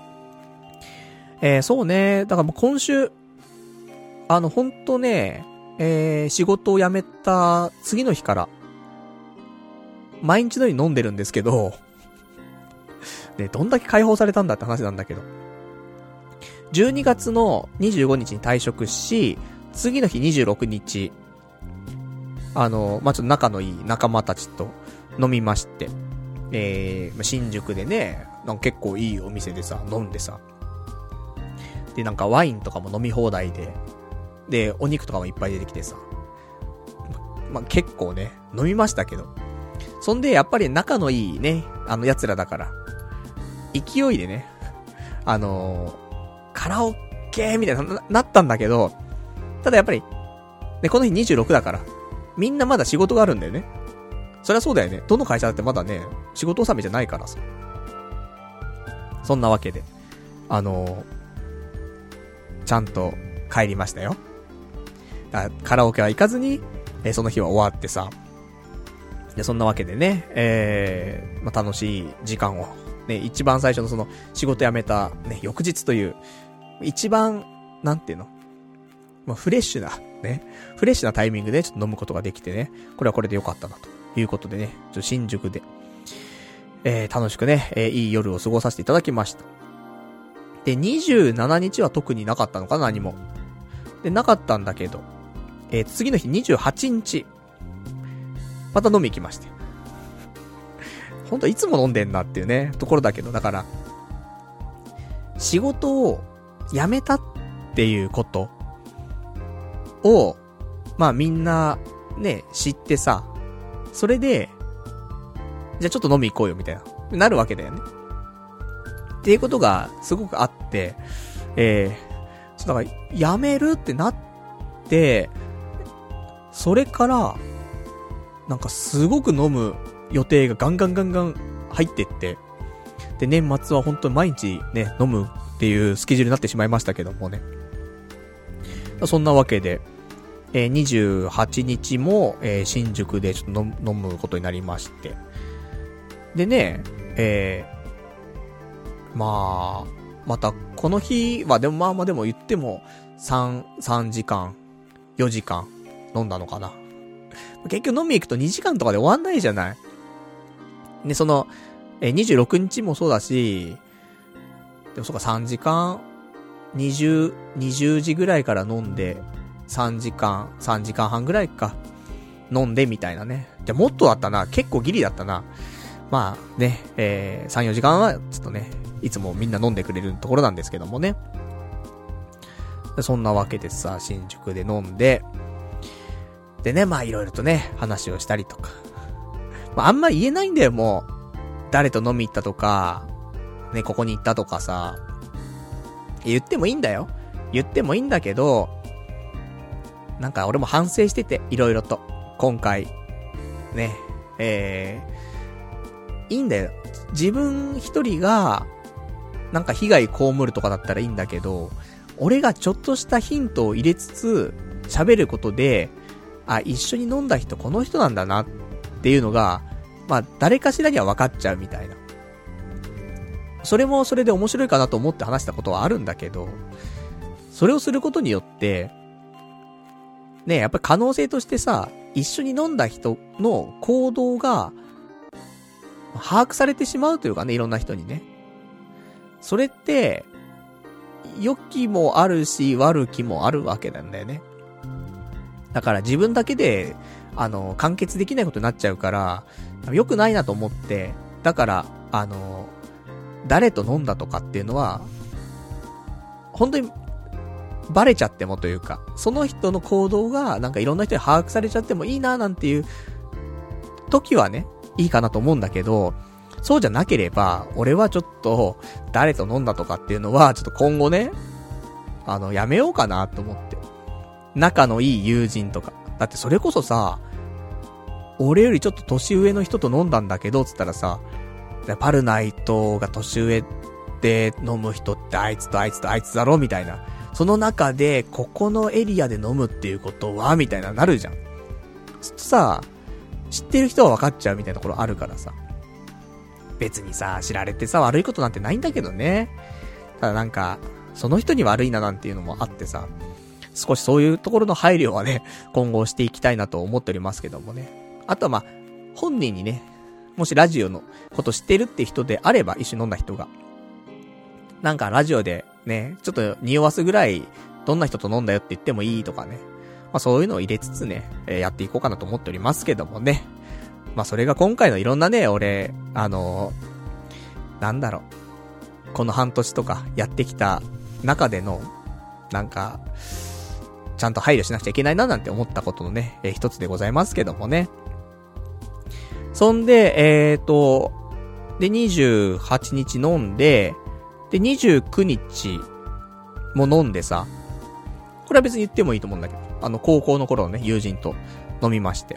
そうね、だからもう今週、ほんとね、仕事を辞めた次の日から、毎日のように飲んでるんですけど、ね、どんだけ解放されたんだって話なんだけど、12月の25日に退職し、次の日26日、まあ、ちょっと仲のいい仲間たちと飲みまして、新宿でね、なんか結構いいお店でさ、飲んでさ、で、なんかワインとかも飲み放題で、お肉とかもいっぱい出てきてさ、まあ、結構ね、飲みましたけど、そんでやっぱり仲のいいね、奴らだから、勢いでね、カラオケみたいなったんだけど、ただやっぱり、ね、この日26だから、みんなまだ仕事があるんだよね。そりゃそうだよね。どの会社だってまだね、仕事納めじゃないからさ。そんなわけで、ちゃんと帰りましたよ。カラオケは行かずに、その日は終わってさ。で、そんなわけでね、まあ、楽しい時間を、ね、一番最初のその、仕事辞めた、ね、翌日という、一番、なんていうの、まあ、フレッシュなタイミングでちょっと飲むことができてね、これはこれでよかったな、ということでね、ちょっと新宿で、楽しくね、いい夜を過ごさせていただきました。で、27日は特になかったのかな、何も。で、なかったんだけど、次の日28日、また飲み行きまして。ほんといつも飲んでんなっていうね、ところだけど、だから、仕事を辞めたっていうことを、まあみんな、ね、知ってさ、それで、じゃあちょっと飲み行こうよみたいな、なるわけだよね。っていうことがすごくあって、だから、辞めるってなって、それから、なんかすごく飲む予定がガンガン入ってって、で、年末は本当に毎日ね、飲むっていうスケジュールになってしまいましたけどもね。そんなわけで、28日も、新宿でちょっと飲むことになりまして。でね、またこの日はでもでも言っても3時間、4時間飲んだのかな。結局飲み行くと2時間とかで終わんないじゃない。で、その、26日もそうだし、でもそうか3時間、20時ぐらいから飲んで、3時間半ぐらいか、飲んでみたいなね。じゃもっとだったな、結構ギリだったな。まあね、3、4時間はちょっとね、いつもみんな飲んでくれるところなんですけどもね。そんなわけでさ、新宿で飲んで、でね、まあいろいろとね、話をしたりとか。まああんま言えないんだよ、もう。誰と飲み行ったとか、ね、ここに行ったとかさ。言ってもいいんだよ。言ってもいいんだけど、なんか俺も反省してて、いろいろと。今回、ね、いいんだよ。自分一人が、なんか被害被るとかだったらいいんだけど、俺がちょっとしたヒントを入れつつ、喋ることで、あ、一緒に飲んだ人この人なんだなっていうのが、まあ誰かしらには分かっちゃうみたいな。 それもそれで面白いかなと思って話したことはあるんだけど、それをすることによって、ね、やっぱり可能性としてさ、一緒に飲んだ人の行動が、把握されてしまうというかね、いろんな人にね。それって、良きもあるし、悪きもあるわけなんだよね。だから自分だけで、完結できないことになっちゃうから、良くないなと思って、だから、誰と飲んだとかっていうのは、本当に、バレちゃってもというか、その人の行動が、なんかいろんな人に把握されちゃってもいいななんていう、時はね、いいかなと思うんだけど、そうじゃなければ、俺はちょっと、誰と飲んだとかっていうのは、ちょっと今後ね、やめようかなと思って。仲のいい友人とか。だってそれこそさ、俺よりちょっと年上の人と飲んだんだけど、つったらさ、パルナイトが年上で飲む人ってあいつとあいつとあいつだろみたいな。その中で、ここのエリアで飲むっていうことはみたいななるじゃん。ちょっとさ、知ってる人は分かっちゃうみたいなところあるからさ。別にさ、知られてさ、悪いことなんてないんだけどね。ただなんか、その人に悪いななんていうのもあってさ、少しそういうところの配慮はね、今後していきたいなと思っておりますけどもね。あとはまあ、本人にね、もしラジオのこと知ってるって人であれば、一緒に飲んだ人が。なんかラジオでね、ちょっと匂わすぐらい、どんな人と飲んだよって言ってもいいとかね。まあそういうのを入れつつね、やっていこうかなと思っておりますけどもね。まあそれが今回のいろんなね、俺、なんだろう。この半年とかやってきた中での、なんか、ちゃんと配慮しなくちゃいけないななんて思ったことのね、一つでございますけどもね。そんで、で、28日飲んで、で、29日も飲んでさ、これは別に言ってもいいと思うんだけど、高校の頃のね、友人と飲みまして。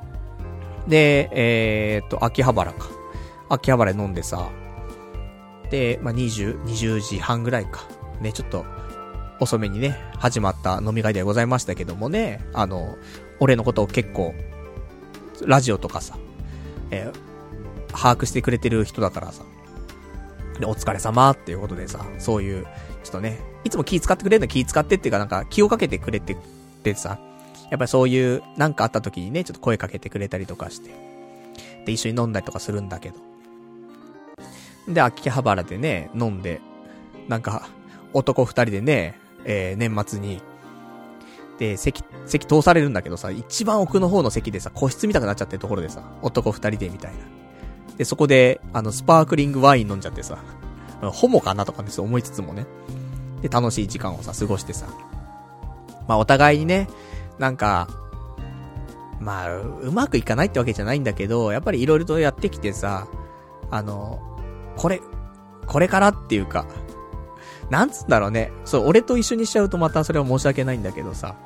で、秋葉原か。秋葉原で飲んでさ、で、まあ、20時半ぐらいか。ね、ちょっと、遅めにね、始まった飲み会ではございましたけどもね、俺のことを結構、ラジオとかさ、把握してくれてる人だからさ、で、お疲れ様っていうことでさ、そういう、ちょっとね、いつも気使ってくれるの気使ってっていうかなんか気をかけてくれててさ、やっぱりそういう、なんかあった時にね、ちょっと声かけてくれたりとかして、で、一緒に飲んだりとかするんだけど。で、秋葉原でね、飲んで、なんか、男二人でね、年末に、で、席通されるんだけどさ、一番奥の方の席でさ、個室みたくなっちゃってるところでさ、男二人でみたいな。で、そこで、スパークリングワイン飲んじゃってさ、ホモかなとかね、そう思いつつもね。で、楽しい時間をさ、過ごしてさ。まあ、お互いにね、なんか、まあ、うまくいかないってわけじゃないんだけど、やっぱりいろいろとやってきてさ、これからっていうか、なんつうんだろうね。そう、俺と一緒にしちゃうとまたそれは申し訳ないんだけどさ。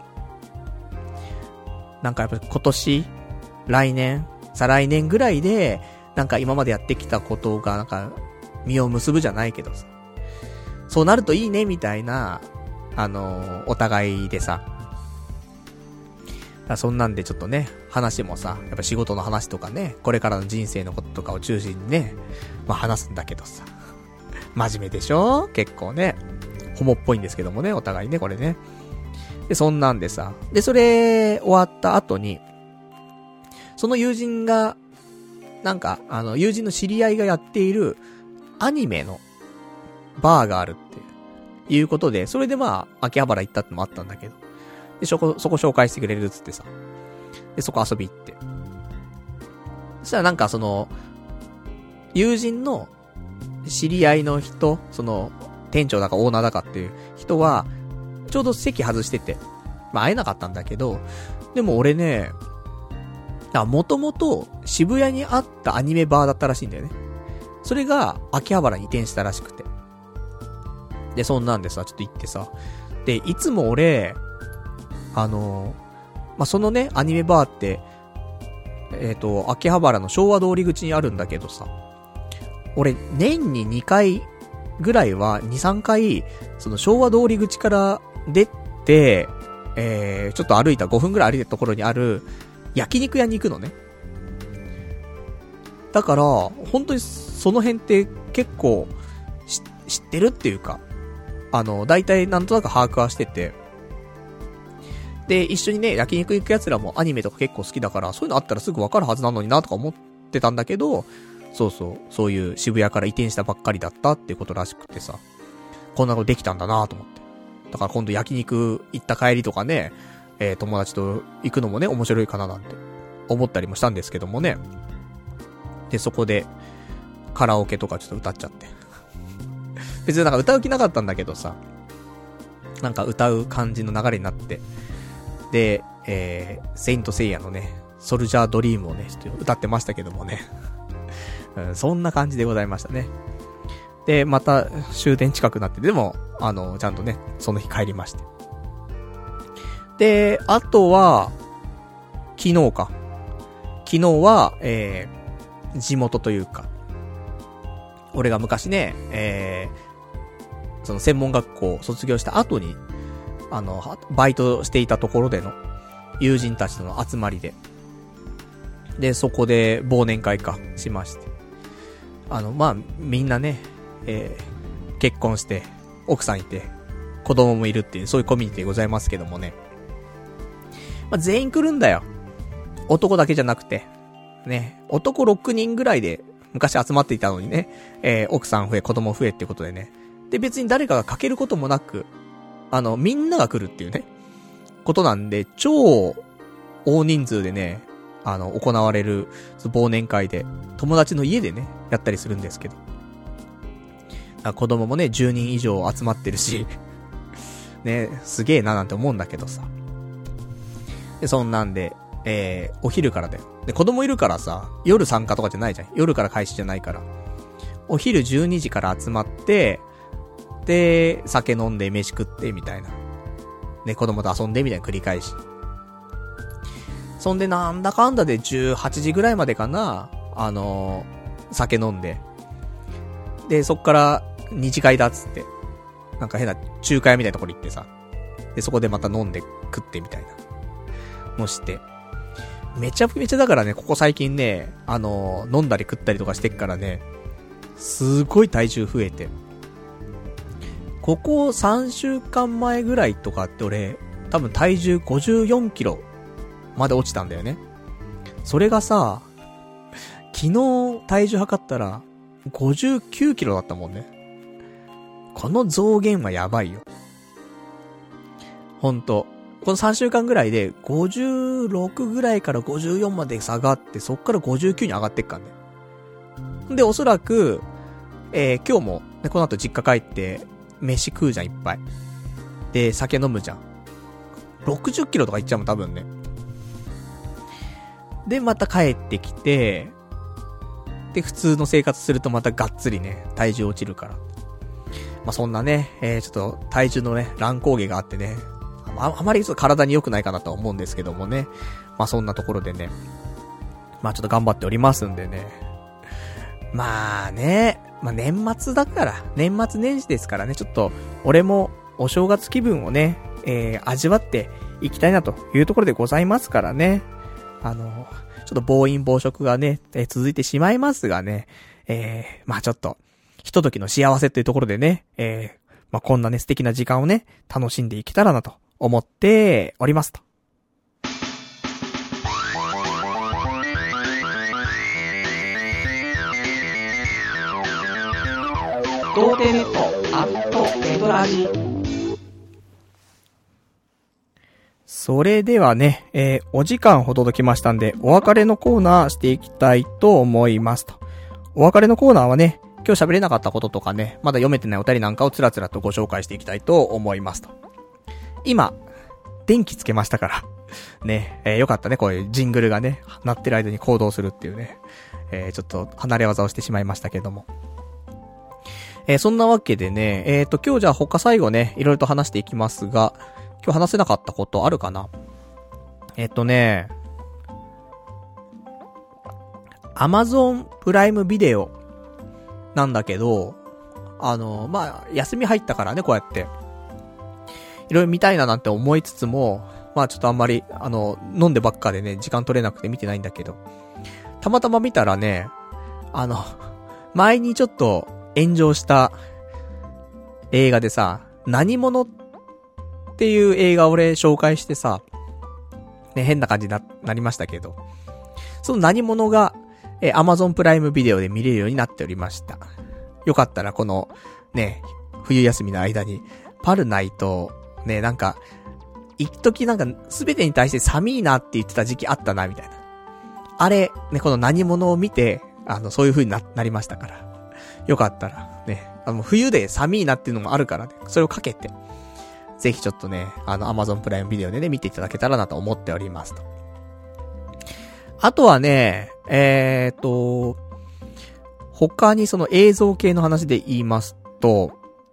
なんかやっぱり今年、来年、再来年ぐらいで、なんか今までやってきたことがなんか、実を結ぶじゃないけどさ。そうなるといいね、みたいな、お互いでさ。そんなんでちょっとね、話もさ、やっぱ仕事の話とかね、これからの人生のこととかを中心にね、まあ話すんだけどさ。真面目でしょ？結構ね。ホモっぽいんですけどもね、お互いね、これね。で、そんなんでさ。で、それ終わった後に、その友人が、なんか、友人の知り合いがやっているアニメのバーがあるっていうことで、それでまあ、秋葉原行ったってのもあったんだけど。で、そこ紹介してくれるっつってさ。で、そこ遊び行って。そしたらなんかその、友人の知り合いの人、その、店長だかオーナーだかっていう人は、ちょうど席外してて、まあ会えなかったんだけど、でも俺ね、もともと渋谷にあったアニメバーだったらしいんだよね。それが秋葉原に移転したらしくて。で、そんなんでさ、ちょっと行ってさ。で、いつも俺、まあ、そのね、アニメバーって、秋葉原の昭和通り口にあるんだけどさ、俺、年に2回ぐらいは、2、3回、その昭和通り口から出て、ちょっと歩いた5分ぐらい歩いたところにある、焼肉屋に行くのね。だから、本当にその辺って結構、 知ってるっていうか、大体なんとなく把握はしてて、で、一緒にね、焼肉行く奴らもアニメとか結構好きだから、そういうのあったらすぐわかるはずなのになとか思ってたんだけど、そういう渋谷から移転したばっかりだったっていうことらしくてさ、こんなことできたんだなと思って。だから今度焼肉行った帰りとかね、友達と行くのもね、面白いかななんて思ったりもしたんですけどもね。で、そこで、カラオケとかちょっと歌っちゃって。別になんか歌う気なかったんだけどさ、なんか歌う感じの流れになって、で、セイントセイヤのね、ソルジャードリームをね、ちょっと歌ってましたけどもね。そんな感じでございましたね。で、また終電近くなって、でも、ちゃんとね、その日帰りまして。で、あとは、昨日は、地元というか、俺が昔ね、その専門学校を卒業した後に、バイトしていたところでの友人たちとの集まりで、で、そこで忘年会しまして。まあ、みんなね、結婚して、奥さんいて、子供もいるっていう、そういうコミュニティでございますけどもね。まあ、全員来るんだよ。男だけじゃなくて。ね、男6人ぐらいで、昔集まっていたのにね、奥さん増え、子供増えっていうことでね。で、別に誰かが欠けることもなく、みんなが来るっていうね、ことなんで、超大人数でね、行われる忘年会で、友達の家でね、やったりするんですけど。子供もね、10人以上集まってるし、ね、すげえななんて思うんだけどさ。で、そんなんで、お昼からだよ。で、子供いるからさ、夜参加とかじゃないじゃん。夜から開始じゃないから。お昼12時から集まって、で、酒飲んで飯食ってみたいな。ね、子供と遊んでみたいな繰り返し。そんでなんだかんだで18時ぐらいまでかな、酒飲んで。で、そっから二次会だっつって、なんか変な中華屋みたいなところ行ってさ。で、そこでまた飲んで食ってみたいな。のして。めちゃめちゃだからね、ここ最近ね、飲んだり食ったりとかしてっからね、すごい体重増えて。ここ3週間前ぐらいとかって俺、多分体重54キロまで落ちたんだよね。それがさ、昨日体重測ったら59キロだったもんね。この増減はやばいよ。ほんと。この3週間ぐらいで56ぐらいから54まで下がって、そっから59に上がってっからね。で、おそらく、今日も、ね、この後実家帰って、飯食うじゃん、いっぱい。で、酒飲むじゃん。60キロとかいっちゃうもん、多分ね。で、また帰ってきて、で、普通の生活するとまたがっつりね、体重落ちるから。まあ、そんなね、ちょっと体重のね、乱高下があってね、あまりちょっと体に良くないかなとは思うんですけどもね。まあ、そんなところでね、まあ、ちょっと頑張っておりますんでね。まあね、まあ、年末だから、年末年始ですからね、ちょっと、俺もお正月気分をね、味わっていきたいなというところでございますからね。ちょっと暴飲暴食がね、続いてしまいますがね、まあちょっと、ひとときの幸せというところでね、まあこんなね、素敵な時間をね、楽しんでいけたらなと思っておりますと。童貞ネットアットエドラジ。それではね、お時間ほどときましたんで、お別れのコーナーしていきたいと思いますと。お別れのコーナーはね、今日喋れなかったこととかね、まだ読めてないお便りなんかをつらつらとご紹介していきたいと思いますと。今、電気つけましたから。ね、よかったね、こういうジングルがね、鳴ってる間に行動するっていうね。ちょっと離れ技をしてしまいましたけども。そんなわけでね、今日じゃあ他最後ね、いろいろと話していきますが、今日話せなかったことあるかなAmazon プライムビデオなんだけど、まあ、休み入ったからね、こうやって。いろいろ見たいななんて思いつつも、まあちょっとあんまり、飲んでばっかでね、時間取れなくて見てないんだけど、たまたま見たらね、前にちょっと炎上した、 映画でさ、何者っていう映画を俺紹介してさ、ね、変な感じに なりましたけど、その何者が、Amazon プライムビデオで見れるようになっておりました。よかったらこの、ね、冬休みの間に、パルナイト、ね、なんか、一時なんか、すべてに対して寒いなって言ってた時期あったな、みたいな。あれ、ね、この何者を見て、そういう風になりましたから。よかったら、ね、冬で寒いなっていうのもあるからね、それをかけて、ぜひちょっとね、Amazon プライムビデオでね、見ていただけたらなと思っておりますと。あとはね、他にその映像系の話で言いますと、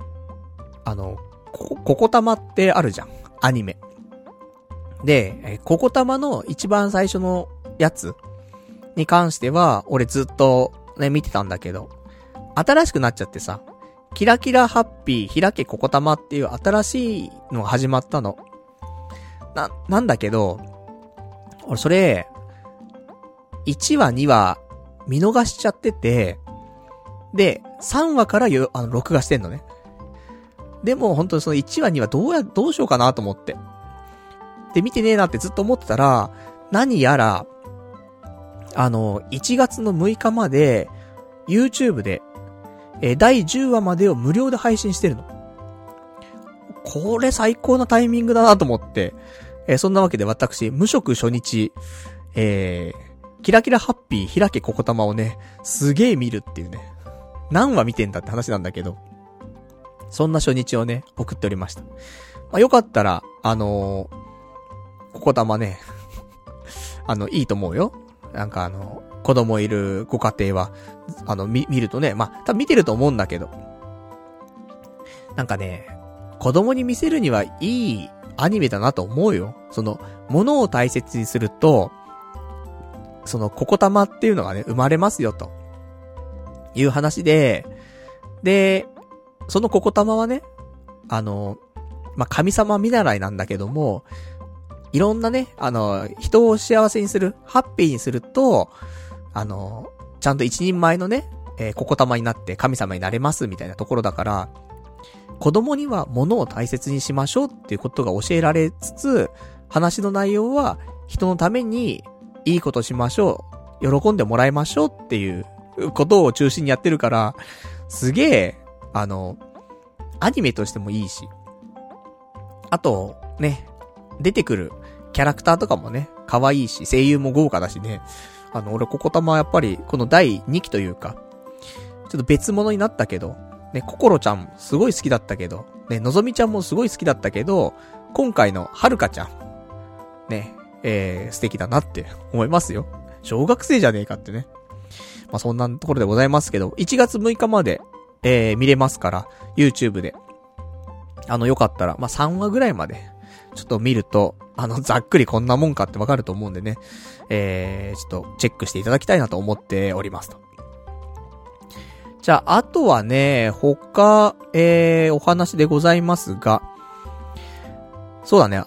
ココタマってあるじゃん。アニメ。で、ココタマの一番最初のやつに関しては、俺ずっとね、見てたんだけど、新しくなっちゃってさ、キラキラハッピー開けココタマっていう新しいのが始まったの。なんだけど、俺それ、1話2話見逃しちゃってて、で、3話から録画してんのね。でも本当にその1話2話どうしようかなと思って。で、見てねえなってずっと思ってたら、何やら、1月の6日まで、YouTube で、第10話までを無料で配信してるの。これ最高なタイミングだなと思って、そんなわけで私、無職初日、キラキラハッピー開けココタマをね、すげー見るっていうね。何話見てんだって話なんだけど、そんな初日をね、送っておりました。まあ、よかったら、ココタマね、いいと思うよ。なんか子供いるご家庭は、見るとね、まあ、多分見てると思うんだけど、なんかね、子供に見せるにはいいアニメだなと思うよ。その、物を大切にすると、そのココタマっていうのがね、生まれますよという話で、そのココタマはね、まあ、神様見習いなんだけども、いろんなね、人を幸せにする、ハッピーにすると、ちゃんと一人前のね、ココタマになって神様になれますみたいなところだから、子供には物を大切にしましょうっていうことが教えられつつ、話の内容は人のためにいいことしましょう、喜んでもらいましょうっていうことを中心にやってるから、すげえ、アニメとしてもいいし、あと、ね、出てくるキャラクターとかもね、可愛いし、声優も豪華だしね、俺ココタマはやっぱり、この第2期というか、ちょっと別物になったけど、ね、ココロちゃんすごい好きだったけど、ね、のぞみちゃんもすごい好きだったけど、今回のはるかちゃん、ね、素敵だなって思いますよ。小学生じゃねえかってね。まあ、そんなところでございますけど、1月6日まで、見れますから、YouTube で。よかったら、まあ、3話ぐらいまで、ちょっと見ると、ざっくりこんなもんかってわかると思うんでね、ちょっとチェックしていただきたいなと思っておりますと。じゃあ、あとはね、他、お話でございますが、そうだね、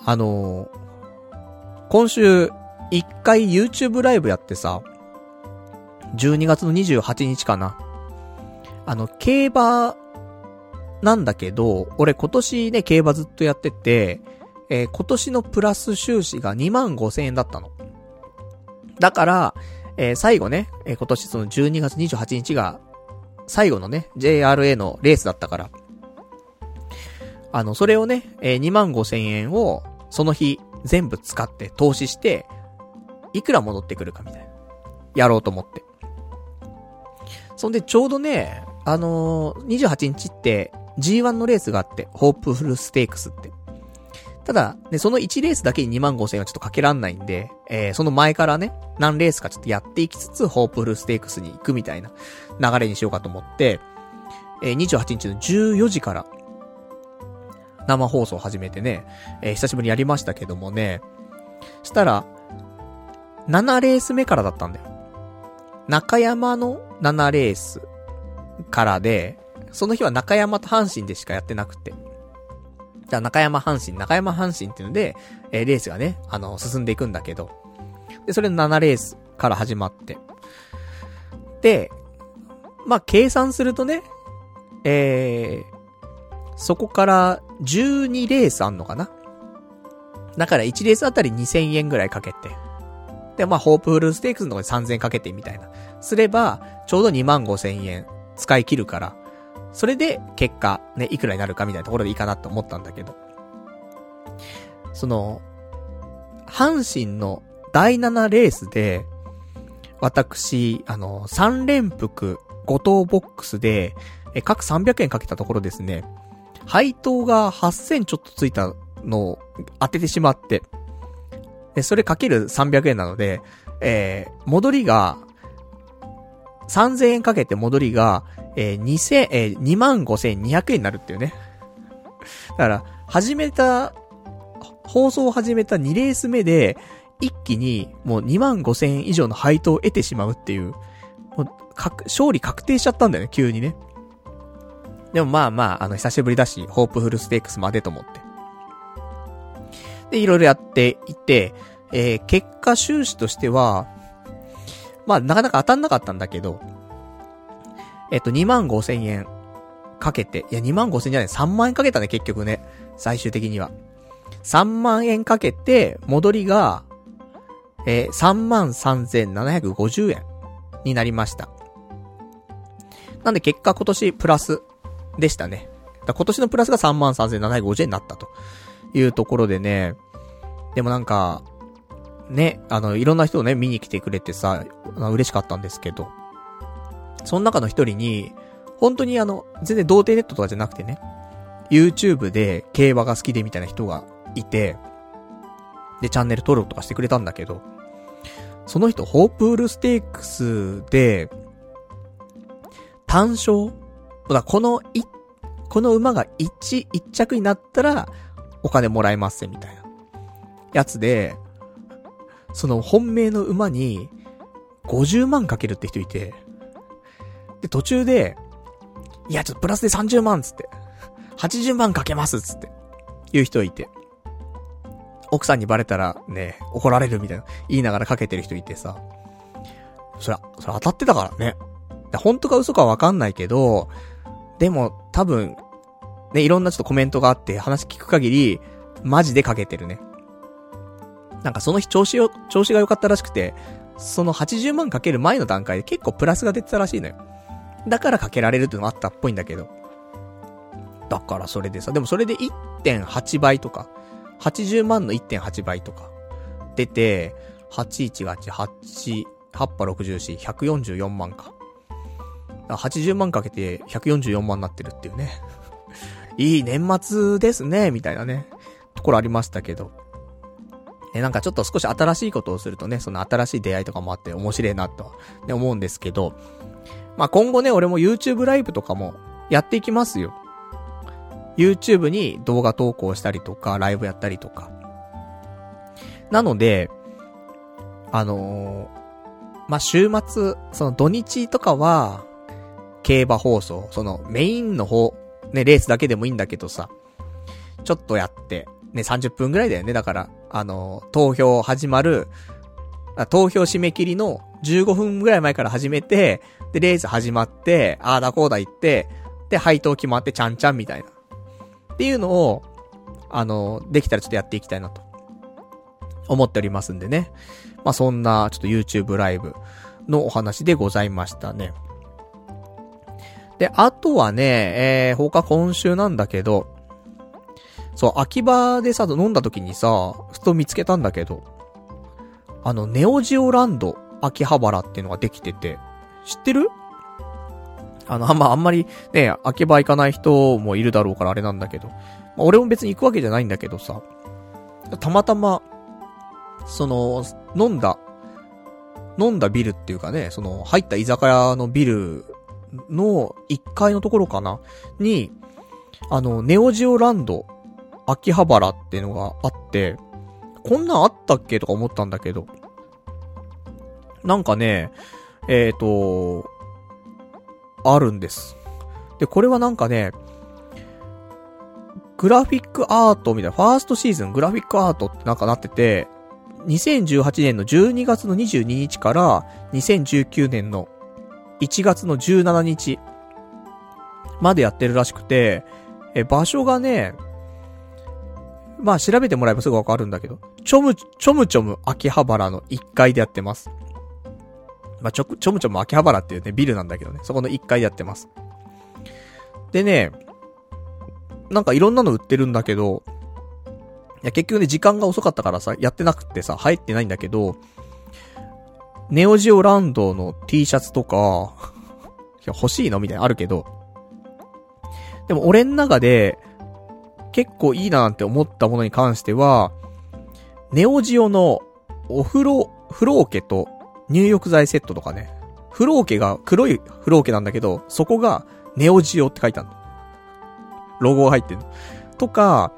今週、一回 YouTube ライブやってさ、12月の28日かな。競馬、なんだけど、俺今年ね、競馬ずっとやってて、今年のプラス収支が25,000円だったの。だから、最後ね、今年その12月28日が、最後のね、JRA のレースだったから、それをね、25,000円を、その日、全部使って投資して、いくら戻ってくるかみたいな。やろうと思って。そんでちょうどね、28日って G1 のレースがあって、ホープフルステークスって。ただ、ね、その1レースだけに25,000円はちょっとかけらんないんで、その前からね、何レースかちょっとやっていきつつ、ホープフルステークスに行くみたいな流れにしようかと思って、28日の14時から、生放送を始めてね、久しぶりにやりましたけどもね、したら、7レース目からだったんだよ。中山の7レースからで、その日は中山と阪神でしかやってなくて。じゃあ中山阪神っていうので、レースがね、進んでいくんだけど。で、それの7レースから始まって。で、まあ、計算するとね、 そこから12レースあんのかな。だから1レースあたり2000円ぐらいかけて。で、まあ、ホープフルステークスのとこで3000円かけてみたいな。すれば、ちょうど25000円使い切るから、それで結果、ね、いくらになるかみたいなところでいいかなと思ったんだけど。阪神の第7レースで、私、3連複5等ボックスで、各300円かけたところですね、配当が8000ちょっとついたのを当ててしまって、それかける300円なので、戻りが、3000円かけて戻りが、25,200円になるっていうね。だから、放送を始めた2レース目で、一気にもう25,000円以上の配当を得てしまうっていう、もう勝利確定しちゃったんだよね、急にね。でもまあまあ、久しぶりだし、ホープフルステークスまでと思って。で、いろいろやっていて、結果収支としては、まあ、なかなか当たんなかったんだけど、25,000円かけて、いや、25,000円じゃない、3万円かけたね、結局ね。最終的には。3万円かけて、戻りが、33,750円になりました。なんで結果今年プラスでしたね。だ今年のプラスが33,750円になったというところでね。でもなんか、ね、いろんな人をね、見に来てくれてさ、嬉しかったんですけど、その中の一人に、本当に全然童貞ネットとかじゃなくてね、YouTube で競馬が好きでみたいな人がいて、で、チャンネル登録とかしてくれたんだけど、その人、ホープフルステークスで、単勝だこの馬が一着になったら、お金もらえますみたいな。やつで、その本命の馬に、50万かけるって人いて、で、途中で、いや、ちょっとプラスで30万つって、80万かけますつって、いう人いて、奥さんにバレたらね、怒られるみたいな、言いながらかけてる人いてさ、それ当たってたからね。本当か嘘かわかんないけど、でも多分、ね、いろんなちょっとコメントがあって話聞く限り、マジでかけてるね。なんかその日調子が良かったらしくて、その80万かける前の段階で結構プラスが出てたらしいのよ。だからかけられるっていうのがあったっぽいんだけど。だからそれでさ、でもそれで 1.8 倍とか、80万の 1.8 倍とか、出て、8188、8波64、144万か。80万かけて144万になってるっていうね。いい年末ですね、みたいなね、ところありましたけど。なんかちょっと少し新しいことをするとね、その新しい出会いとかもあって面白いなと、ね、思うんですけど、まあ、今後ね、俺も YouTube ライブとかもやっていきますよ。YouTube に動画投稿したりとか、ライブやったりとか。なので、まあ、週末、その土日とかは、競馬放送、そのメインの方、ね、レースだけでもいいんだけどさ、ちょっとやって、ね、30分ぐらいだよね。だから、投票始まる、投票締め切りの15分ぐらい前から始めて、で、レース始まって、あーだこうだ言って、で、配当決まってちゃんちゃんみたいな。っていうのを、できたらちょっとやっていきたいなと、思っておりますんでね。まあ、そんな、ちょっと YouTube ライブのお話でございましたね。で、あとはね、他今週なんだけど、そう、秋葉でさ、飲んだ時にさ、ふと見つけたんだけど、ネオジオランド秋葉原っていうのができてて、知ってる？あんまりね、秋葉行かない人もいるだろうからあれなんだけど、まあ、俺も別に行くわけじゃないんだけどさ、たまたま、飲んだビルっていうかね、入った居酒屋のビルの1階のところかなに、ネオジオランド秋葉原っていうのがあって、こんなんあったっけとか思ったんだけど、なんかね、あるんです。で、これはなんかね、グラフィックアートみたいな、ファーストシーズングラフィックアートってなんかなってて、2018年の12月の22日から2019年の1月の17日までやってるらしくて、 場所がね、まあ調べてもらえばすぐわかるんだけど、ちょむちょむ秋葉原の1階でやってます。まあちょむちょむ秋葉原っていうね、ビルなんだけどね、そこの1階でやってます。でね、なんかいろんなの売ってるんだけど、いや結局ね、時間が遅かったからさ、やってなくてさ、入ってないんだけど、ネオジオランドの T シャツとか、いや欲しいのみたいなのあるけど、でも俺の中で、結構いいななんて思ったものに関しては、ネオジオの風呂桶と入浴剤セットとかね。風呂桶が黒い風呂桶なんだけど、そこがネオジオって書いてあるの。ロゴが入ってるの。とか、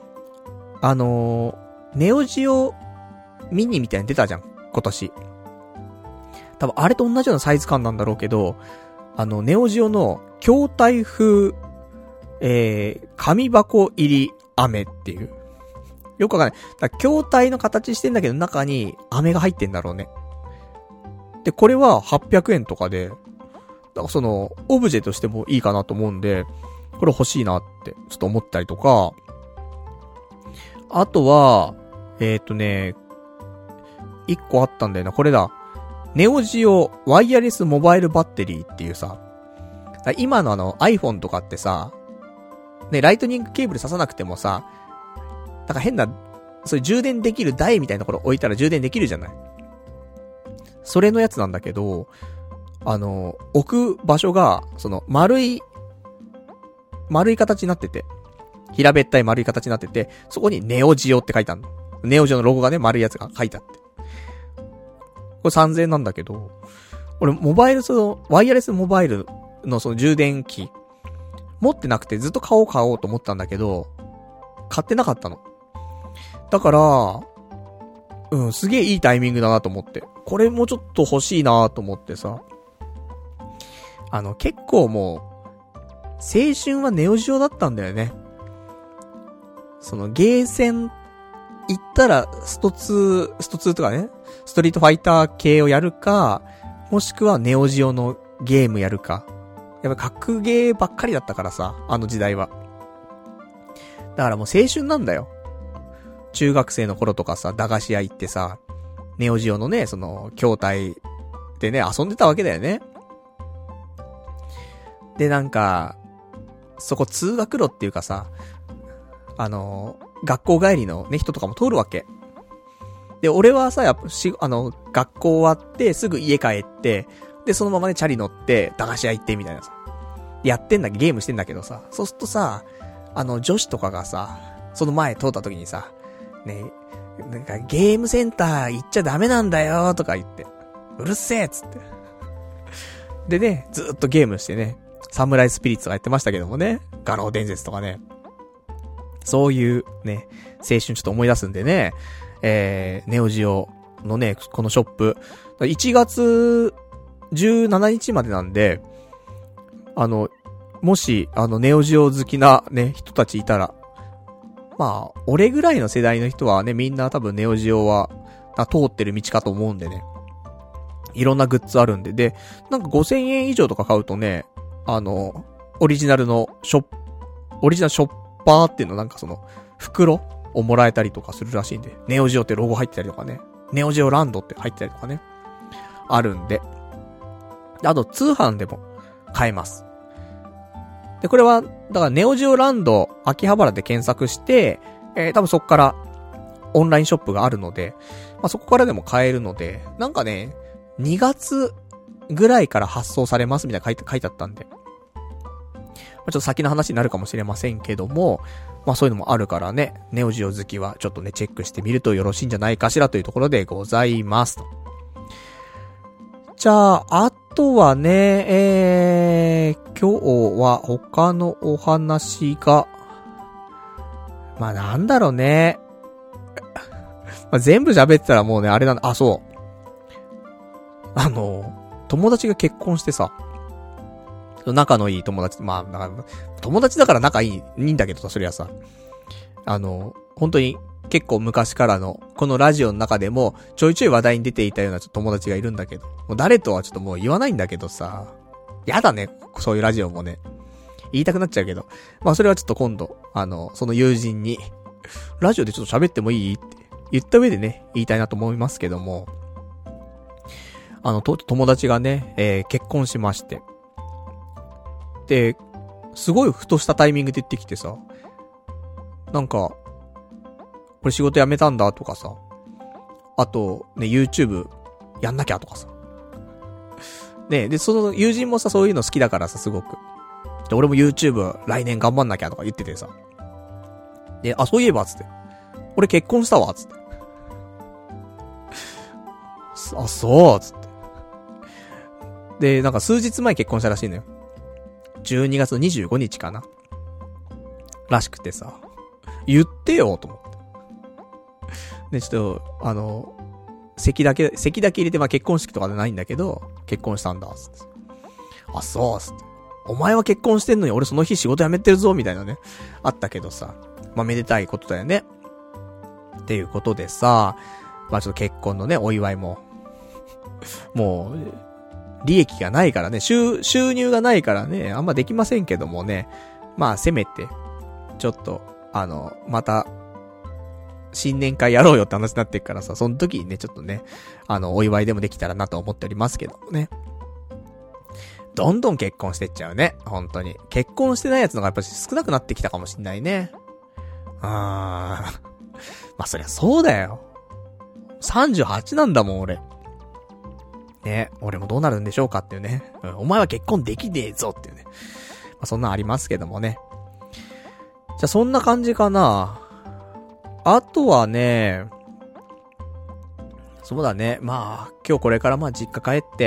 ネオジオミニみたいに出たじゃん、今年。多分あれと同じようなサイズ感なんだろうけど、ネオジオの筐体風、紙箱入り飴っていう。よくわかんない。だから筐体の形してんだけど中に飴が入ってんだろうね。で、これは800円とかで、だからその、オブジェとしてもいいかなと思うんで、これ欲しいなってちょっと思ったりとか、あとは、一個あったんだよな、これだ。ネオジオワイヤレスモバイルバッテリーっていうさ、今のiPhone とかってさ、ね、ライトニングケーブル挿さなくてもさ、なんか変な、そういう充電できる台みたいなところ置いたら充電できるじゃない。それのやつなんだけど、置く場所が、その、丸い形になってて、平べったい丸い形になってて、そこにネオジオって書いてあるの。ネオジオのロゴがね、丸いやつが書いてあって。これ3000円なんだけど、俺、ワイヤレスモバイルのその充電器、持ってなくてずっと買おうと思ったんだけど、買ってなかったの。だから、すげえいいタイミングだなと思って。これもちょっと欲しいなと思ってさ。結構もう、青春はネオジオだったんだよね。そのゲーセン行ったらスト2とかね、ストリートファイター系をやるか、もしくはネオジオのゲームやるか。やっぱ格ゲーばっかりだったからさ、あの時代は。だからもう青春なんだよ。中学生の頃とかさ、駄菓子屋行ってさ、ネオジオのね、その、筐体でね、遊んでたわけだよね。で、なんか、そこ通学路っていうかさ、学校帰りのね、人とかも通るわけ。で、俺はさ、やっぱ学校終わってすぐ家帰って、で、そのままね、チャリ乗って、駄菓子屋行ってみたいなさ。ゲームしてんだけどさ、そうするとさ、女子とかがさ、その前通った時にさ、ね、なんかゲームセンター行っちゃダメなんだよとか言って、うるせえっつって。でね、ずーっとゲームしてね、サムライスピリッツとかやってましたけどもね、画廊伝説とかね、そういうね、青春ちょっと思い出すんでね、ネオジオのね、このショップ、1月17日までなんで、もし、ネオジオ好きなね、人たちいたら、まあ、俺ぐらいの世代の人はね、みんな多分ネオジオは、通ってる道かと思うんでね。いろんなグッズあるんで、で、なんか5000円以上とか買うとね、オリジナルショッパーっていうのなんかその、袋をもらえたりとかするらしいんで、ネオジオってロゴ入ってたりとかね、ネオジオランドって入ってたりとかね、あるんで。あと、通販でも買えます。で、これは、だからネオジオランド秋葉原で検索して、多分そこからオンラインショップがあるので、まあ、そこからでも買えるので、なんかね、2月ぐらいから発送されますみたいな書いてあったんで、まあ、ちょっと先の話になるかもしれませんけども、まあそういうのもあるからね、ネオジオ好きはちょっとね、チェックしてみるとよろしいんじゃないかしらというところでございますと。じゃあ、あとはね、今日は他のお話が、まあなんだろうね。まあ、全部喋ってたらもうね、あれなんだ、そう。友達が結婚してさ、仲のいい友達、まあ、友達だから仲いいんだけどさ、そりゃさ、本当に結構昔からの、このラジオの中でも、ちょいちょい話題に出ていたような友達がいるんだけど、もう誰とはちょっともう言わないんだけどさ、やだね、そういうラジオもね。 言いたくなっちゃうけど。まあそれはちょっと今度、その友人に、ラジオでちょっと喋ってもいいって言った上でね、言いたいなと思いますけども、友達がね、結婚しまして。で、すごいふとしたタイミングで言ってきてさ、なんか、俺仕事辞めたんだとかさ、あと、ね、YouTube やんなきゃとかさ。ね、で、その友人もさ、そういうの好きだからさ、すごく。で、俺も YouTube 来年頑張んなきゃとか言っててさ。で、あ、そういえば、つって。俺結婚したわ、つって。あ、そう、つって。で、なんか数日前結婚したらしいのよ。12月25日かな。らしくてさ。言ってよ、と思って。で、ちょっと、席だけ入れて、まあ、結婚式とかじゃないんだけど、結婚したんだ、つって。あ、そう、つって。お前は結婚してんのに俺その日仕事辞めてるぞ、みたいなね。あったけどさ。まあ、めでたいことだよね。っていうことでさ、まあ、ちょっと結婚のね、お祝いも。もう、利益がないからね、収入がないからね、あんまできませんけどもね。まあ、せめて、ちょっと、また、新年会やろうよって話になってるからさ、その時にね、ちょっとね、お祝いでもできたらなと思っておりますけどね。どんどん結婚してっちゃうね、本当に。結婚してないやつのがやっぱり少なくなってきたかもしんないね。まあそりゃそうだよ。38なんだもん、俺。ね、俺もどうなるんでしょうかっていうね。お前は結婚できねえぞっていうね。まあそんなんありますけどもね。じゃあそんな感じかな。あとはね、そうだね。まあ、今日これからまあ実家帰って、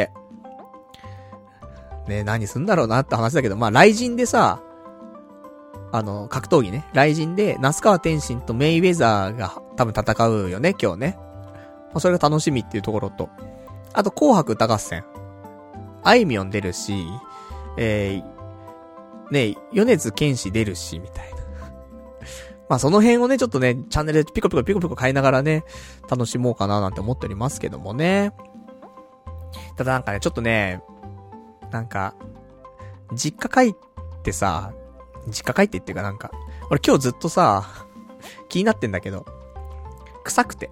ね、何すんだろうなって話だけど、まあ、雷神でさ、格闘技ね。雷神で、那須川天心とメイウェザーが多分戦うよね、今日ね。まあ、それが楽しみっていうところと、あと、紅白歌合戦。あいみょん出るし、ね、米津玄師出るし、みたいな。まあその辺をね、ちょっとね、チャンネルでピコピコ変えながらね、楽しもうかななんて思っておりますけどもね。ただなんかね、ちょっとね、なんか、実家帰ってさ、実家帰ってっていうかなんか、俺今日ずっとさ、気になってんだけど、臭くて。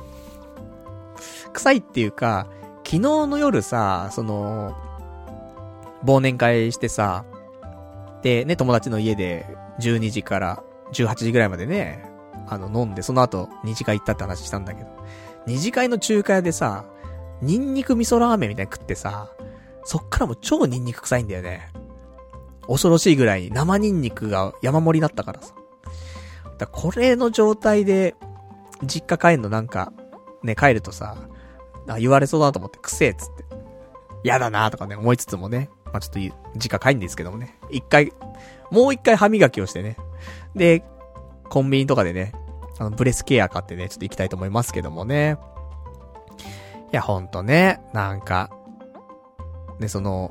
臭いっていうか、昨日の夜さ、忘年会してさ、で、ね、友達の家で12時から18時ぐらいまでね、飲んで、その後、二次会行ったって話したんだけど、二次会の中華屋でさ、ニンニク味噌ラーメンみたいに食ってさ、そっからも超ニンニク臭いんだよね。恐ろしいぐらい生ニンニクが山盛りだったからさ。だからこれの状態で、実家帰んのなんか、ね、帰るとさ、言われそうだなと思って、くせえっつって。やだなとかね、思いつつもね、まあ、ちょっと実家帰んですけどもね。もう一回歯磨きをしてね。で、コンビニとかでね、ブレスケア買ってね、ちょっと行きたいと思いますけどもね。いや、ほんとね、なんか、ね、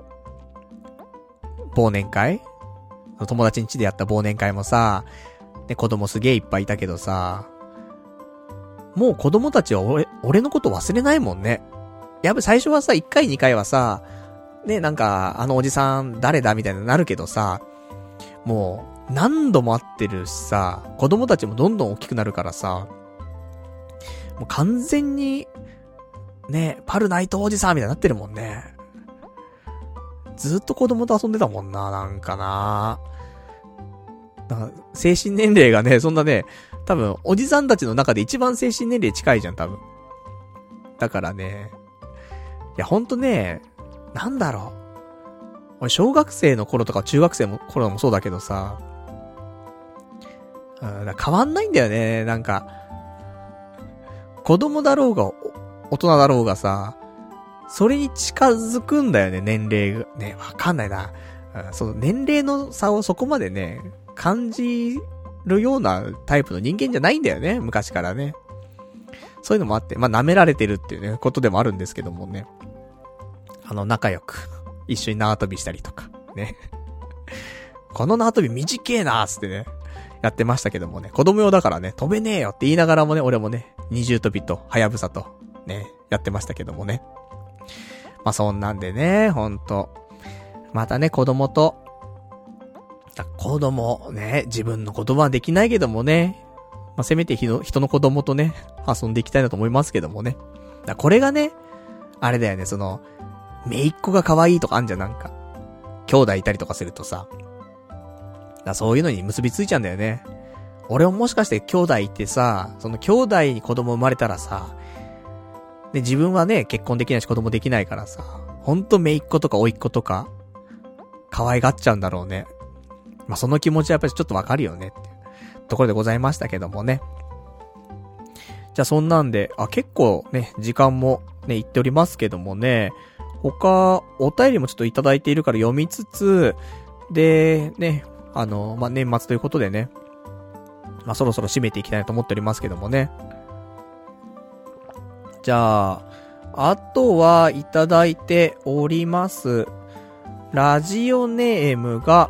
忘年会？友達ん家でやった忘年会もさ、ね、子供すげえいっぱいいたけどさ、もう子供たちは俺のこと忘れないもんね。やっぱ最初はさ、1回2回はさ、ね、なんか、おじさん誰だみたいになるけどさ、もう、何度も会ってるしさ、子供たちもどんどん大きくなるからさ、もう完全に、ね、パルナイトおじさんみたいになってるもんね。ずっと子供と遊んでたもんな、なんかな。なんか精神年齢がね、そんなね、多分、おじさんたちの中で一番精神年齢近いじゃん、多分。だからね、いやほんとね、なんだろう。俺小学生の頃とか中学生の頃もそうだけどさ、変わんないんだよね、なんか。子供だろうが、大人だろうがさ、それに近づくんだよね、年齢が。ね、わかんないな。その年齢の差をそこまでね、感じるようなタイプの人間じゃないんだよね、昔からね。そういうのもあって、まあ、舐められてるっていうね、ことでもあるんですけどもね。仲良く、一緒に縄跳びしたりとか、ね。この縄跳び短えなーつってね、やってましたけどもね、子供用だからね、飛べねえよって言いながらもね、俺もね、二重跳びと、はやぶさと、ね、やってましたけどもね。まあ、そんなんでね、ほんと。またね、子供と、 子供ね、自分の子供はできないけどもね、まあ、せめて人の子供とね、遊んでいきたいなと思いますけどもね。これがね、あれだよね、姪っ子が可愛いとかあんじゃん、なんか。兄弟いたりとかするとさ。そういうのに結びついちゃうんだよね。俺ももしかして兄弟いてさ、その兄弟に子供生まれたらさ、で、自分はね、結婚できないし子供できないからさ、ほんと姪っ子とか甥っ子とか、可愛がっちゃうんだろうね。まあ、その気持ちはやっぱりちょっとわかるよねっていうところでございましたけどもね。じゃあそんなんで、結構ね、時間もね、言っておりますけどもね、他、お便りもちょっといただいているから読みつつ、で、ね、まあ、年末ということでね、まあ、そろそろ締めていきたいと思っておりますけどもね。じゃあ、あとはいただいております。ラジオネームが、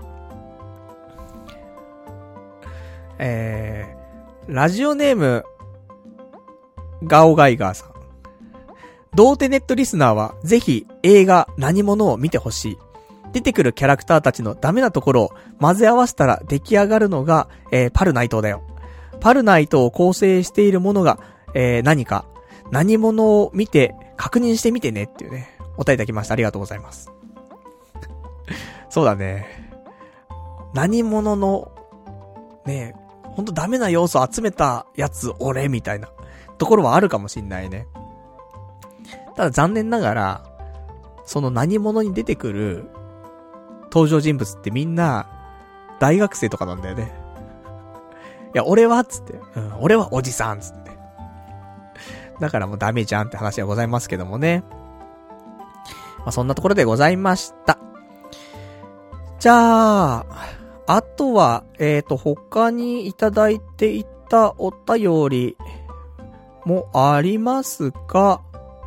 ラジオネーム、ガオガイガーさん。童貞ネットリスナーはぜひ映画何者を見てほしい。出てくるキャラクターたちのダメなところを混ぜ合わせたら出来上がるのが、パルナイトだよ。パルナイトを構成しているものが、何か、何者を見て確認してみてねっていうね、お便りいただきました。ありがとうございます。そうだね。何者の、ね、ほんとダメな要素を集めたやつ俺みたいなところはあるかもしんないね。ただ残念ながら、その何者に出てくる登場人物ってみんな大学生とかなんだよね。いや、俺はつって、俺はおじさんつって。だからもうダメじゃんって話はございますけどもね。まあ、そんなところでございました。じゃあ、あとは、他にいただいていたお便りもありますが、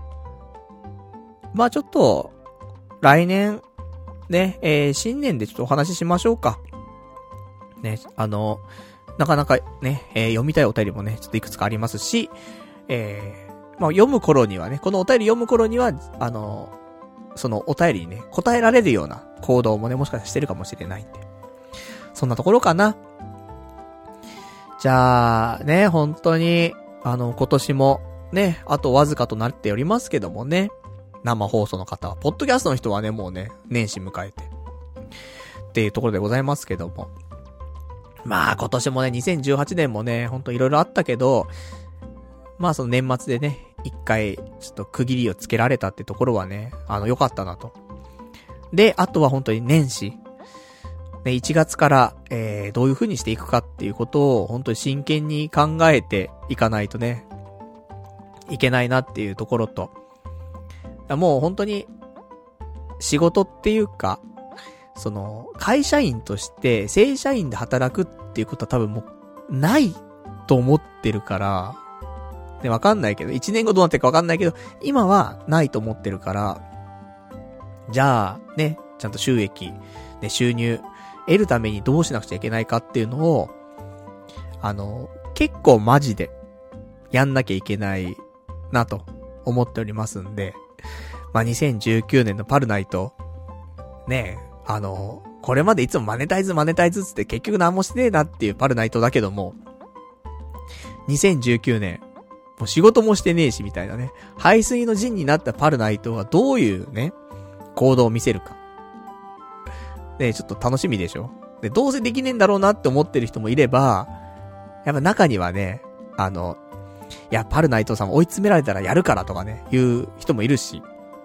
まあちょっと、来年、ね、新年でちょっとお話ししましょうか。ね、なかなかね、読みたいお便りもね、ちょっといくつかありますし、まあ読む頃にはね、このお便り読む頃には、そのお便りにね、答えられるような行動もね、もしかしたらしてるかもしれないんで。そんなところかな。じゃあ、ね、本当に、今年も、ね、あとわずかとなっておりますけどもね、生放送の方は、ポッドキャストの人はね、もうね、年始迎えて、っていうところでございますけども。まあ、今年もね、2018年もね、ほんといろいろあったけど、まあその年末でね、一回、ちょっと区切りをつけられたってところはね、良かったなと。で、あとは本当に年始、ね、1月から、どういう風にしていくかっていうことを、本当に真剣に考えていかないとね、いけないなっていうところと、もう本当に、仕事っていうか、その、会社員として、正社員で働くっていうことは多分もう、ないと思ってるから、ね、わかんないけど、1年後どうなってるかわかんないけど、今はないと思ってるから、じゃあ、ね、ちゃんと収益、ね、収入、得るためにどうしなくちゃいけないかっていうのを、結構マジで、やんなきゃいけないなと思っておりますんで、まあ、2019年のパルナイト、ね、これまでいつもマネタイズつって結局何もしてねえなっていうパルナイトだけども、2019年、もう仕事もしてねえしみたいなね、排水の陣になったパルナイトはどういうね、行動を見せるか。ね、ちょっと楽しみでしょ。で、どうせできねえんだろうなって思ってる人もいれば、やっぱ中にはね、いや、パルナイトさん追い詰められたらやるからとかね、いう人もいるし、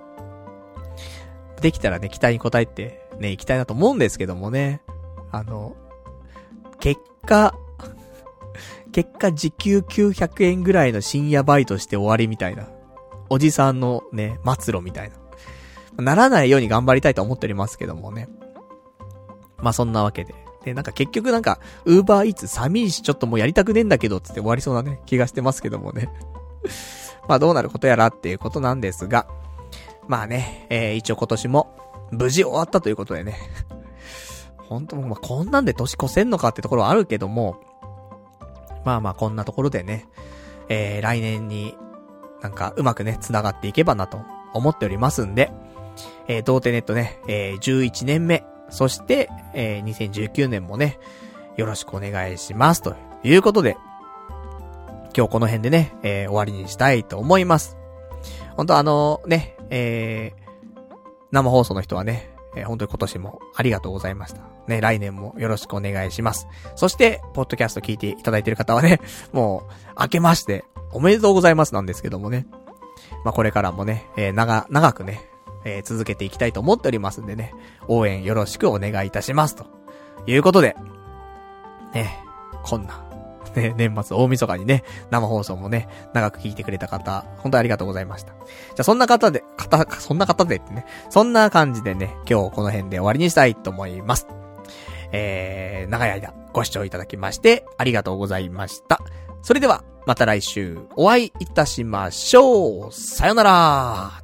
できたらね、期待に応えてね、行きたいなと思うんですけどもね、結果時給900円ぐらいの深夜バイトして終わりみたいな、おじさんのね、末路みたいな。ならないように頑張りたいと思っておりますけどもね。まあそんなわけで。で、なんか結局なんか、ウーバーイーツ寂いしちょっともうやりたくねえんだけどつって終わりそうなね、気がしてますけどもね。まあどうなることやらっていうことなんですが。まあね、一応今年も無事終わったということでね。本当もまあこんなんで年越せんのかってところはあるけども、まあまあこんなところでね、来年になんかうまくね、繋がっていけばなと思っておりますんで、童貞ネットね、11年目、 そして、2019年もね、よろしくお願いします。ということで、今日この辺でね、終わりにしたいと思います。本当生放送の人はね、本当に今年もありがとうございました。ね、来年もよろしくお願いします。そして、ポッドキャスト聞いていただいている方はね、もう、明けまして、おめでとうございますなんですけどもね。まあ、これからもね、長くね、続けていきたいと思っておりますんでね、応援よろしくお願いいたします。ということで、ね、こんな、ね、年末大晦日にね、生放送もね、長く聞いてくれた方、本当にありがとうございました。じゃあそんな方でってね、そんな感じでね、今日この辺で終わりにしたいと思います。長い間ご視聴いただきましてありがとうございました。それではまた来週お会いいたしましょう。さよなら。